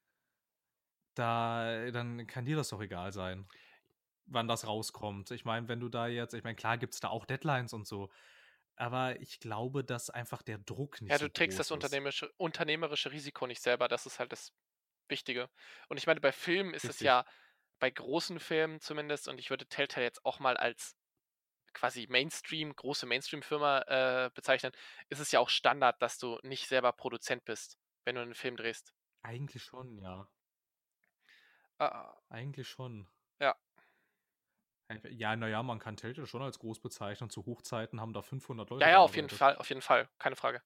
da, dann kann dir das doch egal sein, wann das rauskommt. Ich meine, wenn du da jetzt, ich meine, klar gibt es da auch Deadlines und so, aber ich glaube, dass einfach der Druck nicht Ja, du so trägst das groß ist. unternehmerische, unternehmerische Risiko nicht selber. Das ist halt das Wichtige. Und ich meine, bei Filmen ist es Richtig. ja, bei großen Filmen zumindest, und ich würde Telltale jetzt auch mal als quasi Mainstream, große Mainstream-Firma äh, bezeichnen, ist es ja auch Standard, dass du nicht selber Produzent bist, wenn du einen Film drehst. Eigentlich schon, ja. Äh, Eigentlich schon. ja. Ja, naja, man kann Telltale schon als groß bezeichnen. Zu Hochzeiten haben da fünfhundert Ja, Leute ja, auf jeden gearbeitet. Fall, auf jeden Fall, keine Frage.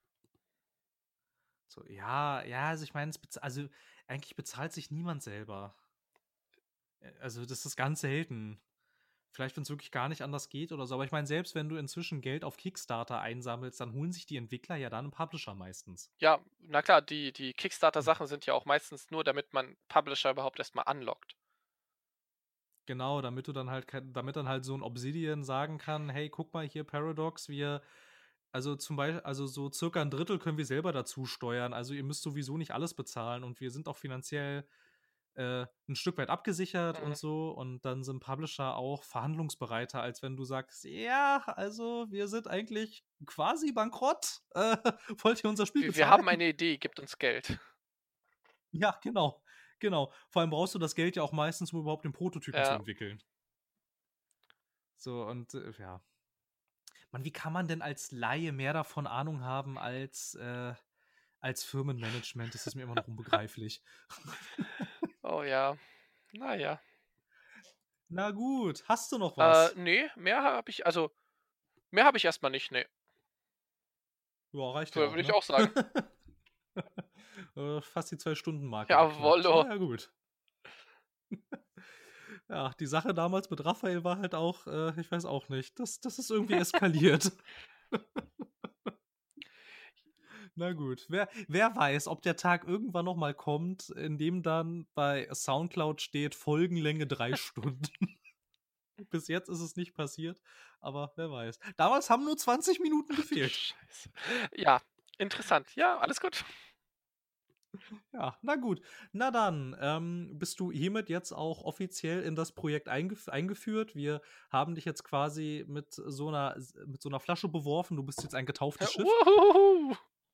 So, ja, ja, also ich meine, also eigentlich bezahlt sich niemand selber. Äh, Also das ist ganz selten. Vielleicht, wenn es wirklich gar nicht anders geht oder so. Aber ich meine, selbst wenn du inzwischen Geld auf Kickstarter einsammelst, dann holen sich die Entwickler ja dann einen Publisher meistens. Ja, na klar, die, die Kickstarter-Sachen sind ja auch meistens nur, damit man Publisher überhaupt erstmal anlockt. Genau, damit du dann halt, kein- damit dann halt so ein Obsidian sagen kann, hey, guck mal hier, Paradox, wir, also zum Beispiel, also so circa ein Drittel können wir selber dazu steuern. Also ihr müsst sowieso nicht alles bezahlen und wir sind auch finanziell äh, ein Stück weit abgesichert und Mhm. so. Und dann sind Publisher auch verhandlungsbereiter, als wenn du sagst, ja, also wir sind eigentlich quasi bankrott. Äh, wollt ihr unser Spiel Wir, wir bezahlen? haben eine Idee, gibt uns Geld. Ja, genau. Genau. Vor allem brauchst du das Geld ja auch meistens, um überhaupt den Prototypen zu Ja. entwickeln. So, und äh, ja. Mann, wie kann man denn als Laie mehr davon Ahnung haben als, äh, als Firmenmanagement? Das ist mir immer noch unbegreiflich. Oh ja. Naja. Na gut, hast du noch Äh, was? nee, mehr habe ich, also, mehr habe ich erstmal nicht, nee. Ja, reicht ja auch, Würde ich ne? auch sagen. Äh, Fast die Zwei-Stunden-Marke geknackt. Jawollo. Naja, gut. Ja, die Sache damals mit Raphael war halt auch, äh, ich weiß auch nicht, das, das ist irgendwie eskaliert. Na gut, wer, wer weiß, ob der Tag irgendwann noch mal kommt, in dem dann bei Soundcloud steht, Folgenlänge drei Stunden. Bis jetzt ist es nicht passiert, aber wer weiß. Damals haben nur zwanzig Minuten Ach du gefehlt. Scheiße. Ja, interessant. Ja, alles gut. Ja, na gut. Na dann, ähm, bist du hiermit jetzt auch offiziell in das Projekt eingef eingeführt. Wir haben dich jetzt quasi mit so einer, mit so einer Flasche beworfen. Du bist jetzt ein getauftes Schiff. Uhuhu.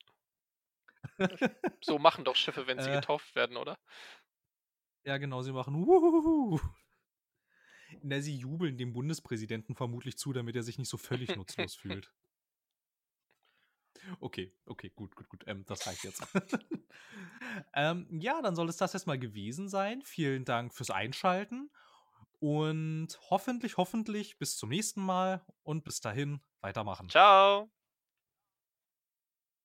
So machen doch Schiffe, wenn sie äh, getauft werden, oder? ja, genau, sie machen Wuhuhuhu. Na, sie jubeln dem Bundespräsidenten vermutlich zu, damit er sich nicht so völlig nutzlos fühlt. Okay, okay, gut, gut, gut. Ähm, das reicht jetzt. ähm, ja, dann soll es das erstmal gewesen sein. Vielen Dank fürs Einschalten. Und hoffentlich, hoffentlich bis zum nächsten Mal und bis dahin weitermachen. Ciao.